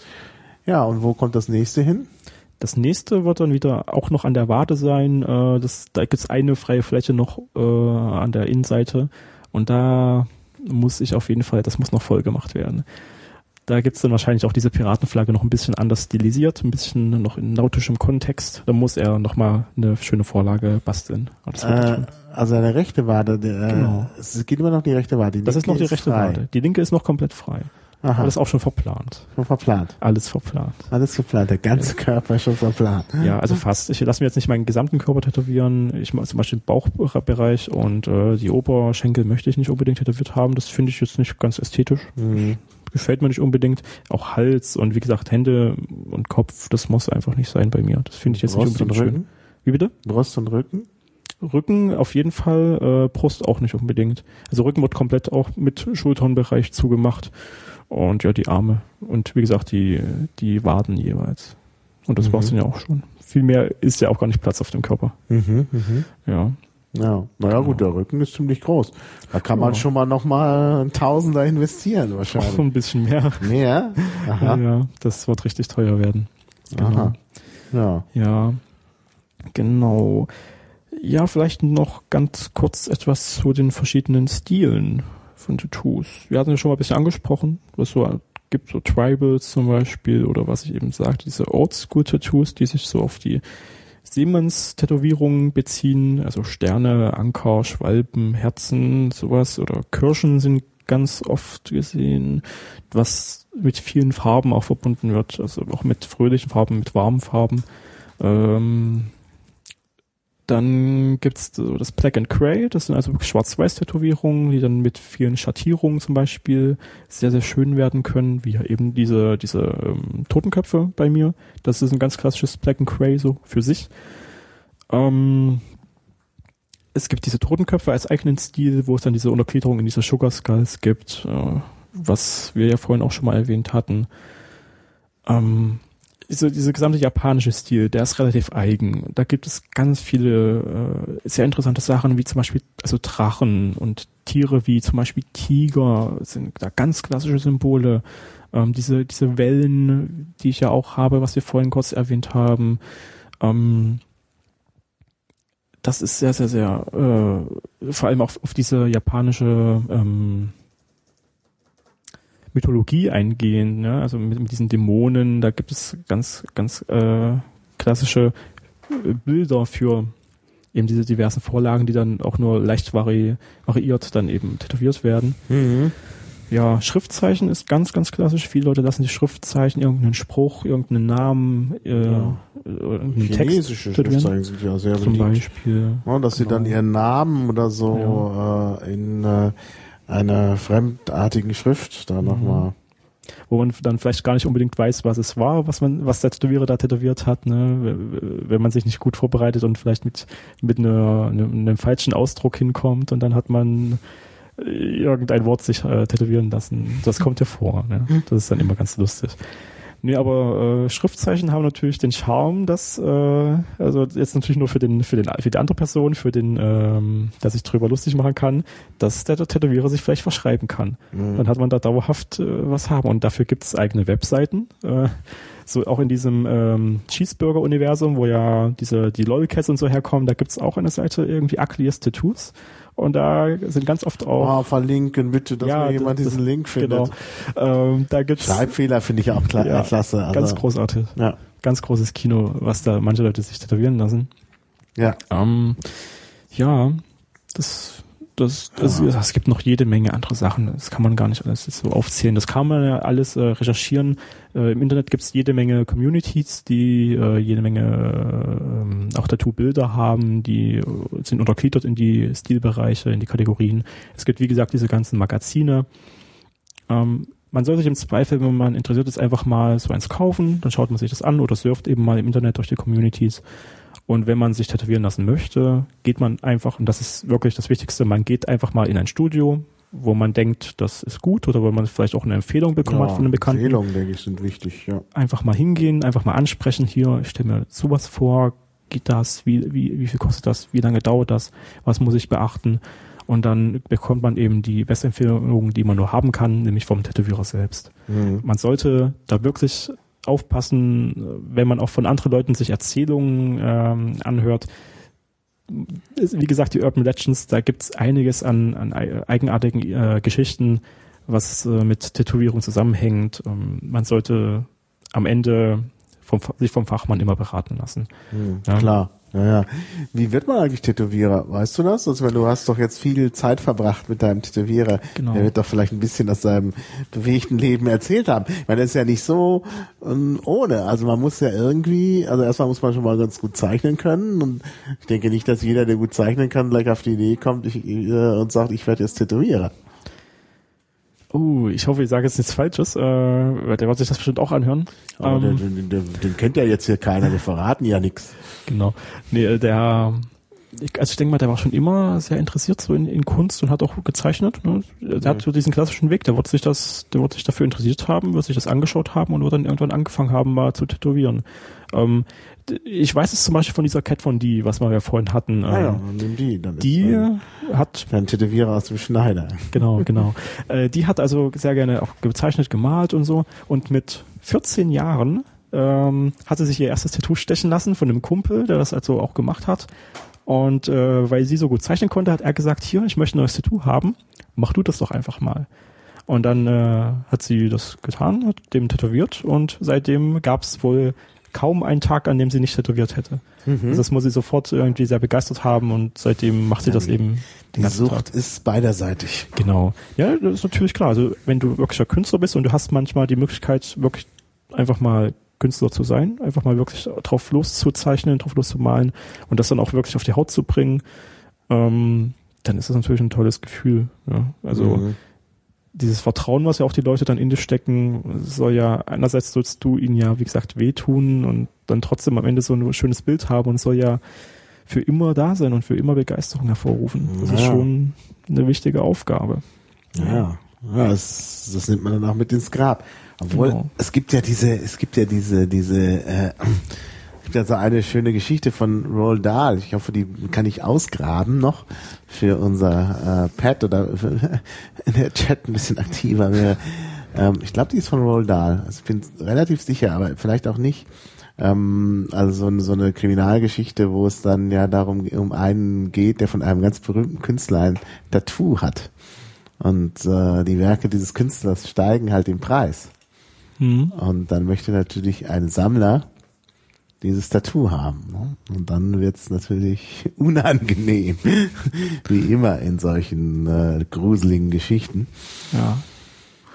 Ja, und wo kommt das nächste hin?
Das nächste wird dann wieder auch noch an der Wade sein. Da gibt's eine freie Fläche noch an der Innenseite und da muss ich auf jeden Fall, das muss noch voll gemacht werden. Da gibt's dann wahrscheinlich auch diese Piratenflagge noch ein bisschen anders stilisiert, ein bisschen noch in nautischem Kontext. Da muss er nochmal eine schöne Vorlage basteln.
Also eine rechte Wade,
genau.
Es geht immer noch die rechte Wade.
Das ist noch die rechte Wade. Die linke ist noch komplett frei.
Aha.
Alles auch schon verplant.
Schon verplant.
Alles verplant.
Alles geplant. Der ganze Körper ist schon verplant.
Ja, also fast. Ich lasse mir jetzt nicht meinen gesamten Körper tätowieren. Ich mache zum Beispiel den Bauchbereich und die Oberschenkel möchte ich nicht unbedingt tätowiert haben. Das finde ich jetzt nicht ganz ästhetisch. Gefällt mir nicht unbedingt. Auch Hals und wie gesagt Hände und Kopf, das muss einfach nicht sein bei mir. Das finde ich jetzt
Brust
nicht unbedingt
und Rücken?
schön. Wie bitte?
Brust und Rücken?
Rücken auf jeden Fall, Brust auch nicht unbedingt. Also Rücken wird komplett auch mit Schulternbereich zugemacht. Und ja, die Arme und wie gesagt, die Waden jeweils. Und das war's dann ja auch schon. Viel mehr ist ja auch gar nicht Platz auf dem Körper. Ja.
Ja, naja gut, der Rücken ist ziemlich groß. Da kann man schon mal nochmal ein Tausender investieren wahrscheinlich.
Auch ein bisschen mehr.
Mehr? Aha.
Ja, das wird richtig teuer werden. Genau.
Aha. Ja.
Ja, genau. Ja, vielleicht noch ganz kurz etwas zu den verschiedenen Stilen von Tattoos. Wir hatten ja schon mal ein bisschen angesprochen, was so gibt, so Tribals zum Beispiel oder was ich eben sagte, diese Oldschool-Tattoos, die sich so auf die Seemanns-Tätowierungen beziehen, also Sterne, Anker, Schwalben, Herzen, sowas oder Kirschen sind ganz oft gesehen, was mit vielen Farben auch verbunden wird, also auch mit fröhlichen Farben, mit warmen Farben. Dann gibt's so das Black and Grey, das sind also Schwarz-Weiß-Tätowierungen, die dann mit vielen Schattierungen zum Beispiel sehr, sehr schön werden können, wie eben diese Totenköpfe bei mir. Das ist ein ganz klassisches Black and Grey so für sich. Es gibt diese Totenköpfe als eigenen Stil, wo es dann diese Untergliederung in diese Sugar Skulls gibt, was wir ja vorhin auch schon mal erwähnt hatten. Dieser gesamte japanische Stil, der ist relativ eigen. Da gibt es ganz viele sehr interessante Sachen, wie zum Beispiel also Drachen und Tiere wie zum Beispiel Tiger sind da ganz klassische Symbole. Diese Wellen, die ich ja auch habe, was wir vorhin kurz erwähnt haben, das ist sehr, sehr, sehr vor allem auch auf diese japanische Mythologie eingehen, ne? Also mit diesen Dämonen, da gibt es ganz, ganz klassische Bilder für eben diese diversen Vorlagen, die dann auch nur leicht variiert dann eben tätowiert werden. Ja, Schriftzeichen ist ganz, ganz klassisch. Viele Leute lassen die Schriftzeichen, irgendeinen Spruch, irgendeinen Namen, irgendeinen
chinesische
Text
Schriftzeichen sind ja sehr
zum
beliebt.
Beispiel.
Ja, dass sie dann ihren Namen oder so in einer fremdartigen Schrift da nochmal.
Wo man dann vielleicht gar nicht unbedingt weiß, was es war, was der Tätowierer da tätowiert hat, ne? Wenn man sich nicht gut vorbereitet und vielleicht mit einem falschen Ausdruck hinkommt und dann hat man irgendein Wort sich tätowieren lassen. Das kommt ja vor, ne? Das ist dann immer ganz lustig. Nee, aber Schriftzeichen haben natürlich den Charme, dass also jetzt natürlich nur für die andere Person, für den, der sich drüber lustig machen kann, dass der Tätowierer sich vielleicht verschreiben kann. Dann hat man da dauerhaft was haben und dafür gibt es eigene Webseiten. So auch in diesem Cheeseburger-Universum, wo ja die Lolcats und so herkommen, da gibt es auch eine Seite irgendwie Ugliest Tattoos. Und da sind ganz oft auch...
verlinken bitte, dass mir jemand diesen Link findet.
Genau. Da gibt's
Schreibfehler finde ich auch klasse. Also,
ganz großartig. Ja. Ganz großes Kino, was da manche Leute sich tätowieren lassen.
Ja.
Es gibt noch jede Menge andere Sachen. Das kann man gar nicht alles so aufzählen. Das kann man ja alles recherchieren. Im Internet gibt es jede Menge Communities, die jede Menge auch Tattoo-Bilder haben. Die sind untergliedert in die Stilbereiche, in die Kategorien. Es gibt, wie gesagt, diese ganzen Magazine. Man soll sich im Zweifel, wenn man interessiert ist, einfach mal so eins kaufen. Dann schaut man sich das an oder surft eben mal im Internet durch die Communities. Und wenn man sich tätowieren lassen möchte, geht man einfach, und das ist wirklich das Wichtigste, man geht einfach mal in ein Studio, wo man denkt, das ist gut oder wo man vielleicht auch eine Empfehlung bekommen hat von einem Bekannten.
Empfehlungen, denke ich, sind wichtig, ja.
Einfach mal hingehen, einfach mal ansprechen, hier, ich stelle mir sowas vor, geht das, wie viel kostet das, wie lange dauert das, was muss ich beachten? Und dann bekommt man eben die beste Empfehlung, die man nur haben kann, nämlich vom Tätowierer selbst. Man sollte da wirklich aufpassen, wenn man auch von anderen Leuten sich Erzählungen anhört. Wie gesagt, die Urban Legends, da gibt es einiges an eigenartigen Geschichten, was mit Tätowierung zusammenhängt. Man sollte am Ende sich vom Fachmann immer beraten lassen.
Ja. Klar. Ja. Wie wird man eigentlich Tätowierer? Weißt du das? Also, du hast doch jetzt viel Zeit verbracht mit deinem Tätowierer. Genau. Der wird doch vielleicht ein bisschen aus seinem bewegten Leben erzählt haben. Weil das ist ja nicht so ohne. Also man muss ja irgendwie, also erstmal muss man schon mal ganz gut zeichnen können. Und ich denke nicht, dass jeder, der gut zeichnen kann, gleich auf die Idee kommt und sagt, ich werde jetzt Tätowierer.
Ich hoffe, ich sage jetzt nichts Falsches. Der wird sich das bestimmt auch anhören.
Aber den kennt ja jetzt hier keiner, wir verraten ja nichts.
Genau. Nee, ich denke mal, der war schon immer sehr interessiert so in Kunst und hat auch gezeichnet. Ne? Der hat so diesen klassischen Weg, der wird sich dafür interessiert haben, wird sich das angeschaut haben und wird dann irgendwann angefangen haben, mal zu tätowieren. Ich weiß es zum Beispiel von dieser Cat Von D, was wir ja vorhin hatten.
Nimm die. Dann
die hat...
Ein Tätowierer aus dem Schneider.
Genau. Die hat also sehr gerne auch gezeichnet, gemalt und so. Und mit 14 Jahren hat sie sich ihr erstes Tattoo stechen lassen von einem Kumpel, der das also auch gemacht hat. Und weil sie so gut zeichnen konnte, hat er gesagt, hier, ich möchte ein neues Tattoo haben, mach du das doch einfach mal. Und dann hat sie das getan, hat dem tätowiert und seitdem gab es wohl kaum einen Tag, an dem sie nicht tätowiert hätte. Also das muss sie sofort irgendwie sehr begeistert haben und seitdem macht sie das eben den ganzen Tag.
Die Sucht ist beiderseitig.
Genau. Ja, das ist natürlich klar. Also wenn du wirklicher Künstler bist und du hast manchmal die Möglichkeit, wirklich einfach mal Künstler zu sein, einfach mal wirklich drauf loszuzeichnen, drauf loszumalen und das dann auch wirklich auf die Haut zu bringen, dann ist das natürlich ein tolles Gefühl. Ja? Also dieses Vertrauen, was ja auch die Leute dann in dich stecken, soll ja, einerseits sollst du ihnen ja, wie gesagt, wehtun und dann trotzdem am Ende so ein schönes Bild haben und soll ja für immer da sein und für immer Begeisterung hervorrufen. Das ist schon eine wichtige Aufgabe.
Ja, das nimmt man dann auch mit ins Grab. Obwohl, es gibt ja so eine schöne Geschichte von Roald Dahl. Ich hoffe, die kann ich ausgraben noch für unser Pad oder in der Chat ein bisschen aktiver wäre. Ich glaube, die ist von Roald Dahl. Also ich bin relativ sicher, aber vielleicht auch nicht. Also so eine Kriminalgeschichte, wo es dann ja um einen geht, der von einem ganz berühmten Künstler ein Tattoo hat. Und die Werke dieses Künstlers steigen halt im Preis. Und dann möchte natürlich ein Sammler dieses Tattoo haben. Ne? Und dann wird's natürlich unangenehm, wie immer in solchen gruseligen Geschichten.
Ja.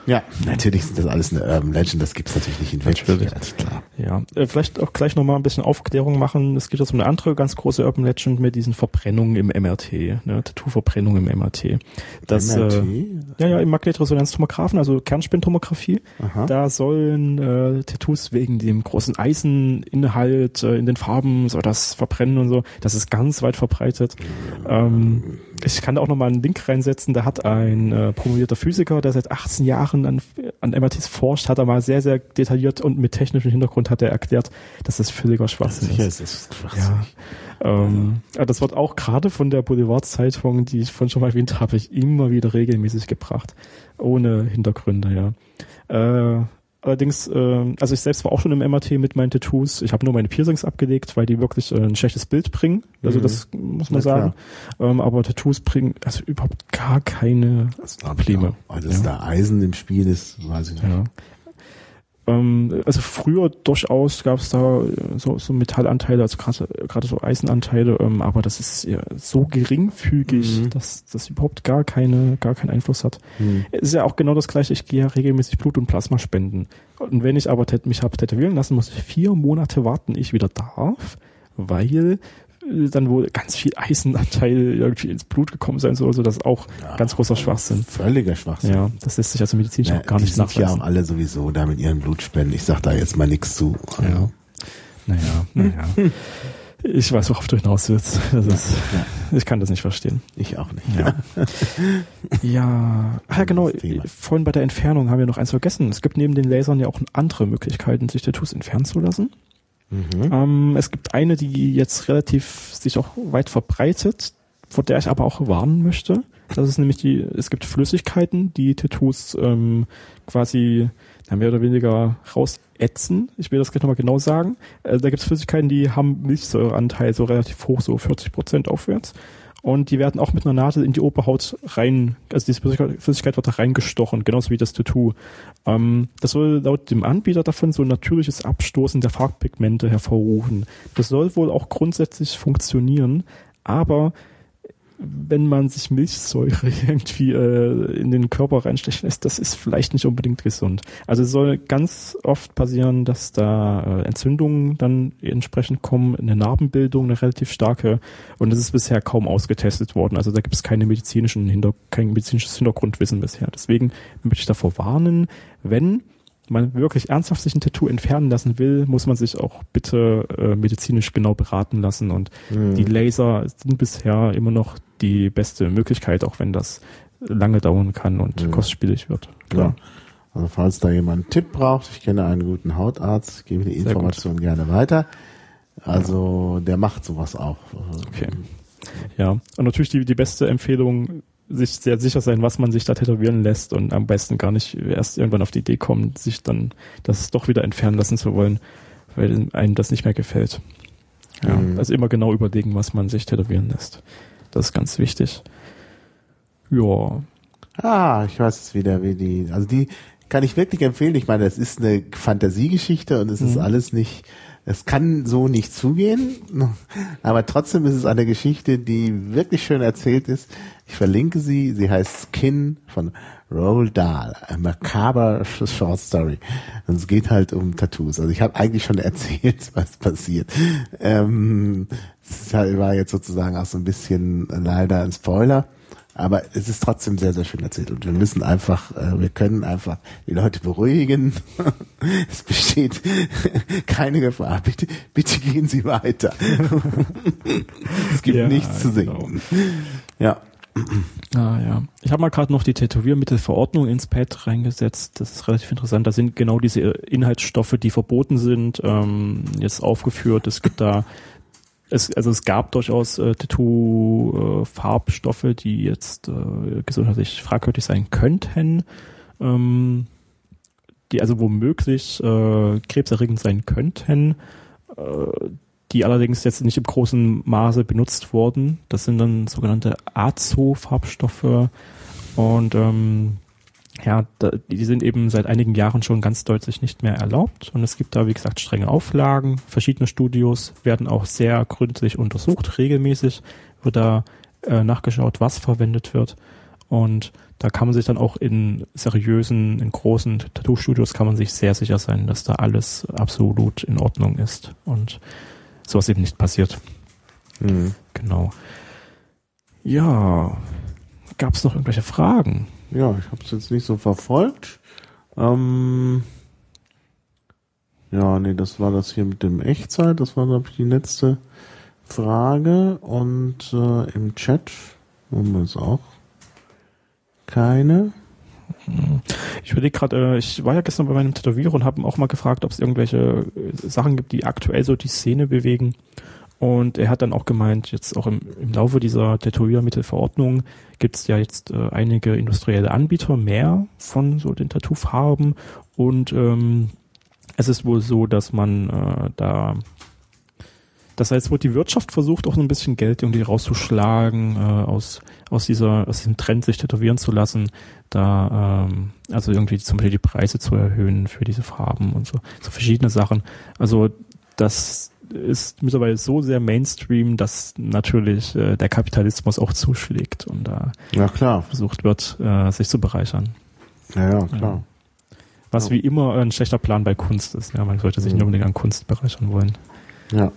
Ja, natürlich sind das alles eine Urban Legend, das gibt's natürlich nicht in Wirklichkeit, klar.
Ja, vielleicht auch gleich nochmal ein bisschen Aufklärung machen. Es geht jetzt um eine andere ganz große Urban Legend mit diesen Verbrennungen im MRT, ne, Tattoo-Verbrennungen im MRT. Das,
MRT?
Ja, im Magnetresonanztomographen, also Kernspintomographie.
Aha.
Da sollen Tattoos wegen dem großen Eiseninhalt in den Farben, soll das verbrennen und so. Das ist ganz weit verbreitet. Ich kann da auch nochmal einen Link reinsetzen. Da hat ein promovierter Physiker, der seit 18 Jahren an MRTs forscht, hat er mal sehr, sehr detailliert und mit technischem Hintergrund hat er erklärt, dass das völliger Schwachsinn ist.
Sicher ist das Schwachsinn.
Ja. Das wird auch gerade von der Boulevard-Zeitung, die ich vorhin schon mal erwähnt habe, immer wieder regelmäßig gebracht. Ohne Hintergründe, ja. Allerdings, also ich selbst war auch schon im MRT mit meinen Tattoos. Ich habe nur meine Piercings abgelegt, weil die wirklich ein schlechtes Bild bringen. Also das muss man sagen. Aber Tattoos bringen also überhaupt gar keine Probleme.
Weil das da Eisen im Spiel ist, weiß ich nicht.
Ja. Also früher durchaus gab es da so Metallanteile, also gerade so Eisenanteile, aber das ist ja so geringfügig, dass das überhaupt gar keinen Einfluss hat. Es ist ja auch genau das Gleiche, ich gehe ja regelmäßig Blut und Plasma spenden. Und wenn ich aber mich habe tätowieren lassen, muss ich 4 Monate warten, ich wieder darf, weil dann wohl ganz viel Eisenanteil irgendwie ins Blut gekommen sein soll, also das ist auch ganz großer Schwachsinn.
Völliger Schwachsinn.
Ja, das lässt sich also medizinisch auch gar nicht nachweisen.
Die sind ja auch alle sowieso da mit ihren Blutspenden. Ich sag da jetzt mal nichts zu.
Ja. Naja. Ich weiß, worauf du hinaus willst. Ich kann das nicht verstehen.
Ich auch nicht.
Ja, genau. Vorhin bei der Entfernung haben wir noch eins vergessen. Es gibt neben den Lasern ja auch andere Möglichkeiten, sich Tattoos entfernen zu lassen. Es gibt eine, die jetzt relativ sich auch weit verbreitet, vor der ich aber auch warnen möchte. Das ist nämlich es gibt Flüssigkeiten, die Tattoos quasi mehr oder weniger rausätzen. Ich will das gleich nochmal genau sagen. Da gibt es Flüssigkeiten, die haben Milchsäureanteil so relativ hoch, so 40% aufwärts. Und die werden auch mit einer Nadel in die Oberhaut rein, also diese Flüssigkeit wird da reingestochen, genauso wie das Tattoo. Das soll laut dem Anbieter davon so ein natürliches Abstoßen der Farbpigmente hervorrufen. Das soll wohl auch grundsätzlich funktionieren, aber wenn man sich Milchsäure irgendwie in den Körper reinstechen lässt, das ist vielleicht nicht unbedingt gesund. Also es soll ganz oft passieren, dass da Entzündungen dann entsprechend kommen, eine Narbenbildung, eine relativ starke, und das ist bisher kaum ausgetestet worden. Also da gibt es kein medizinisches Hintergrundwissen bisher. Deswegen möchte ich davor warnen, wenn man wirklich ernsthaft sich ein Tattoo entfernen lassen will, muss man sich auch bitte medizinisch genau beraten lassen, und die Laser sind bisher immer noch die beste Möglichkeit, auch wenn das lange dauern kann und kostspielig wird. Klar.
Ja. Also falls da jemand einen Tipp braucht, ich kenne einen guten Hautarzt, ich gebe die Information gerne weiter. Also der macht sowas auch.
Okay. Ja, und natürlich die beste Empfehlung, sich sehr sicher sein, was man sich da tätowieren lässt, und am besten gar nicht erst irgendwann auf die Idee kommen, sich dann das doch wieder entfernen lassen zu wollen, weil einem das nicht mehr gefällt. Ja, also immer genau überlegen, was man sich tätowieren lässt. Das ist ganz wichtig. Ja.
Ich weiß jetzt wieder, also die kann ich wirklich empfehlen. Ich meine, das ist eine Fantasiegeschichte und es ist alles nicht, es kann so nicht zugehen, aber trotzdem ist es eine Geschichte, die wirklich schön erzählt ist. Ich verlinke sie. Sie heißt Skin von Roald Dahl, a macabre short story. Und es geht halt um Tattoos. Also ich habe eigentlich schon erzählt, was passiert. Es war jetzt sozusagen auch so ein bisschen leider ein Spoiler. Aber es ist trotzdem sehr, sehr schön erzählt. Und wir können einfach die Leute beruhigen. Es besteht keine Gefahr. Bitte gehen Sie weiter. Es gibt nichts zu sehen. Genau. Ja.
Ja. Ich habe mal gerade noch die Tätowiermittelverordnung ins Pad reingesetzt. Das ist relativ interessant. Da sind genau diese Inhaltsstoffe, die verboten sind, jetzt aufgeführt. Es gibt da es gab durchaus Tattoo-Farbstoffe, die jetzt gesundheitlich fragwürdig sein könnten, die also womöglich krebserregend sein könnten, die allerdings jetzt nicht im großen Maße benutzt wurden. Das sind dann sogenannte Azo-Farbstoffe, und die sind eben seit einigen Jahren schon ganz deutlich nicht mehr erlaubt, und es gibt da, wie gesagt, strenge Auflagen. Verschiedene Studios werden auch sehr gründlich untersucht. Regelmäßig wird da nachgeschaut, was verwendet wird, Und da kann man sich dann auch in großen Tattoo-Studios kann man sich sehr sicher sein, dass da alles absolut in Ordnung ist und sowas eben nicht passiert.
Mhm.
Genau. Ja, gab es noch irgendwelche Fragen?
Ja, ich habe es jetzt nicht so verfolgt. Ja, nee, das war das hier mit dem Echtzeit. Das war, glaube ich, die letzte Frage. Und im Chat haben wir es auch keine.
Ich überlege gerade, ich war ja gestern bei meinem Tätowierer und habe ihn auch mal gefragt, ob es irgendwelche Sachen gibt, die aktuell so die Szene bewegen. Und er hat dann auch gemeint, jetzt auch im Laufe dieser Tätowiermittelverordnung gibt es ja jetzt einige industrielle Anbieter mehr von so den Tattoo-Farben. Und es ist wohl so, dass man das heißt, wo die Wirtschaft versucht, auch so ein bisschen Geld irgendwie rauszuschlagen, aus diesem Trend, sich tätowieren zu lassen, da also irgendwie zum Beispiel die Preise zu erhöhen für diese Farben und so verschiedene Sachen. Also das ist mittlerweile so sehr Mainstream, dass natürlich der Kapitalismus auch zuschlägt und da versucht wird, sich zu bereichern.
Ja, klar.
Was wie immer ein schlechter Plan bei Kunst ist. Ja, man sollte sich nicht unbedingt an Kunst bereichern wollen.
Ja.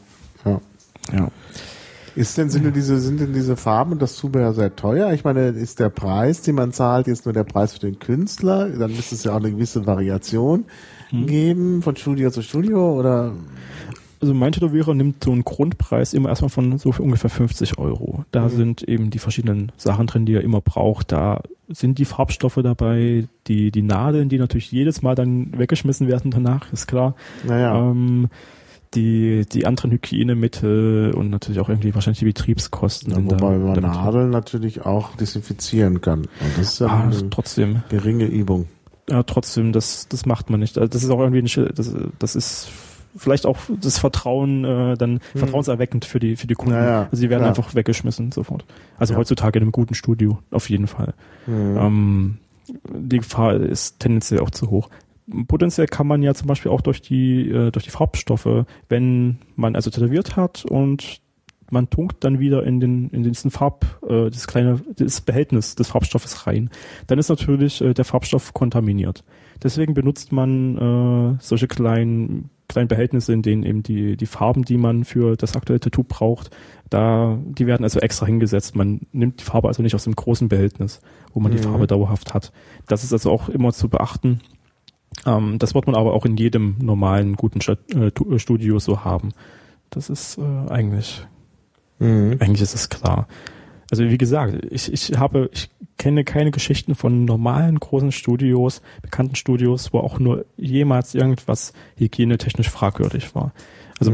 Sind denn diese Farben und das Zubehör sehr teuer? Ich meine, ist der Preis, den man zahlt, jetzt nur der Preis für den Künstler? Dann müsste es ja auch eine gewisse Variation geben von Studio zu Studio, oder?
Also mein Tätowierer nimmt so einen Grundpreis immer erstmal von so für ungefähr 50 €. Da sind eben die verschiedenen Sachen drin, die er immer braucht. Da sind die Farbstoffe dabei, die Nadeln, die natürlich jedes Mal dann weggeschmissen werden danach, ist klar.
Naja.
Die anderen Hygienemittel und natürlich auch irgendwie wahrscheinlich die Betriebskosten.
Ja, wobei man Nadeln natürlich auch desinfizieren kann. Und das ist ja
trotzdem
geringe Übung.
Ja, trotzdem, das macht man nicht. Also das ist auch irgendwie das ist vielleicht auch das Vertrauen dann vertrauenserweckend für die Kunden.
Ja,
also die werden einfach weggeschmissen sofort. Also heutzutage in einem guten Studio auf jeden Fall. Die Gefahr ist tendenziell auch zu hoch. Potenziell kann man ja zum Beispiel auch durch die Farbstoffe, wenn man also tätowiert hat und man tunkt dann wieder in diesen das Behältnis des Farbstoffes rein, dann ist natürlich der Farbstoff kontaminiert. Deswegen benutzt man solche kleinen Behältnisse, in denen eben die Farben, die man für das aktuelle Tattoo braucht, die werden also extra hingesetzt. Man nimmt die Farbe also nicht aus dem großen Behältnis, wo man die Farbe dauerhaft hat. Das ist also auch immer zu beachten. Das wird man aber auch in jedem normalen, guten Studio so haben. Das ist eigentlich ist es klar. Also wie gesagt, ich kenne keine Geschichten von normalen großen Studios, bekannten Studios, wo auch nur jemals irgendwas hygienetechnisch fragwürdig war. Also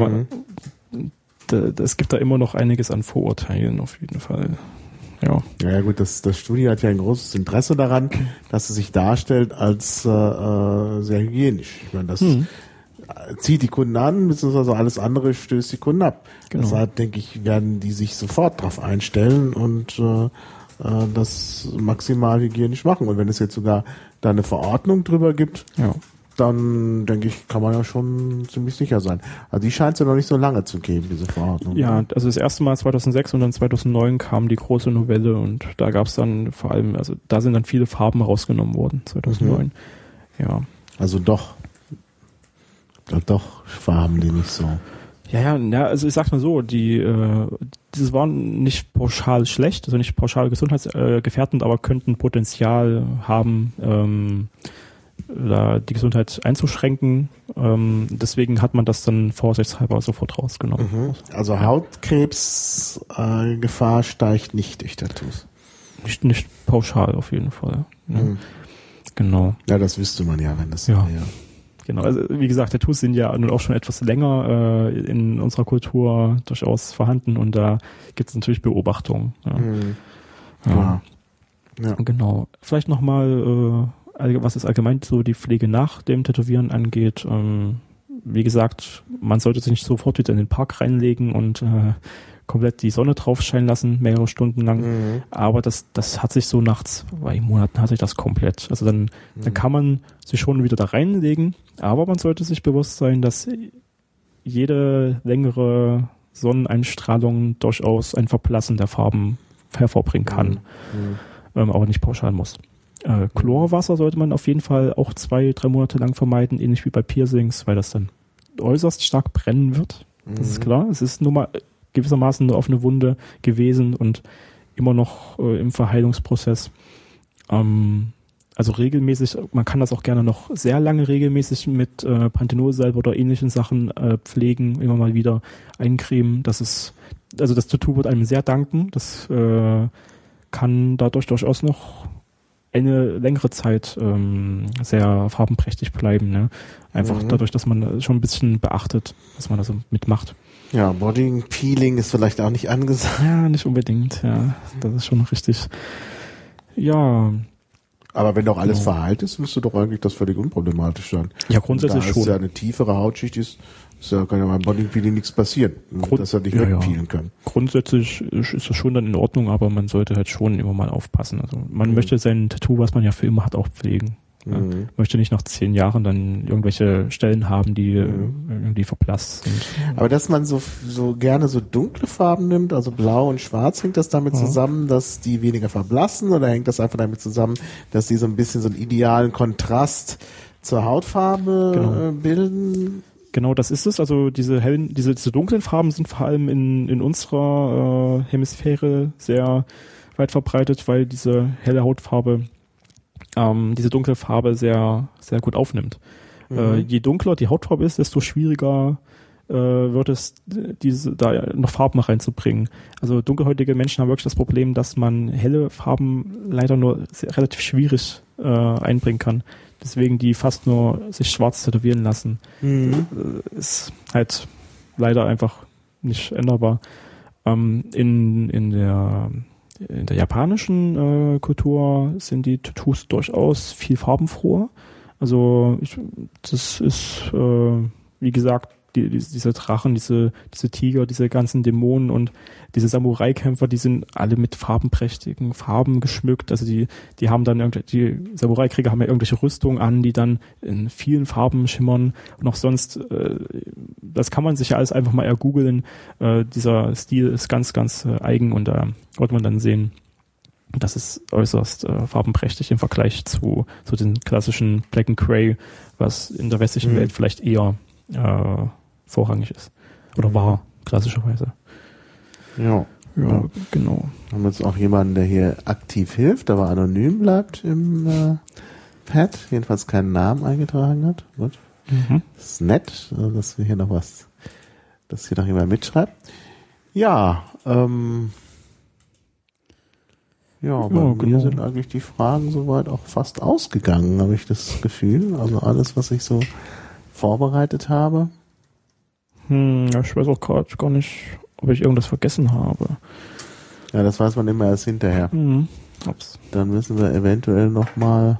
es gibt da immer noch einiges an Vorurteilen auf jeden Fall.
Ja gut, das Studio hat ja ein großes Interesse daran, dass es sich darstellt als sehr hygienisch. Ich meine, das zieht die Kunden an, beziehungsweise alles andere stößt die Kunden ab. Genau. Deshalb, denke ich, werden die sich sofort drauf einstellen und das maximal hygienisch machen. Und wenn es jetzt sogar da eine Verordnung drüber gibt, dann denke ich, kann man ja schon ziemlich sicher sein. Also die scheint es ja noch nicht so lange zu geben, diese Verordnung.
Ja, also das erste Mal 2006 und dann 2009 kam die große Novelle und da gab es dann vor allem, also da sind dann viele Farben rausgenommen worden, 2009. Ja.
Also doch Farben, die nicht so...
Ja, also ich sag mal so, dieses waren nicht pauschal schlecht, also nicht pauschal gesundheitsgefährdend, aber könnten Potenzial haben, da die Gesundheit einzuschränken. Deswegen hat man das dann vorsichtshalber sofort rausgenommen.
Also Hautkrebsgefahr steigt nicht durch Tattoos.
Nicht pauschal auf jeden Fall. Ne? Genau.
Ja, das wüsste man ja, wenn das
Genau, also wie gesagt, Tattoos sind ja nun auch schon etwas länger in unserer Kultur durchaus vorhanden und da gibt es natürlich Beobachtungen. Ja. Genau. Vielleicht nochmal, was es allgemein so die Pflege nach dem Tätowieren angeht. Wie gesagt, man sollte sich nicht sofort wieder in den Park reinlegen und komplett die Sonne drauf scheinen lassen, mehrere Stunden lang. Aber das hat sich so nach 2 Monaten hat sich das komplett. Also dann kann man sich schon wieder da reinlegen, aber man sollte sich bewusst sein, dass jede längere Sonneneinstrahlung durchaus ein Verblassen der Farben hervorbringen kann. aber nicht pauschal muss. Chlorwasser sollte man auf jeden Fall auch 2-3 Monate lang vermeiden, ähnlich wie bei Piercings, weil das dann äußerst stark brennen wird. Das ist klar. Es ist nun mal gewissermaßen eine offene Wunde gewesen und immer noch im Verheilungsprozess. Also regelmäßig, man kann das auch gerne noch sehr lange regelmäßig mit Panthenolsalbe oder ähnlichen Sachen pflegen, immer mal wieder eincremen. Das Tattoo wird einem sehr danken. Das kann dadurch durchaus noch eine längere Zeit sehr farbenprächtig bleiben. Ne? Einfach dadurch, dass man schon ein bisschen beachtet, was man da so mitmacht.
Ja, Body Peeling ist vielleicht auch nicht angesagt.
Ja, nicht unbedingt. Ja, das ist schon richtig. Ja.
Aber wenn doch alles verheilt ist, müsste doch eigentlich das völlig unproblematisch sein.
Ja, grundsätzlich schon.
Da es ja eine tiefere Hautschicht ist, kann ja beim Bodypeeling nichts passieren, dass er nicht wegpeelen kann.
Grundsätzlich ist es schon dann in Ordnung, aber man sollte halt schon immer mal aufpassen. Also man möchte sein Tattoo, was man ja für immer hat, auch pflegen. Ja. Möchte nicht nach 10 Jahren dann irgendwelche Stellen haben, die irgendwie verblasst sind.
Aber dass man so gerne so dunkle Farben nimmt, also blau und schwarz, hängt das damit zusammen, dass die weniger verblassen, oder hängt das einfach damit zusammen, dass die so ein bisschen so einen idealen Kontrast zur Hautfarbe bilden?
Genau, das ist es. Also diese dunklen Farben sind vor allem in unserer Hemisphäre sehr weit verbreitet, weil diese helle Hautfarbe diese dunkle Farbe sehr, sehr gut aufnimmt. Je dunkler die Hautfarbe ist, desto schwieriger wird es, da noch Farben reinzubringen. Also dunkelhäutige Menschen haben wirklich das Problem, dass man helle Farben leider nur relativ schwierig einbringen kann. Deswegen die fast nur sich schwarz tätowieren lassen. Ist halt leider einfach nicht änderbar. In der japanischen Kultur sind die Tattoos durchaus viel farbenfroher. Also das ist, wie gesagt, diese Drachen, diese Tiger, diese ganzen Dämonen und diese Samurai-Kämpfer, die sind alle mit farbenprächtigen Farben geschmückt. Also die haben dann die Samurai-Krieger haben ja irgendwelche Rüstungen an, die dann in vielen Farben schimmern. Und auch sonst, das kann man sich ja alles einfach mal ergoogeln. Dieser Stil ist ganz, ganz eigen und da wird man dann sehen, das ist äußerst farbenprächtig im Vergleich zu den klassischen Black and Grey, was in der westlichen Welt vielleicht eher vorrangig ist. Oder war, klassischerweise.
Ja,
genau.
Wir haben jetzt auch jemanden, der hier aktiv hilft, aber anonym bleibt im Pad, jedenfalls keinen Namen eingetragen hat. Gut. Das ist nett, dass wir hier noch dass hier noch jemand mitschreibt. Ja, bei mir sind eigentlich die Fragen soweit auch fast ausgegangen, habe ich das Gefühl. Also alles, was ich so vorbereitet habe.
Ich weiß auch gerade gar nicht, ob ich irgendwas vergessen habe.
Ja, das weiß man immer erst hinterher. Dann müssen wir eventuell nochmal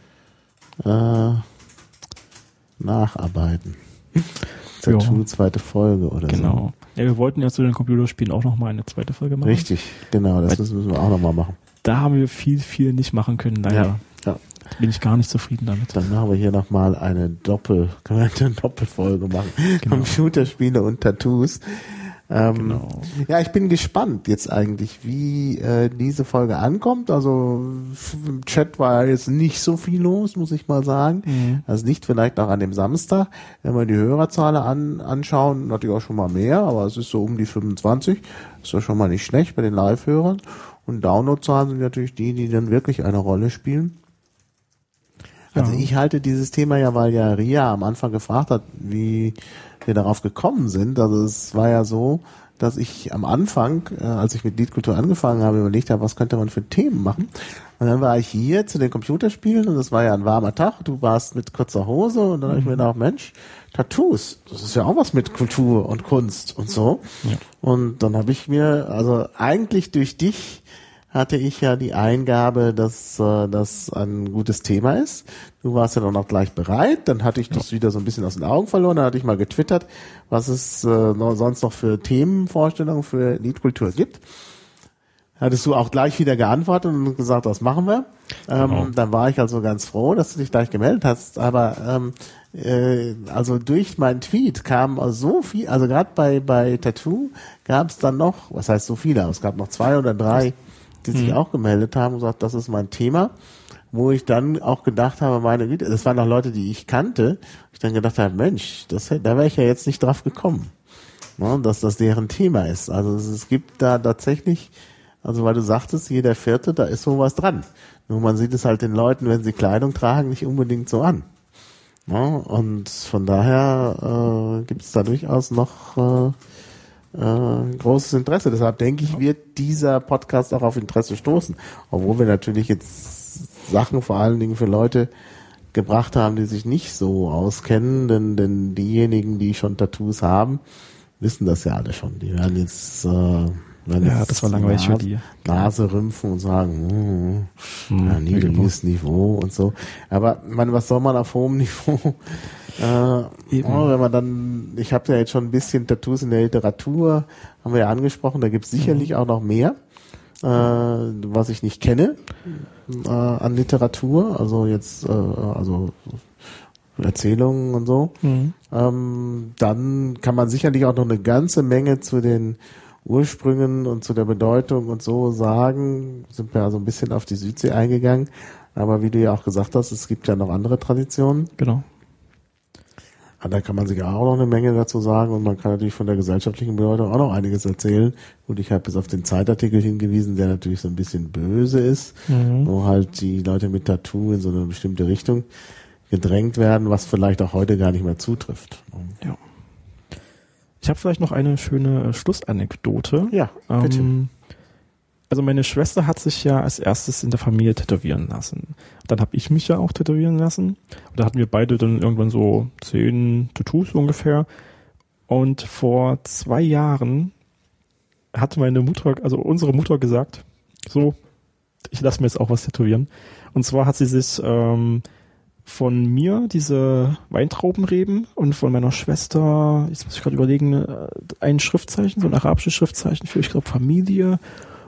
nacharbeiten. Tattoo, zweite Folge oder so.
Genau. Ja, wir wollten ja zu den Computerspielen auch nochmal eine zweite Folge machen.
Richtig, genau, das müssen wir auch nochmal machen.
Da haben wir viel nicht machen können, leider.
Ja.
Bin ich gar nicht zufrieden damit.
Dann machen wir hier nochmal eine Doppelfolge machen. Genau. Computerspiele und Tattoos. Genau. Ja, ich bin gespannt jetzt eigentlich, wie diese Folge ankommt. Also im Chat war jetzt nicht so viel los, muss ich mal sagen. Also nicht vielleicht auch an dem Samstag. Wenn wir die Hörerzahlen anschauen, natürlich auch schon mal mehr, aber es ist so um die 25. Ist ja schon mal nicht schlecht bei den Live-Hörern. Und Downloadzahlen sind natürlich die dann wirklich eine Rolle spielen. Also ich halte dieses Thema ja, weil ja Ria am Anfang gefragt hat, wie wir darauf gekommen sind. Also es war ja so, dass ich am Anfang, als ich mit Liedkultur angefangen habe, überlegt habe, was könnte man für Themen machen. Und dann war ich hier zu den Computerspielen und es war ja ein warmer Tag. Du warst mit kurzer Hose und dann habe ich mir gedacht, Mensch, Tattoos, das ist ja auch was mit Kultur und Kunst und so. Ja. Und dann habe ich mir, also eigentlich durch dich hatte ich ja die Eingabe, dass das ein gutes Thema ist. Du warst ja dann auch gleich bereit. Dann hatte ich das wieder so ein bisschen aus den Augen verloren. Dann hatte ich mal getwittert, was es sonst noch für Themenvorstellungen für Liedkultur gibt. Hattest du auch gleich wieder geantwortet und gesagt, das machen wir. Dann war ich also ganz froh, dass du dich gleich gemeldet hast. Aber also durch meinen Tweet kam so viel, also gerade bei Tattoo gab es dann noch, was heißt so viele, aber es gab noch 2 oder 3 die sich auch gemeldet haben und gesagt, das ist mein Thema, wo ich dann auch gedacht habe, meine Güte, das waren auch Leute, die ich kannte, ich dann gedacht habe, Mensch, da wäre ich ja jetzt nicht drauf gekommen, ne, dass das deren Thema ist. Also es gibt da tatsächlich, also weil du sagtest, jeder Vierte, da ist sowas dran. Nur man sieht es halt den Leuten, wenn sie Kleidung tragen, nicht unbedingt so an. Ja, und von daher gibt es da durchaus noch großes Interesse. Deshalb denke ich, wird dieser Podcast auch auf Interesse stoßen. Obwohl wir natürlich jetzt Sachen vor allen Dingen für Leute gebracht haben, die sich nicht so auskennen, denn diejenigen, die schon Tattoos haben, wissen das ja alle schon. Die werden jetzt
das war langweilig für die.
Nase rümpfen und sagen, niedriges Niveau und so. Aber was soll man auf hohem Niveau? Wenn man dann, ich habe ja jetzt schon ein bisschen Tattoos in der Literatur, haben wir ja angesprochen, da gibt es sicherlich auch noch mehr, was ich nicht kenne an Literatur, also jetzt also Erzählungen und so. Dann kann man sicherlich auch noch eine ganze Menge zu den Ursprüngen und zu der Bedeutung und so sagen, sind wir also ein bisschen auf die Südsee eingegangen, aber wie du ja auch gesagt hast, es gibt ja noch andere Traditionen.
Genau.
Da kann man sich auch noch eine Menge dazu sagen und man kann natürlich von der gesellschaftlichen Bedeutung auch noch einiges erzählen. Und ich habe bis auf den Zeitartikel hingewiesen, der natürlich so ein bisschen böse ist, wo halt die Leute mit Tattoo in so eine bestimmte Richtung gedrängt werden, was vielleicht auch heute gar nicht mehr zutrifft.
Ja. Ich habe vielleicht noch eine schöne Schlussanekdote.
Ja, bitte.
Also meine Schwester hat sich ja als erstes in der Familie tätowieren lassen. Dann habe ich mich ja auch tätowieren lassen. Und da hatten wir beide dann irgendwann so 10 Tattoos ungefähr. Und vor 2 Jahren hat meine Mutter, also unsere Mutter gesagt, so, ich lasse mir jetzt auch was tätowieren. Und zwar hat sie sich von mir diese Weintraubenreben und von meiner Schwester, jetzt muss ich gerade überlegen, ein Schriftzeichen, so ein arabisches Schriftzeichen für, ich glaube, Familie.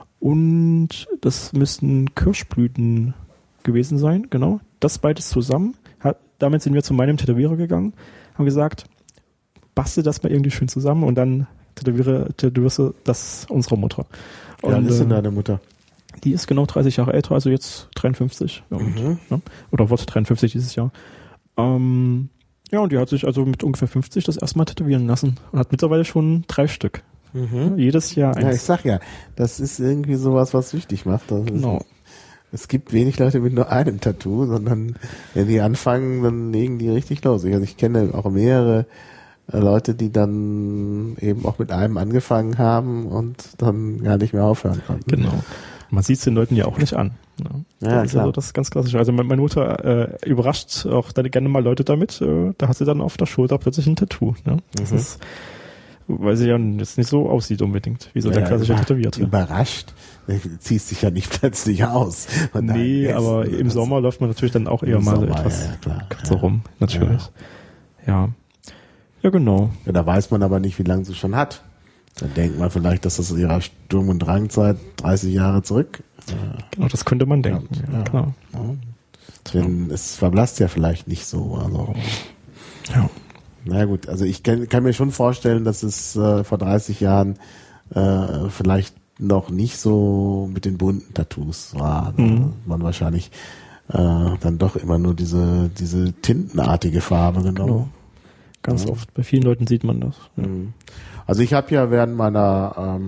Und das müssten Kirschblüten gewesen sein, genau. Das beides zusammen. Damit sind wir zu meinem Tätowierer gegangen, haben gesagt, bastel das mal irgendwie schön zusammen und dann tätowierst du das unserer Mutter.
Wie alt ist denn deine Mutter?
Die ist genau 30 Jahre älter, also jetzt 53. Ja, oder wird 53 dieses Jahr. Ja, und die hat sich also mit ungefähr 50 das erste Mal tätowieren lassen und hat mittlerweile schon 3 Stück. Jedes Jahr eins.
Ja, ich sag ja, das ist irgendwie sowas, was süchtig macht.
Genau.
Es gibt wenig Leute mit nur einem Tattoo, sondern wenn die anfangen, dann legen die richtig los. Also ich kenne auch mehrere Leute, die dann eben auch mit einem angefangen haben und dann gar nicht mehr aufhören konnten.
Genau. Man sieht es den Leuten ja auch nicht an. Ne?
Ja,
das ist also das ganz Klassische. Also meine Mutter überrascht auch dann gerne mal Leute damit. Da hat sie dann auf der Schulter plötzlich ein Tattoo. Ne? Das ist, weil sie ja jetzt nicht so aussieht unbedingt, wie so der klassische Tätowierte.
Überrascht. Ziehst dich ja nicht plötzlich aus.
Nee, aber im Sommer läuft man natürlich dann auch eher mal etwas so rum. Natürlich. Ja, genau.
Ja, da weiß man aber nicht, wie lange sie schon hat. Dann denkt man vielleicht, dass das ihrer Sturm- und Drangzeit 30 Jahre zurück.
Genau, das könnte man denken. Ja, klar.
Ja. Denn es verblasst ja vielleicht nicht so. Also.
Ja.
Na gut, also ich kann mir schon vorstellen, dass es vor 30 Jahren vielleicht noch nicht so mit den bunten Tattoos war. Man wahrscheinlich dann doch immer nur diese tintenartige Farbe genommen.
Genau. Ganz oft. Bei vielen Leuten sieht man das. Ja.
Also ich habe ja während meiner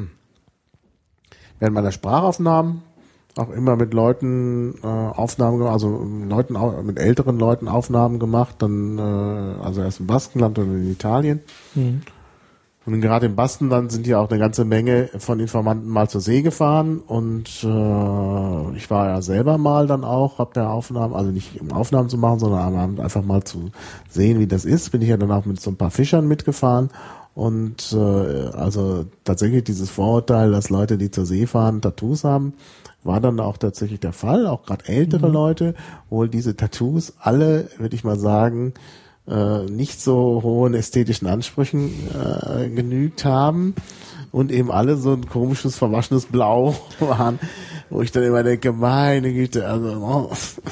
Sprachaufnahmen auch immer mit Leuten Aufnahmen gemacht, also mit älteren Leuten Aufnahmen gemacht, dann also erst im Baskenland und in Italien. Und gerade im Baskenland sind ja auch eine ganze Menge von Informanten mal zur See gefahren und ich war ja selber mal dann auch, habe da Aufnahmen, also nicht um Aufnahmen zu machen, sondern einfach mal zu sehen, wie das ist, bin ich ja dann auch mit so ein paar Fischern mitgefahren. Und also tatsächlich dieses Vorurteil, dass Leute, die zur See fahren, Tattoos haben, war dann auch tatsächlich der Fall, auch gerade ältere Leute, obwohl diese Tattoos alle, würde ich mal sagen, nicht so hohen ästhetischen Ansprüchen genügt haben und eben alle so ein komisches, verwaschenes Blau waren, wo ich dann immer denke, meine Güte, also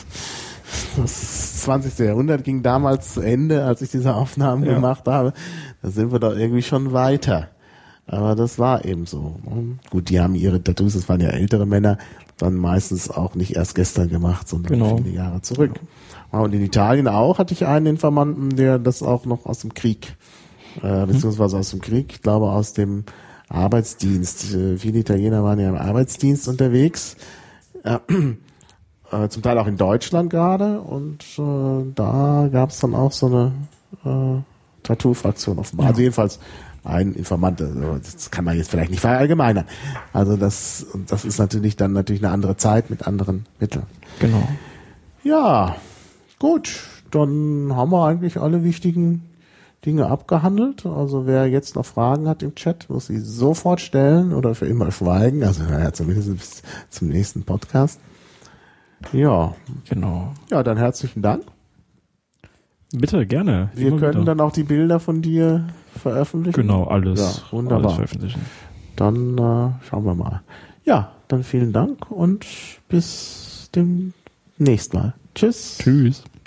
das 20. Jahrhundert ging damals zu Ende, als ich diese Aufnahmen gemacht habe. Da sind wir doch irgendwie schon weiter. Aber das war eben so. Gut, die haben ihre Tattoos, das waren ja ältere Männer, dann meistens auch nicht erst gestern gemacht, sondern viele Jahre zurück. Ja. Und in Italien auch hatte ich einen Informanten, der das auch noch aus dem Krieg, beziehungsweise aus dem Krieg, ich glaube aus dem Arbeitsdienst. Viele Italiener waren ja im Arbeitsdienst unterwegs, zum Teil auch in Deutschland gerade. Und da gab es dann auch so eine Tattoo-Fraktion offenbar. Also jedenfalls ein Informant, das kann man jetzt vielleicht nicht verallgemeinern. Also das ist natürlich eine andere Zeit mit anderen Mitteln.
Genau.
Ja, gut, dann haben wir eigentlich alle wichtigen Dinge abgehandelt. Also wer jetzt noch Fragen hat im Chat, muss sie sofort stellen oder für immer schweigen. Also ja, zumindest bis zum nächsten Podcast. Ja,
genau.
Ja, dann herzlichen Dank.
Bitte, gerne.
Wir können dann auch die Bilder von dir veröffentlichen.
Genau, alles.
Ja, wunderbar.
Alles veröffentlichen.
Dann schauen wir mal. Ja, dann vielen Dank und bis demnächst mal. Tschüss.
Tschüss.